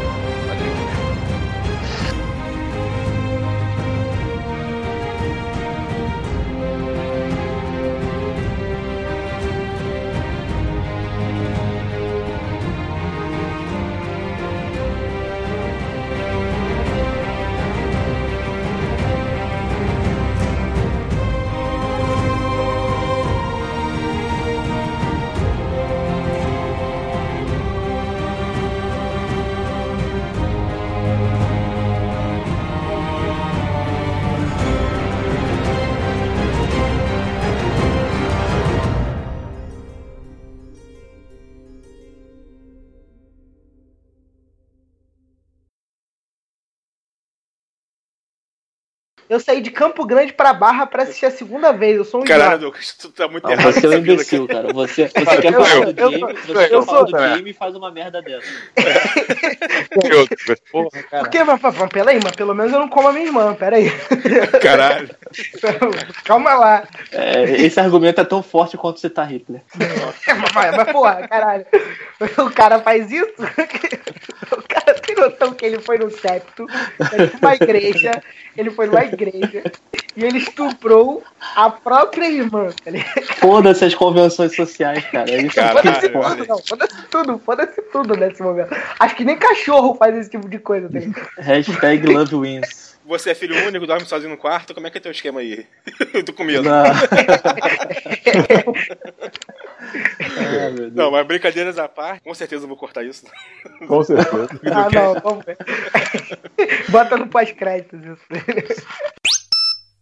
Eu saí de Campo Grande pra Barra pra assistir a segunda vez. Eu sou um Caralho, idiota. Douglas, tu tá muito Ah, errado. você é um nessa vida, imbecil, cara. Você, você quer Eu- falar do eu- Jamie, você eu quer falar sou, do cara. Jamie e faz uma merda dessa. Porra, cara. Por quê? Mas, mas, mas, peraí, mas pelo menos eu não como a minha irmã, peraí. Caralho. Calma lá. É, esse argumento é tão forte quanto você tá Hitler. Mas, mas, mas, porra, caralho. O cara faz isso? O cara tem noção que ele foi no septo, ele foi numa igreja, ele foi numa igreja e ele estuprou a própria irmã, tá ligado? Foda-se as convenções sociais, cara. Isso Caralho. Foda-se Caralho. tudo, não, foda-se tudo, foda-se tudo nesse momento. Acho que nem cachorro faz esse tipo de coisa, tá ligado? Hashtag love wins. Você é filho único, dorme sozinho no quarto, como é que é teu esquema aí? Eu tô com medo. Não. Ah, meu Deus. Não, mas brincadeiras à parte, com certeza eu vou cortar isso. Com certeza. Ah, não, vamos ver. Bota no pós-créditos isso.